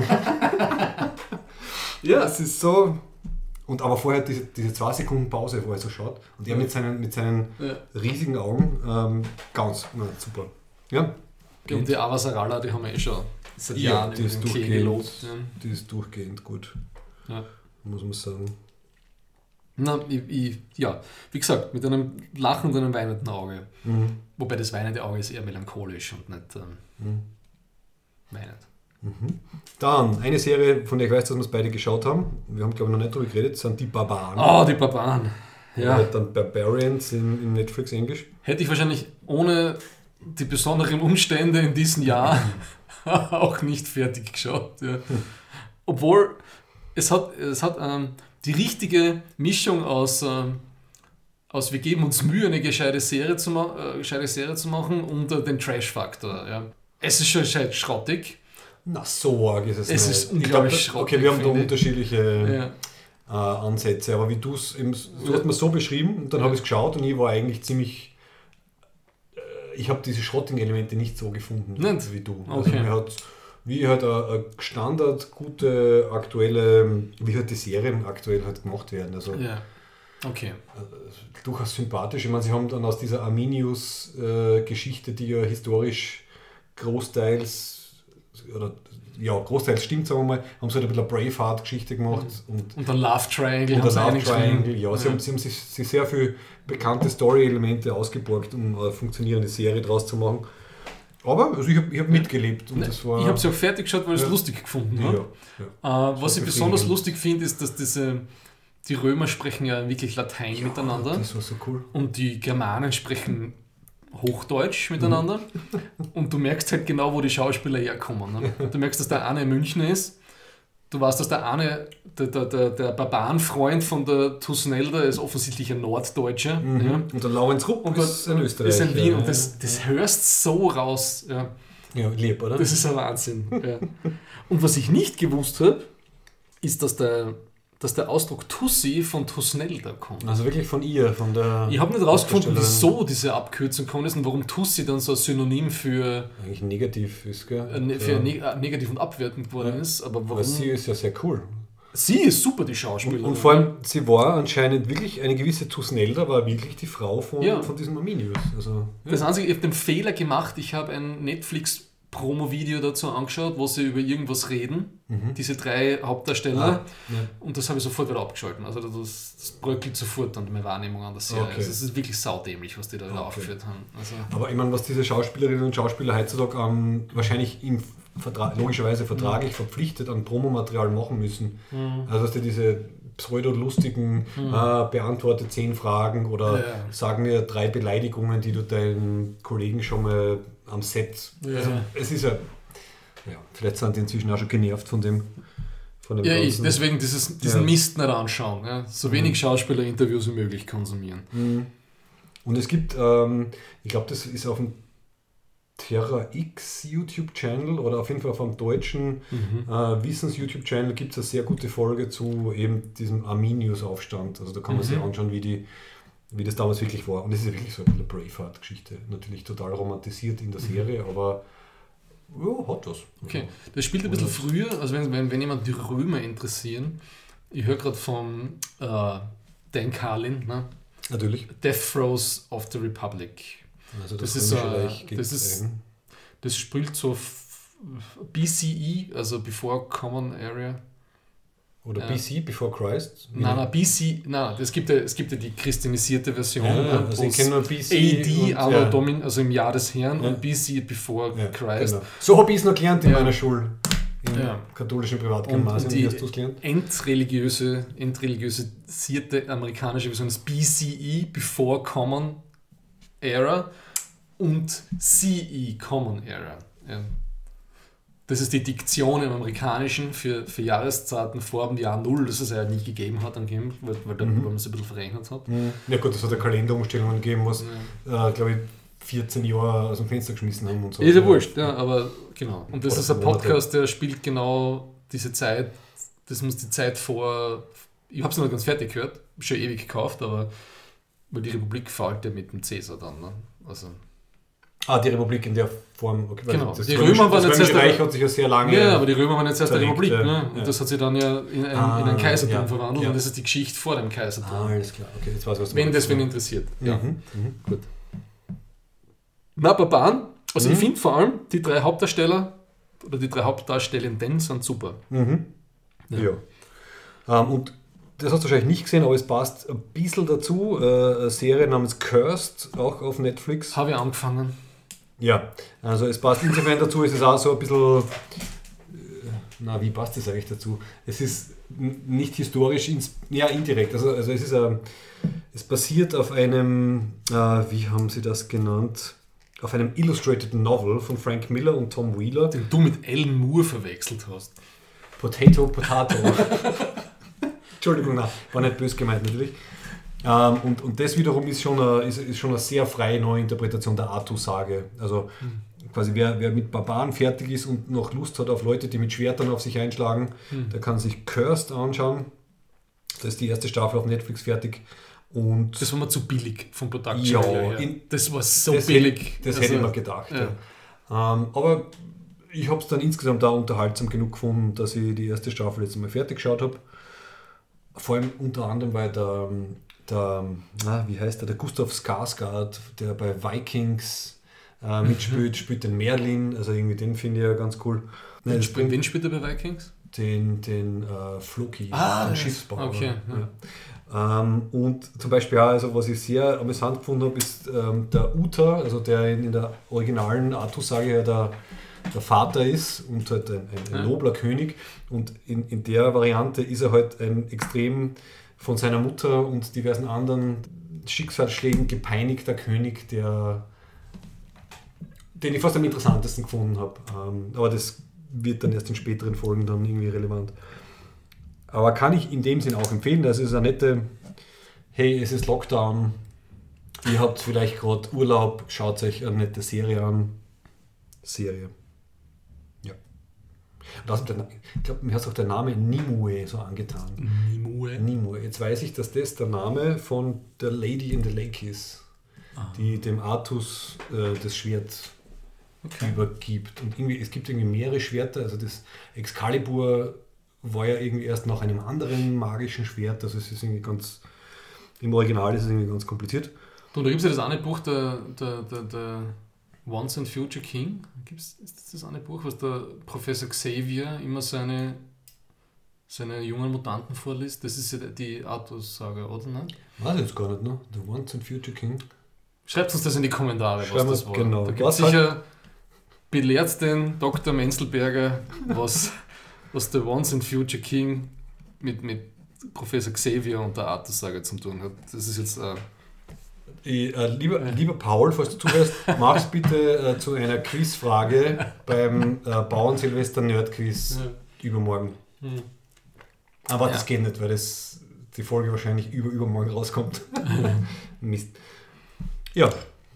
Ja, es ist so. Und aber vorher diese 2 Sekunden Pause, wo er so schaut und er mit seinen riesigen Augen, ganz super. Ja. Und die Ava Sarala, die haben wir schon seit Jahren die ist durchgehend, die ist durchgehend gut, muss man sagen. Na, wie gesagt, mit einem lachenden und weinenden Auge. Wobei das weinende Auge ist eher melancholisch und nicht weinend. Dann eine Serie, von der ich weiß, dass wir es beide geschaut haben. Wir haben, glaube ich, noch nicht darüber geredet, sind die Barbaren. Oh, die Barbaren. Ja. Halt dann Barbarians in Netflix Englisch. Hätte ich wahrscheinlich ohne die besonderen Umstände in diesem Jahr auch nicht fertig geschaut. Ja. Obwohl es hat die richtige Mischung aus wir geben uns Mühe, eine gescheite Serie zu machen und den Trash-Faktor. Ja. Es ist schon schrottig. Na, so arg ist es nicht. Es ist unglaublich schrottig. Okay, wir haben da unterschiedliche Ansätze, aber du hast mir so beschrieben und dann habe ich es geschaut und ich war eigentlich ziemlich... Ich habe diese Schrotting-Elemente nicht so gefunden wie du. Okay. Also wie halt eine Standard, gute, aktuelle, wie halt die Serien aktuell halt gemacht werden. Also Okay. Durchaus sympathisch. Ich meine, sie haben dann aus dieser Arminius-Geschichte, die ja historisch großteils stimmt, sagen wir mal, haben sie halt ein bisschen eine Braveheart-Geschichte gemacht. Und ein Love Triangle. Und ein Love Triangle, ja. Sie haben sich sehr viele bekannte Story-Elemente ausgeborgt, um eine funktionierende Serie draus zu machen. Aber also ich hab mitgelebt. Und das war, ich habe sie auch fertig geschaut, weil ich es lustig gefunden habe. Was ich besonders lustig finde, ist, dass die Römer sprechen ja wirklich Latein miteinander. Das war so cool. Und die Germanen sprechen Hochdeutsch miteinander. Und du merkst halt genau, wo die Schauspieler herkommen. Ne? Du merkst, dass der eine Münchner ist. Du weißt, dass der eine, der Barbarenfreund von der Tusnelda ist offensichtlich ein Norddeutscher. Ja. Und der Laurenz Rupp ist ein Österreicher. Ist ein Wien. Und das hörst so raus. Ja, lieb, oder? Das ist ein Wahnsinn. Ja. Und was ich nicht gewusst habe, ist, dass der Ausdruck Tussi von Tusnelda kommt. Also wirklich von ihr, von der... Ich habe nicht rausgefunden, wieso diese Abkürzung gekommen ist und warum Tussi dann so ein Synonym für... Eigentlich negativ ist, gell? Negativ und abwertend geworden ist. Aber warum? Weil sie ist ja sehr cool. Sie ist super, die Schauspielerin. Und vor allem, sie war anscheinend wirklich, eine gewisse Tusnelda war wirklich die Frau von diesem Arminius. Also, Das Einzige, ich habe den Fehler gemacht, ich habe ein Netflix-Promo-Video dazu angeschaut, wo sie über irgendwas reden, diese 3 Hauptdarsteller, und das habe ich sofort wieder abgeschaltet. Also das bröckelt sofort an meine Wahrnehmung an der Serie. Okay. Also es ist wirklich saudämlich, was die da aufgeführt haben. Also aber ich meine, was diese Schauspielerinnen und Schauspieler heutzutage wahrscheinlich logischerweise vertraglich verpflichtet an Promomaterial machen müssen. Also dass die diese pseudo-lustigen beantworte 10 Fragen oder sag mir 3 Beleidigungen, die du deinen Kollegen schon mal am Set... Also es ist ja, vielleicht sind die inzwischen auch schon genervt von dem Ganzen. Deswegen diesen Mist nicht anschauen. Ja? So wenig Schauspielerinterviews wie möglich konsumieren. Und es gibt, ich glaube, das ist auf dem Terra X YouTube-Channel oder auf jeden Fall auf einem deutschen Wissens-YouTube-Channel gibt es eine sehr gute Folge zu eben diesem Arminius-Aufstand. Also da kann man sich anschauen, wie das damals wirklich war. Und es ist ja wirklich so eine Braveheart-Geschichte. Natürlich total romantisiert in der Serie, aber hat was. Okay, das spielt ein bisschen früher, also wenn jemand die Römer interessieren. Ich höre gerade vom Dan Carlin, ne? Natürlich. Death Throes of the Republic. Also das spielt so BCE, also Before Common Era. Oder BC, Before Christ? Nein, BC, es gibt ja die christianisierte Version. Also ich kenne nur BC AD, also im Jahr des Herrn, und BC, Before Christ. Genau. So habe ich es noch gelernt in meiner Schule. Im katholischen Privatgymnasium. Wie hast du es gelernt? Entreligiösierte amerikanische Version ist BCE, Before Common Era, und CE, Common Era. Ja. Das ist die Diktion im Amerikanischen für Jahreszeiten vor dem Jahr 0, das es ja nie gegeben hat, angeblich, weil man es ein bisschen verrechnet hat. Ja gut, das hat eine Kalenderumstellung gegeben, was, glaube ich, 14 Jahre aus dem Fenster geschmissen haben und so. Ist ja wurscht, aber genau. Und das ist ein Podcast, der spielt genau diese Zeit, das muss die Zeit vor, ich habe es noch nicht ganz fertig gehört, schon ewig gekauft, aber weil die Republik fällt ja mit dem Cäsar dann. Ne? Also die Republik in der Form. Okay, genau. Das die Römer waren jetzt erst Reich hat sich ja sehr lange... Ja, aber die Römer waren jetzt erst eine Republik. Ne? Und das hat sich dann ja in ein Kaisertum verwandelt. Und das ist die Geschichte vor dem Kaisertum. Alles klar. Okay, jetzt weiß ich, was wenn das wen interessiert. Ja. Gut. Na, Barbaren. Also ich finde vor allem, die 3 Hauptdarsteller oder die 3 Hauptdarstellenden sind super. Und das hast du wahrscheinlich nicht gesehen, aber es passt ein bisschen dazu. Eine Serie namens Cursed, auch auf Netflix. Habe ich angefangen. Ja, also es passt insofern dazu, es ist auch so ein bisschen... wie passt das eigentlich dazu? Es ist nicht historisch, indirekt. Also es ist es basiert auf einem, wie haben sie das genannt? Auf einem Illustrated Novel von Frank Miller und Tom Wheeler. Den du mit Alan Moore verwechselt hast. Potato. Entschuldigung, nein, war nicht böse gemeint natürlich. Und das wiederum ist schon eine sehr freie Neuinterpretation der Artus-Sage. Also quasi wer mit Barbaren fertig ist und noch Lust hat auf Leute, die mit Schwertern auf sich einschlagen, der kann sich Cursed anschauen. Da ist die erste Staffel auf Netflix fertig. Und das war mir zu billig vom Production her. Das war so billig. Das hätte ich mir gedacht. Ja. Aber ich habe es dann insgesamt da unterhaltsam genug gefunden, dass ich die erste Staffel jetzt mal fertig geschaut habe. Vor allem unter anderem, weil der wie heißt der Gustav Skarsgård, der bei Vikings mitspielt, spielt den Merlin, also irgendwie den finde ich ja ganz cool. Wen spielt er bei Vikings? Den Floki, den Schiffsbauer. Okay. Ja. Und zum Beispiel auch, also was ich sehr amüsant gefunden habe, ist der Uther, also der in der originalen Artus-Sage ja der Vater ist und halt ein nobler König. Und in der Variante ist er halt ein extrem von seiner Mutter und diversen anderen Schicksalsschlägen gepeinigter König, den ich fast am interessantesten gefunden habe. Aber das wird dann erst in späteren Folgen dann irgendwie relevant. Aber kann ich in dem Sinn auch empfehlen, das ist eine nette, hey, es ist Lockdown, ihr habt vielleicht gerade Urlaub, schaut euch eine nette Serie an. Serie. Ja. Ich glaube, mir hat auch der Name Nimue so angetan. Nimue. Jetzt weiß ich, dass das der Name von der Lady in the Lake ist, die dem Artus das Schwert übergibt. Und irgendwie, es gibt irgendwie mehrere Schwerter, also das Excalibur war ja irgendwie erst nach einem anderen magischen Schwert, also es ist irgendwie ganz, im Original ist es irgendwie ganz kompliziert. Und da gibt es ja das eine Buch, der Once and Future King, ist das eine Buch, was der Professor Xavier immer seine jungen Mutanten vorliest? Das ist ja die Artus-Saga, oder nicht? Weiß ich jetzt gar nicht, ne? The Once and Future King. Schreibt uns das in die Kommentare, was das war. Genau. Da gibt es sicher, belehrt den Dr. Menzelberger, was der Once and Future King mit Professor Xavier und der Artus-Saga zu tun hat. Das ist jetzt... Lieber Paul, falls du zuhörst, mach's bitte zu einer Quizfrage beim Bauern-Silvester-Nerd-Quiz übermorgen. Aber das geht nicht, weil die Folge wahrscheinlich übermorgen rauskommt. Mist. Ja.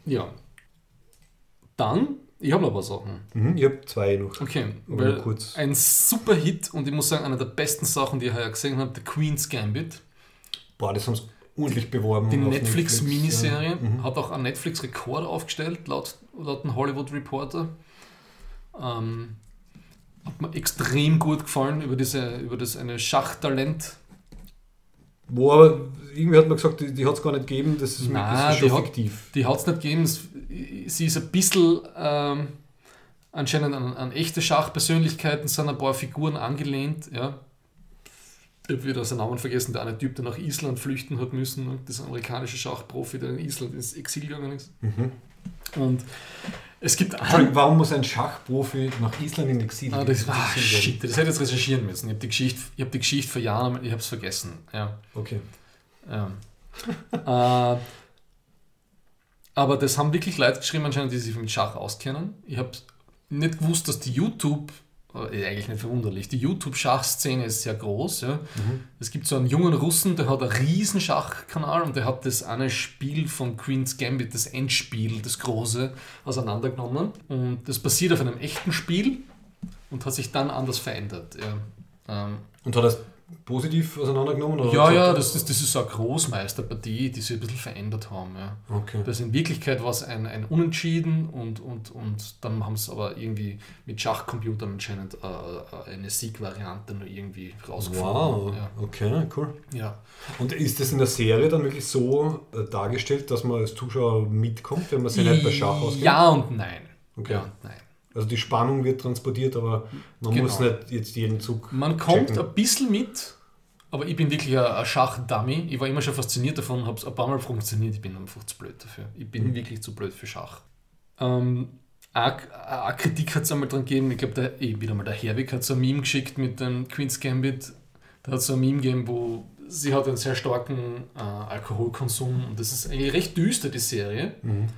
Dann, ich habe noch ein paar Sachen. Ich habe 2 noch. Okay, weil kurz. Ein super Hit und ich muss sagen, eine der besten Sachen, die ich heuer gesehen habe, The Queen's Gambit. Boah, das haben sie ordentlich beworben. Die Netflix-Miniserie hat auch einen Netflix-Rekord aufgestellt, laut dem Hollywood Reporter. Hat mir extrem gut gefallen über das eine Schachtalent. Wo aber irgendwie hat man gesagt, die hat es gar nicht gegeben, das ist schon fiktiv. Die hat es nicht gegeben, sie ist ein bisschen anscheinend an echte Schachpersönlichkeiten, sind ein paar Figuren angelehnt, ja. Ich habe wieder seinen Namen vergessen, der eine Typ, der nach Island flüchten hat müssen, das amerikanische Schachprofi, der in Island ins Exil gegangen ist. Und es gibt warum muss ein Schachprofi nach Island in Exil gehen? Das hätte ich jetzt recherchieren müssen. Ich habe die Geschichte vor Jahren, ich habe es vergessen. Ja. Okay. Ja. Aber das haben wirklich Leute geschrieben, anscheinend, die sich mit Schach auskennen. Ich habe nicht gewusst, dass die YouTube... Eigentlich nicht verwunderlich. Die YouTube-Schachszene ist sehr groß. Ja. Es gibt so einen jungen Russen, der hat einen riesen Schachkanal und der hat das eine Spiel von Queen's Gambit, das Endspiel, das große, auseinandergenommen. Und das basiert auf einem echten Spiel und hat sich dann anders verändert. Ja. Und hat das positiv auseinandergenommen? Oder Ja, das ist so eine Großmeisterpartie, die sich ein bisschen verändert haben. Ja. Okay. Das in Wirklichkeit war es ein Unentschieden und dann haben sie aber irgendwie mit Schachcomputern anscheinend eine Siegvariante nur irgendwie rausgefunden. Wow, ja. Okay, cool. Ja. Und ist das in der Serie dann wirklich so dargestellt, dass man als Zuschauer mitkommt, wenn man sich nicht bei Schach auskennt? Ja und nein. Okay. Ja und nein. Also die Spannung wird transportiert, aber man muss nicht jetzt jeden Zug Man kommt ein bisschen mit, aber ich bin wirklich ein Schach-Dummy. Ich war immer schon fasziniert davon, habe es ein paar Mal funktioniert. Ich bin einfach zu blöd dafür. Ich bin wirklich zu blöd für Schach. Eine Kritik hat es einmal dran gegeben, ich glaube, der Herwig hat so ein Meme geschickt mit dem Queen's Gambit. Da hat es so ein Meme gegeben, wo sie hat einen sehr starken Alkoholkonsum und das ist eigentlich recht düster, die Serie.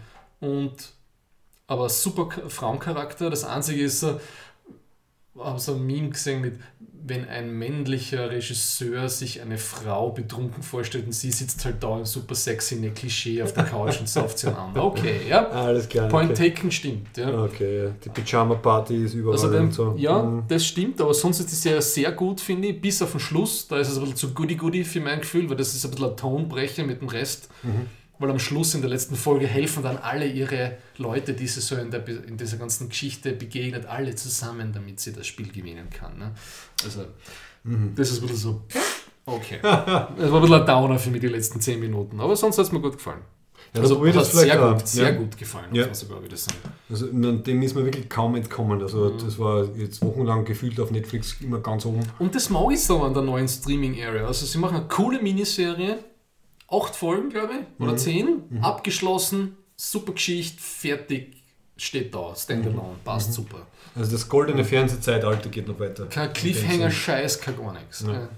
Aber super Frauencharakter. Das Einzige ist so, ich habe so ein Meme gesehen mit, wenn ein männlicher Regisseur sich eine Frau betrunken vorstellt und sie sitzt halt da im super sexy Klischee auf der Couch und sauft sie an. Okay, ja. Alles klar. Point taken stimmt. Ja. Okay, ja. Die Pyjama-Party ist überall und so. Ja, das stimmt, aber sonst ist die Serie sehr gut, finde ich, bis auf den Schluss. Da ist es ein bisschen zu goody-goody für mein Gefühl, weil das ist ein bisschen ein Tonbrecher mit dem Rest. Weil am Schluss in der letzten Folge helfen dann alle ihre Leute, die sie so in dieser ganzen Geschichte begegnet, alle zusammen, damit sie das Spiel gewinnen kann. Ne? Also, das ist ein bisschen so. Okay. Das war ein bisschen ein Downer für mich die letzten 10 Minuten, aber sonst hat es mir gut gefallen. Ja, Also hat es sehr gut gefallen, muss man sogar wieder sagen. Also dem ist mir wirklich kaum entkommen. Also das war jetzt wochenlang gefühlt auf Netflix immer ganz oben. Und das mag ich so an der neuen Streaming-Area. Also sie machen eine coole Miniserie, 8 Folgen, glaube ich, oder 10, abgeschlossen, super Geschichte, fertig, steht da, Standalone, passt super. Also das goldene Fernsehzeitalter geht noch weiter. Kein Cliffhanger-Scheiß, kein gar nichts. Ja.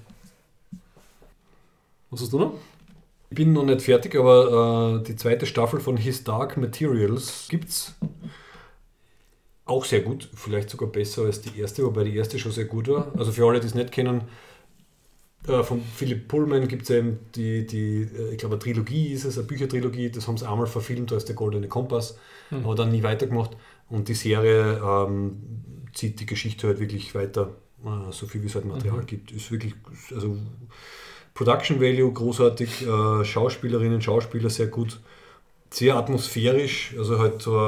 Was hast du noch? Ich bin noch nicht fertig, aber die zweite Staffel von His Dark Materials gibt's. Auch sehr gut, vielleicht sogar besser als die erste, wobei die erste schon sehr gut war. Also für alle, die es nicht kennen, von Philip Pullman gibt es eben ich glaube eine Trilogie ist es, eine Büchertrilogie, das haben sie einmal verfilmt als der Goldene Kompass, aber dann nie weitergemacht. Und die Serie zieht die Geschichte halt wirklich weiter, so viel wie es halt Material gibt. Ist wirklich, also Production Value großartig, Schauspielerinnen, Schauspieler sehr gut, sehr atmosphärisch, also halt so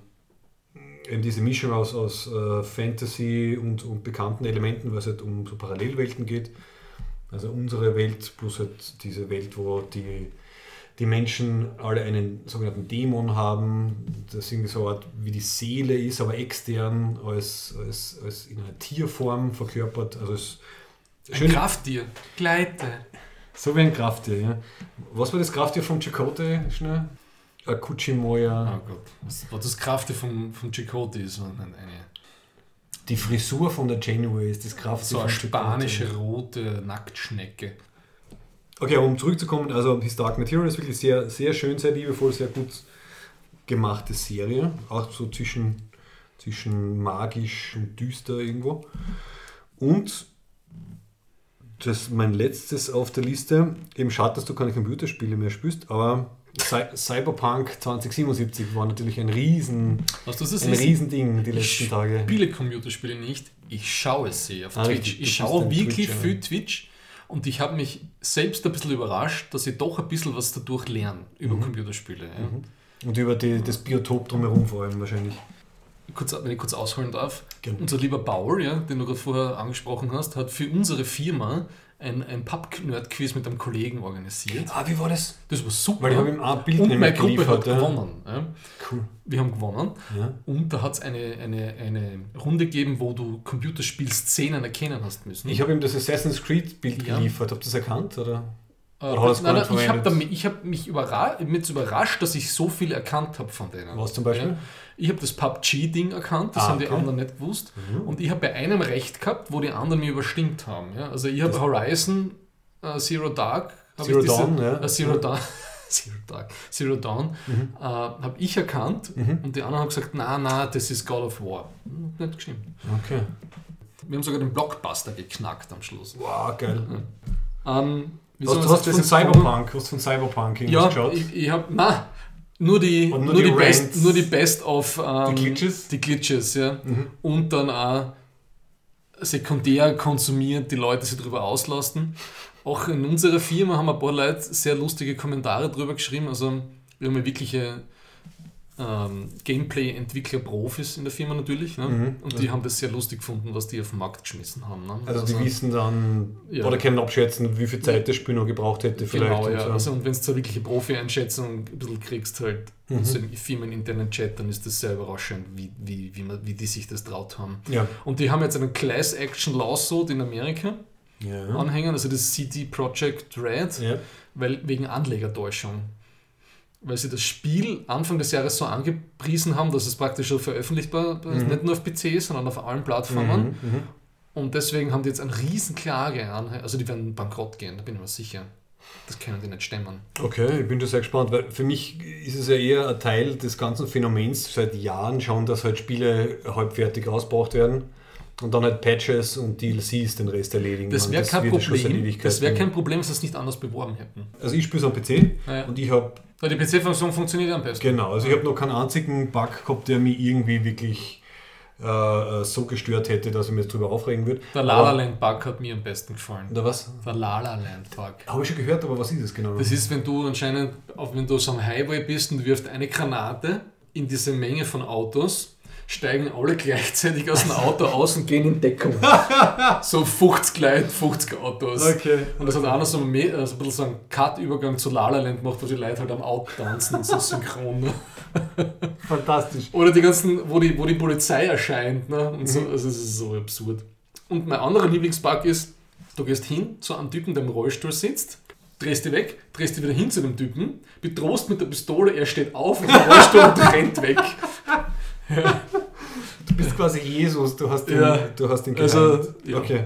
eben diese Mischung aus Fantasy und bekannten Elementen, weil es halt um so Parallelwelten geht. Also unsere Welt plus halt diese Welt, wo die Menschen alle einen sogenannten Dämon haben, das irgendwie so eine Art wie die Seele ist, aber extern als in einer Tierform verkörpert. Also es Ein Krafttier. Gleite. So wie ein Krafttier, ja. Was war das Krafttier von Chakotay schnell? Kuchimoya. Oh Gott. Was war das Krafttier von Chakotay? So Die Frisur von der Janeway ist das Krafttier so eine von Chakotay. spanische rote Nacktschnecke. Okay, aber um zurückzukommen, also His Dark Materials ist wirklich sehr, sehr schön, sehr liebevoll, sehr gut gemachte Serie. Auch so zwischen magisch und düster irgendwo. Und das mein letztes auf der Liste, eben schade, dass du keine Computerspiele mehr spielst, aber Cyberpunk 2077 war natürlich ein Riesending die letzten Tage. Ich spiele Computerspiele nicht, ich schaue sie auf Twitch. Richtig, ich schaue wirklich viel Twitch und ich habe mich selbst ein bisschen überrascht, dass ich doch ein bisschen was dadurch lerne über Computerspiele. Ja. Und über das Biotop drumherum vor allem wahrscheinlich. Wenn ich kurz ausholen darf, Gerne. unser lieber Bauer, ja, den du gerade vorher angesprochen hast, hat für unsere Firma ein Pub-Nerd-Quiz mit einem Kollegen organisiert. Ah, wie war das? Das war super. Weil ich habe ihm ein Bild und meine Gruppe geliefert, hat ja. gewonnen. Ja. Cool. Wir haben gewonnen. Ja. Und da hat es eine Runde gegeben, wo du Computerspiel-Szenen erkennen hast müssen. Ich habe ihm das Assassin's Creed Bild geliefert. Habt ihr das erkannt? Oder Ich habe mich überrascht, dass ich so viel erkannt habe von denen. Was zum Beispiel? Ja. Ich habe das PUBG-Ding erkannt, das haben die anderen nicht gewusst. Und ich habe bei einem recht gehabt, wo die anderen mir überstimmt haben. Ja. Also ich habe Horizon Zero Dawn habe ich erkannt und die anderen haben gesagt, na, das ist God of War. Nicht gestimmt. Okay. Wir haben sogar den Blockbuster geknackt am Schluss. Wow, geil. Du hast das in Cyberpunk, hast von Cyberpunk geschaut? Ich habe, nur die Best of die Glitches, ja. Und dann auch sekundär konsumiert, die Leute sich darüber auslasten. Auch in unserer Firma haben ein paar Leute sehr lustige Kommentare drüber geschrieben. Also wir haben ja wirkliche Gameplay-Entwickler-Profis in der Firma natürlich. Ne? Und die haben das sehr lustig gefunden, was die auf den Markt geschmissen haben. Ne? Also die wissen dann, oder können abschätzen, wie viel Zeit das Spiel noch gebraucht hätte vielleicht. Genau, ja. So. Also, und wenn du so wirkliche Profi-Einschätzung ein bisschen kriegst, halt so im firmeninternen Chat, dann ist das sehr überraschend, wie die sich das traut haben. Ja. Und die haben jetzt einen Class-Action-Lawsuit in Amerika anhängen, also das CD Projekt Red, wegen Anlegertäuschung. Weil sie das Spiel Anfang des Jahres so angepriesen haben, dass es praktisch schon veröffentlichbar ist, nicht nur auf PC, sondern auf allen Plattformen. Und deswegen haben die jetzt eine Riesenklage an. Also die werden bankrott gehen, da bin ich mir sicher. Das können die nicht stemmen. Okay, ich bin da sehr gespannt, weil für mich ist es ja eher ein Teil des ganzen Phänomens seit Jahren schon, dass halt Spiele halbfertig rausgebracht werden. Und dann halt Patches und DLCs den Rest erledigen. Das wäre kein Problem. Das wäre kein Problem, wenn sie es nicht anders beworben hätten. Also ich spiele es am PC und ich habe... Die PC-Funktion funktioniert am besten. Genau, also ich habe noch keinen einzigen Bug gehabt, der mich irgendwie wirklich so gestört hätte, dass ich mich jetzt drüber aufregen würde. Der La La Land Bug hat mir am besten gefallen. Der was? Der La La Land Bug. Habe ich schon gehört, aber was ist das genau? Das ist, wenn du so am Highway bist und du wirfst eine Granate in diese Menge von Autos, steigen alle gleichzeitig aus dem Auto aus und gehen in Deckung. So 50 Leute, 50 Autos. Okay. Und das hat einer so ein bisschen so einen Cut-Übergang zu La La Land gemacht, wo die Leute halt am Auto tanzen und so synchron. Ne? Fantastisch. Oder die ganzen, wo die Polizei erscheint. Ne? Und so, also es ist so absurd. Und mein anderer Lieblingspark ist, du gehst hin zu einem Typen, der im Rollstuhl sitzt, drehst dich weg, drehst dich wieder hin zu dem Typen, bedrohst mit der Pistole, er steht auf und der Rollstuhl und rennt weg. Ja. Du bist quasi Jesus, du hast den gelernt. Also, ja. Okay.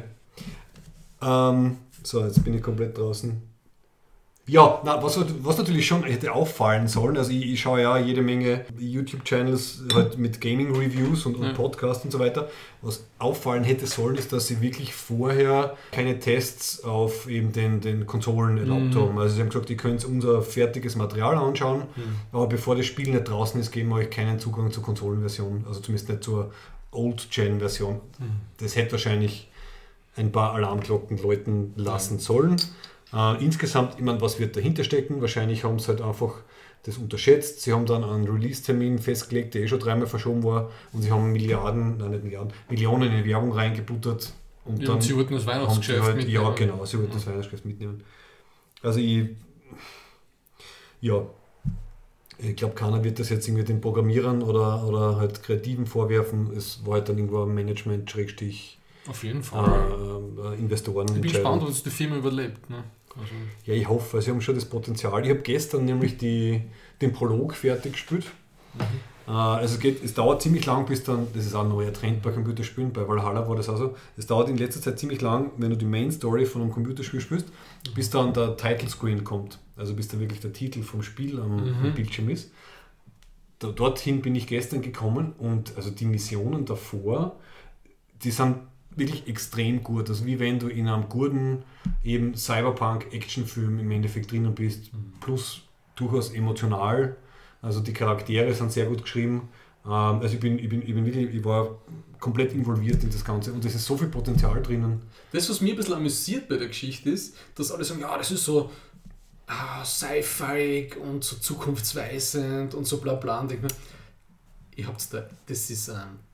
So, jetzt bin ich komplett draußen. Ja, was natürlich schon hätte auffallen sollen, also ich schaue ja jede Menge YouTube-Channels halt mit Gaming-Reviews und Podcasts und so weiter. Was auffallen hätte sollen, ist, dass sie wirklich vorher keine Tests auf eben den Konsolen erlaubt haben. Also sie haben gesagt, ihr könnt unser fertiges Material anschauen, aber bevor das Spiel nicht draußen ist, geben wir euch keinen Zugang zur Konsolenversion, also zumindest nicht zur Old-Gen-Version. Das hätte wahrscheinlich ein paar Alarmglocken läuten lassen sollen. Insgesamt, ich meine, was wird dahinter stecken? Wahrscheinlich haben sie halt einfach das unterschätzt. Sie haben dann einen Release-Termin festgelegt, der schon 3-mal verschoben war, und sie haben Millionen in die Werbung reingebuttert. Und dann sie wollten das Weihnachtsgeschäft mitnehmen. Ja, genau, sie wollten das Weihnachtsgeschäft mitnehmen. Also ich glaube, keiner wird das jetzt irgendwie den Programmierern oder halt Kreativen vorwerfen. Es war halt dann irgendwo ein Management- auf jeden Fall. Investoren. Ich bin gespannt, ob es die Firma überlebt. Ne? Also ja, ich hoffe, sie haben schon das Potenzial. Ich habe gestern nämlich den Prolog fertig gespielt. Also es dauert ziemlich lang, bis dann, das ist auch ein neuer Trend bei Computerspielen, bei Valhalla war das auch so, es dauert in letzter Zeit ziemlich lang, wenn du die Main Story von einem Computerspiel spielst, bis dann der Title Screen kommt. Also bis dann wirklich der Titel vom Spiel am Bildschirm ist. Dorthin bin ich gestern gekommen und also die Missionen davor, die sind wirklich extrem gut. Also wie wenn du in einem guten eben Cyberpunk-Actionfilm im Endeffekt drinnen bist, plus durchaus emotional. Also die Charaktere sind sehr gut geschrieben. Also ich war komplett involviert in das Ganze und es ist so viel Potenzial drinnen. Das, was mir ein bisschen amüsiert bei der Geschichte ist, dass alle sagen, ja, das ist so Sci-Fi und so zukunftsweisend und so bla bla. Und ich hab's da, das ist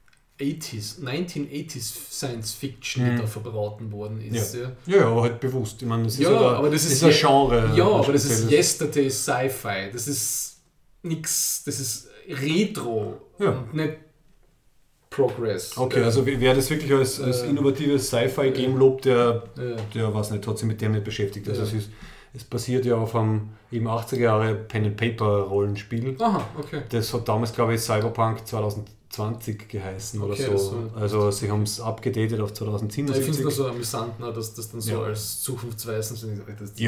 1980s Science Fiction, die da verbraten worden ist. Ja, aber halt bewusst. Ich meine, das ist aber das ist ein Genre. Ja, aber das ist Yesterday Sci-Fi. Das ist nichts, das ist Retro und nicht Progress. Okay, also wer das wirklich als innovatives Sci-Fi-Game lobt, der weiß nicht, hat sich mit dem nicht beschäftigt. Also es basiert ja auf einem eben 80er Jahre Pen-and-Paper-Rollenspiel. Aha, okay. Das hat damals, glaube ich, Cyberpunk 2020 geheißen oder so. Also sie haben es abgedatet auf 2077. Ich finde es nur so amüsant, dass das dann so als zukunftsweisend sind.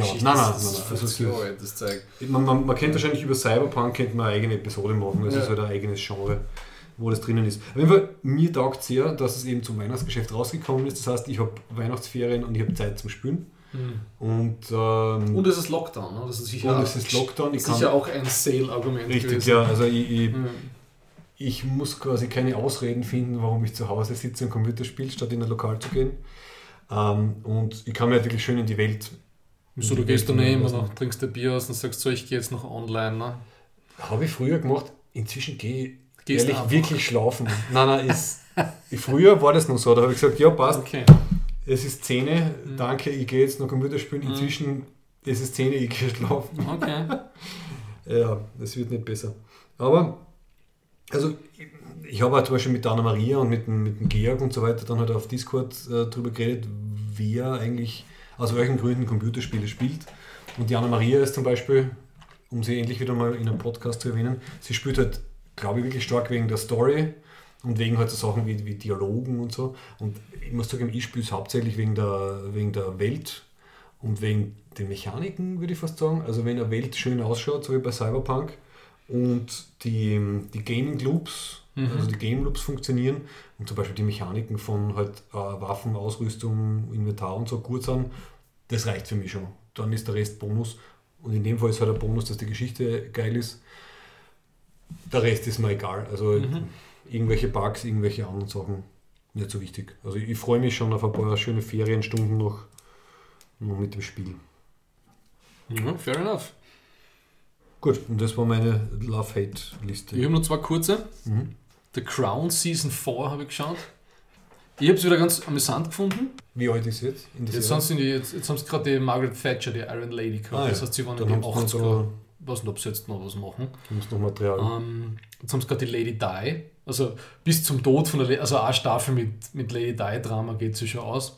Das zeigt. Man kennt wahrscheinlich über Cyberpunk eine eigene Episode machen. Das ist halt ein eigenes Genre, wo das drinnen ist. Auf jeden Fall, mir taugt sehr, dass es eben zum Weihnachtsgeschäft rausgekommen ist. Das heißt, ich habe Weihnachtsferien und ich habe Zeit zum Spielen. Und es ist Lockdown, ne? Das ist sicher, Lockdown. Ich sicher auch ein Sale-Argument richtig gewesen. Ja, also ich muss quasi keine Ausreden finden, warum ich zu Hause sitze und Computer spiele, statt in ein Lokal zu gehen. Und ich kann mir halt wirklich schön in die Welt... So, du gehst daneben und trinkst ein Bier aus und sagst so, ich gehe jetzt noch online. Ne? Habe ich früher gemacht. Inzwischen gehe ich wirklich schlafen. Früher war das noch so, da habe ich gesagt, ja passt. Okay. Es ist 10, danke, ich gehe jetzt noch Computer spielen. Inzwischen es ist 10, ich gehe schlafen. Okay. Ja, das wird nicht besser. Aber, also, ich habe auch zum Beispiel mit Anna Maria und mit dem Georg und so weiter dann halt auf Discord drüber geredet, wer eigentlich aus welchen Gründen Computerspiele spielt. Und die Anna Maria ist zum Beispiel, um sie endlich wieder mal in einem Podcast zu erwähnen, sie spielt halt, glaube ich, wirklich stark wegen der Story. Und wegen halt so Sachen wie Dialogen und so. Und ich muss sagen, ich spiele es hauptsächlich wegen der Welt und wegen den Mechaniken, würde ich fast sagen. Also wenn eine Welt schön ausschaut, so wie bei Cyberpunk, und die Gaming Loops, also die Game Loops funktionieren und zum Beispiel die Mechaniken von halt Waffen, Ausrüstung, Inventar und so gut sind, das reicht für mich schon. Dann ist der Rest Bonus. Und in dem Fall ist halt der Bonus, dass die Geschichte geil ist. Der Rest ist mir egal. Also irgendwelche Bugs, irgendwelche anderen Sachen, nicht so wichtig. Also ich freue mich schon auf ein paar schöne Ferienstunden noch mit dem Spiel. Ja, fair enough. Gut, und das war meine Love-Hate-Liste. Ich habe noch 2 kurze. The Crown Season 4 habe ich geschaut. Ich habe es wieder ganz amüsant gefunden. Wie alt ist sie jetzt? Jetzt haben sie gerade die Margaret Thatcher, die Iron Lady gehabt. Das heißt, sie waren in den 80er. Ich weiß nicht, ob sie jetzt noch was machen. Du musst noch Material. Jetzt haben sie gerade die Lady Di. Also bis zum Tod von der also eine Staffel mit Lady Di-Drama geht sie schon aus.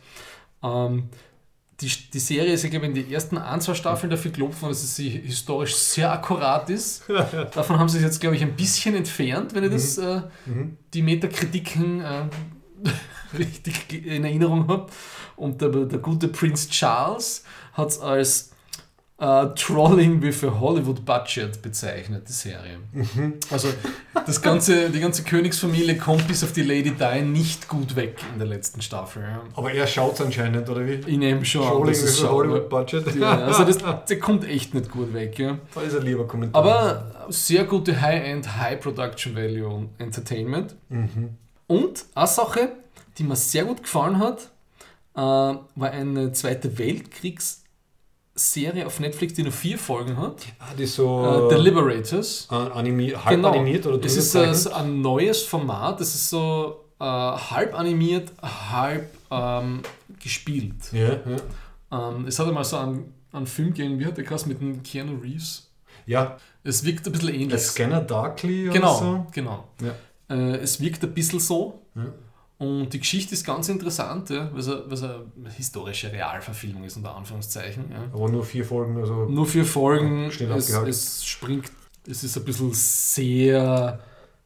Die Serie ist, ich glaube, in den ersten 1-2 Staffeln dafür gelobt worden, dass sie historisch sehr akkurat ist. Davon haben sie sich jetzt, glaube ich, ein bisschen entfernt, wenn ich das die Metakritiken richtig in Erinnerung habe. Und der gute Prince Charles hat es als Trolling with a Hollywood Budget bezeichnet, die Serie. Also die ganze Königsfamilie kommt bis auf die Lady Di nicht gut weg in der letzten Staffel. Ja. Aber er schaut es anscheinend, oder wie? Ich nehme schon. Trolling with a Hollywood Budget. Ja, also der kommt echt nicht gut weg. Ja. Das ist ein lieber Kommentar. Aber sehr gute High-End, High-Production-Value und Entertainment. Und eine Sache, die mir sehr gut gefallen hat, war eine Zweite Weltkriegsserie auf Netflix, die nur 4 Folgen hat. Die so The Liberators. Halb animiert oder es ist ein neues Format, das ist so halb animiert, halb gespielt. Ja. Es hat einmal so einen Film gegeben, wie hat der geheißen, mit dem Keanu Reeves? Ja. Es wirkt ein bisschen ähnlich. Der Scanner Darkly oder so? Genau. Ja. Es wirkt ein bisschen so. Ja. Und die Geschichte ist ganz interessant, ja, weil es eine historische Realverfilmung ist, unter Anführungszeichen. Ja. Aber nur 4 Folgen. Also nur 4 Folgen. Es ist ein bisschen sehr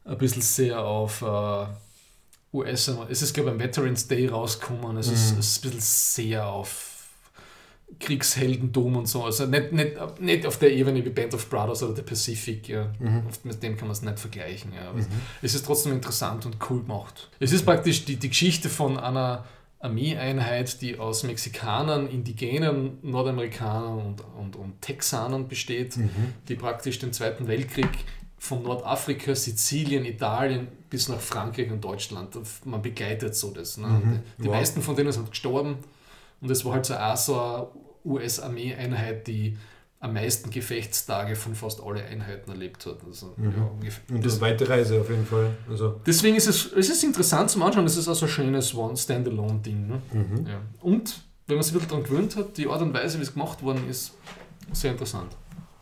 auf US. Es ist, glaube ich, am Veterans Day rausgekommen. Es ist ein bisschen sehr auf Kriegsheldentum und so. Also nicht auf der Ebene wie Band of Brothers oder The Pacific. Ja. Mit dem kann man es nicht vergleichen. Ja. Aber es ist trotzdem interessant und cool gemacht. Es ist praktisch die Geschichte von einer Armeeeinheit, die aus Mexikanern, Indigenen, Nordamerikanern und Texanern besteht, die praktisch den Zweiten Weltkrieg von Nordafrika, Sizilien, Italien bis nach Frankreich und Deutschland. Man begleitet so das. Ne? Die meisten von denen sind gestorben. Und es war halt so eine US-Armee-Einheit, die am meisten Gefechtstage von fast allen Einheiten erlebt hat. Also, und das ist eine weite Reise auf jeden Fall. Also. Deswegen ist es interessant zum Anschauen, es ist auch so ein schönes Standalone-Ding. Ne? Ja. Und wenn man sich ein bisschen daran gewöhnt hat, die Art und Weise, wie es gemacht worden ist, sehr interessant.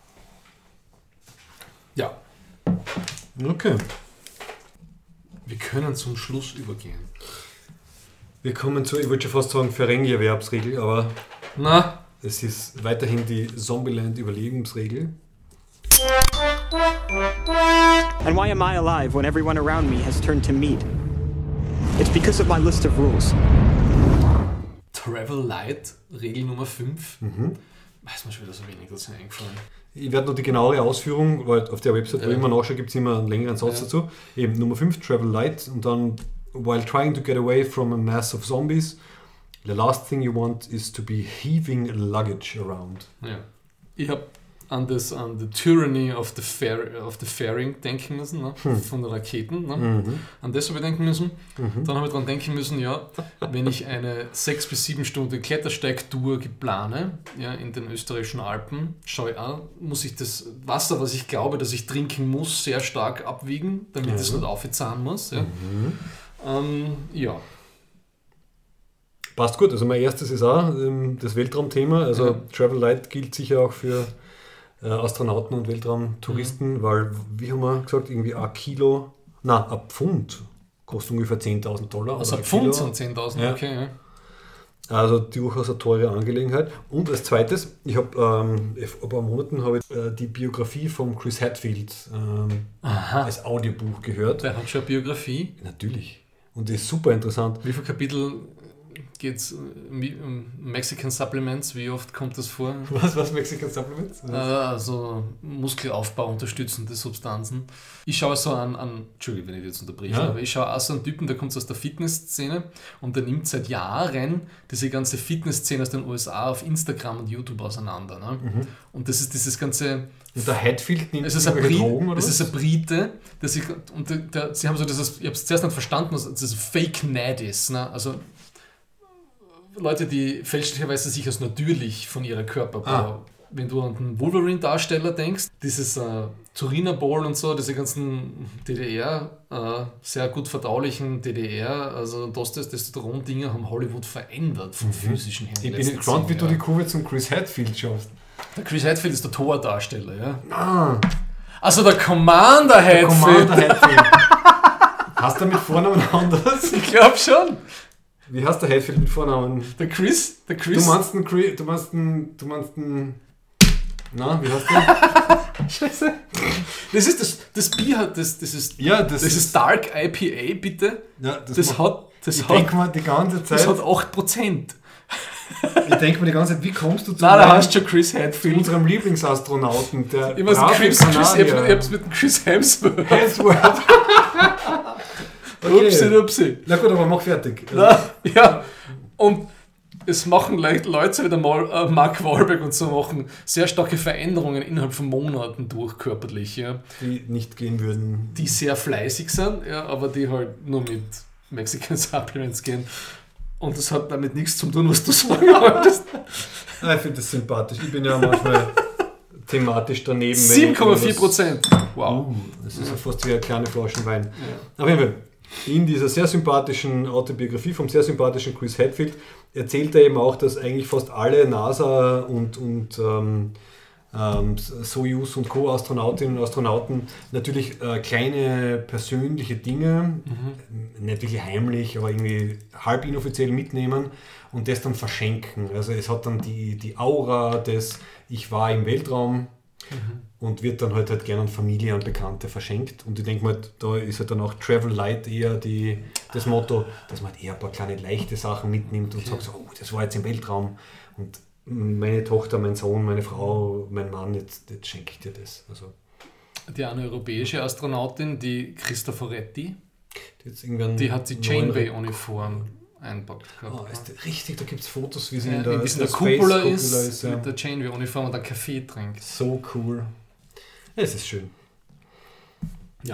Ja. Okay. Wir können zum Schluss übergehen. Wir kommen zur, ich wollte schon fast sagen, Ferengi-Erwerbsregel, aber es ist weiterhin die Zombieland-Überlebensregel. And why am I alive when everyone around me has turned to meat? It's because of my list of rules. Travel Light, Regel Nummer 5. Weiß man schon wieder so wenig dazu eingefallen. Ich werde noch die genauere Ausführung, weil auf der Website, wo ich immer nachschaue, gibt es immer einen längeren Satz dazu. Eben Nummer 5, Travel Light, und dann while trying to get away from a mass of zombies, the last thing you want is to be heaving luggage around. Ja. Ich habe an The Tyranny of the Fairing denken müssen, ne? Von den Raketen. Ne? An das habe ich denken müssen. Dann habe ich daran denken müssen, wenn ich eine 6 bis 7 Stunden Klettersteigtour plane, in den österreichischen Alpen, schaue ich an, muss ich das Wasser, was ich glaube, dass ich trinken muss, sehr stark abwiegen, damit es nicht aufzahlen muss. Ja. Passt gut, also mein erstes ist auch das Weltraumthema, also Travel Light gilt sicher auch für Astronauten und Weltraumtouristen, weil, wie haben wir gesagt, irgendwie ein Pfund kostet ungefähr $10.000. Also ein Pfund sind 10.000, okay. Ja. Also durchaus eine teure Angelegenheit. Und als zweites, ich habe vor ein paar Monaten die Biografie von Chris Hadfield als Audiobuch gehört. Der hat schon eine Biografie? Natürlich. Und die ist super interessant. Wie viele Kapitel geht es um Mexican Supplements? Wie oft kommt das vor? Was Mexican Supplements? Also Muskelaufbau unterstützende Substanzen. Ich schaue so Entschuldigung, wenn ich jetzt unterbreche, aber ich schaue auch so einen Typen, der kommt aus der Fitnessszene und der nimmt seit Jahren diese ganze Fitnessszene aus den USA auf Instagram und YouTube auseinander. Ne? Und das ist dieses ganze... Und der Hatfield nimmt Drogen, oder? Es ist ein Brite, sie haben so dieses, ich habe es zuerst nicht verstanden, dass das Fake Nerd ist. Ne? Also Leute, die fälschlicherweise sich als natürlich von ihrer Körperbau wenn du an den Wolverine-Darsteller denkst, dieses Turiner Ball und so, diese ganzen DDR, sehr gut verdaulichen DDR, also Testosteron-Dinger haben Hollywood verändert vom physischen her. Ich bin gespannt, wie du die Kurve zum Chris Hadfield schaffst. Der Chris Hadfield ist der Thor-Darsteller, ja? Also der Commander Hadfield. Hast du mit Vornamen anders? Ich glaube schon. Wie heißt der Hadfield mit Vornamen? Der Chris. Du meinst den. Na, wie heißt der? Scheiße. Das ist das Bier, das ist Dark IPA, bitte. Ja, Ich denke mir die ganze Zeit. Das hat 8%. Ich denke mir die ganze Zeit, wie kommst du Nein, da hast du schon Chris Hadfield. unserem Lieblingsastronauten, der Ich hab's mit dem Chris Hemsworth. Okay. Upsi. Na gut, aber mach fertig. Ja, und es machen Leute wieder mal, Mark Wahlberg und so machen sehr starke Veränderungen innerhalb von Monaten durch, körperlich. Ja. Die nicht gehen würden. Die sehr fleißig sind, ja, aber die halt nur mit Mexican Supplements gehen. Und das hat damit nichts zu tun, was du sagen wolltest. Ich finde das sympathisch. Ich bin ja manchmal thematisch daneben. 7,4%. Wow. Das ist ja fast wie eine kleine Flasche Wein. Ja. Auf jeden Fall, in dieser sehr sympathischen Autobiografie vom sehr sympathischen Chris Hadfield erzählt er eben auch, dass eigentlich fast alle NASA und Soyuz und Co-Astronautinnen und Astronauten natürlich kleine persönliche Dinge, nicht wirklich heimlich, aber irgendwie halb inoffiziell mitnehmen und das dann verschenken. Also es hat dann die Aura des Ich war im Weltraum und wird dann halt gerne an Familie und Bekannte verschenkt. Und ich denke mal, da ist halt dann auch Travel Light eher das Motto, dass man halt eher ein paar kleine leichte Sachen mitnimmt und sagt so, oh, das war jetzt im Weltraum und meine Tochter, mein Sohn, meine Frau, mein Mann, jetzt schenke ich dir das. Also. Die eine europäische Astronautin, die Cristoforetti, die hat die Janeway-Uniform einpackt gehabt. Oh, ist das richtig, da gibt es Fotos, wie sie in der Cupola ist mit der Janeway-Uniform und einen Kaffee trinkt. So cool. Es ist schön. Ja.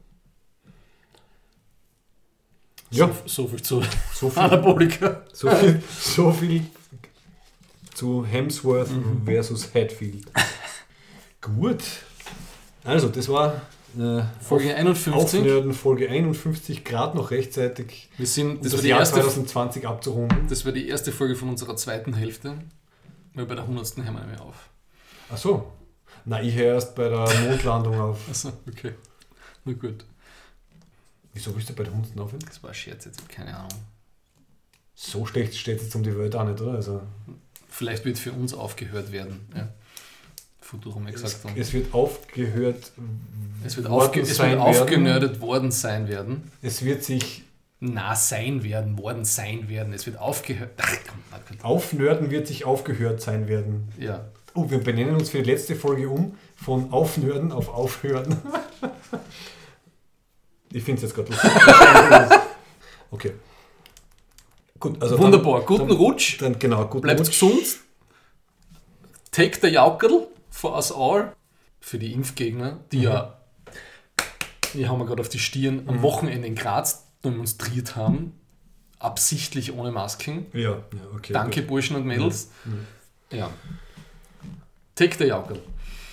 So viel zu Anabolika. So viel zu Hemsworth versus Hadfield. Gut. Also, das war Folge 51. Aufnörden, Folge 51, gerade noch rechtzeitig, das das Jahr 2020 abzurunden. Das war die erste Folge von unserer zweiten Hälfte, weil bei der 100. hören wir nicht mehr auf. Ach so. Na, ich höre erst bei der Mondlandung auf. Achso, okay. Na gut. Wieso willst du bei der 100. aufhören? Das war ein Scherz jetzt, keine Ahnung. So schlecht steht es jetzt um die Welt auch nicht, oder? Also vielleicht wird für uns aufgehört werden. Ja. Futurum gesagt. Es wird aufgehört. Es wird aufgenördet worden sein werden. Es wird sich. Worden sein werden. Es wird aufgehört. Aufnörden wird sich aufgehört sein werden. Ja. Oh, wir benennen uns für die letzte Folge von Aufnörden auf Aufhören. Ich finde es jetzt gerade lustig. Okay. Gut, also wunderbar. Guten Rutsch. Bleibt gesund. Take the Jaukerl for us all. Für die Impfgegner, die wir haben gerade auf die Stirn am Wochenende in Graz demonstriert haben. Absichtlich ohne Masken. Ja, okay. Danke, gut. Burschen und Mädels. Ja. Take the Jaukerl.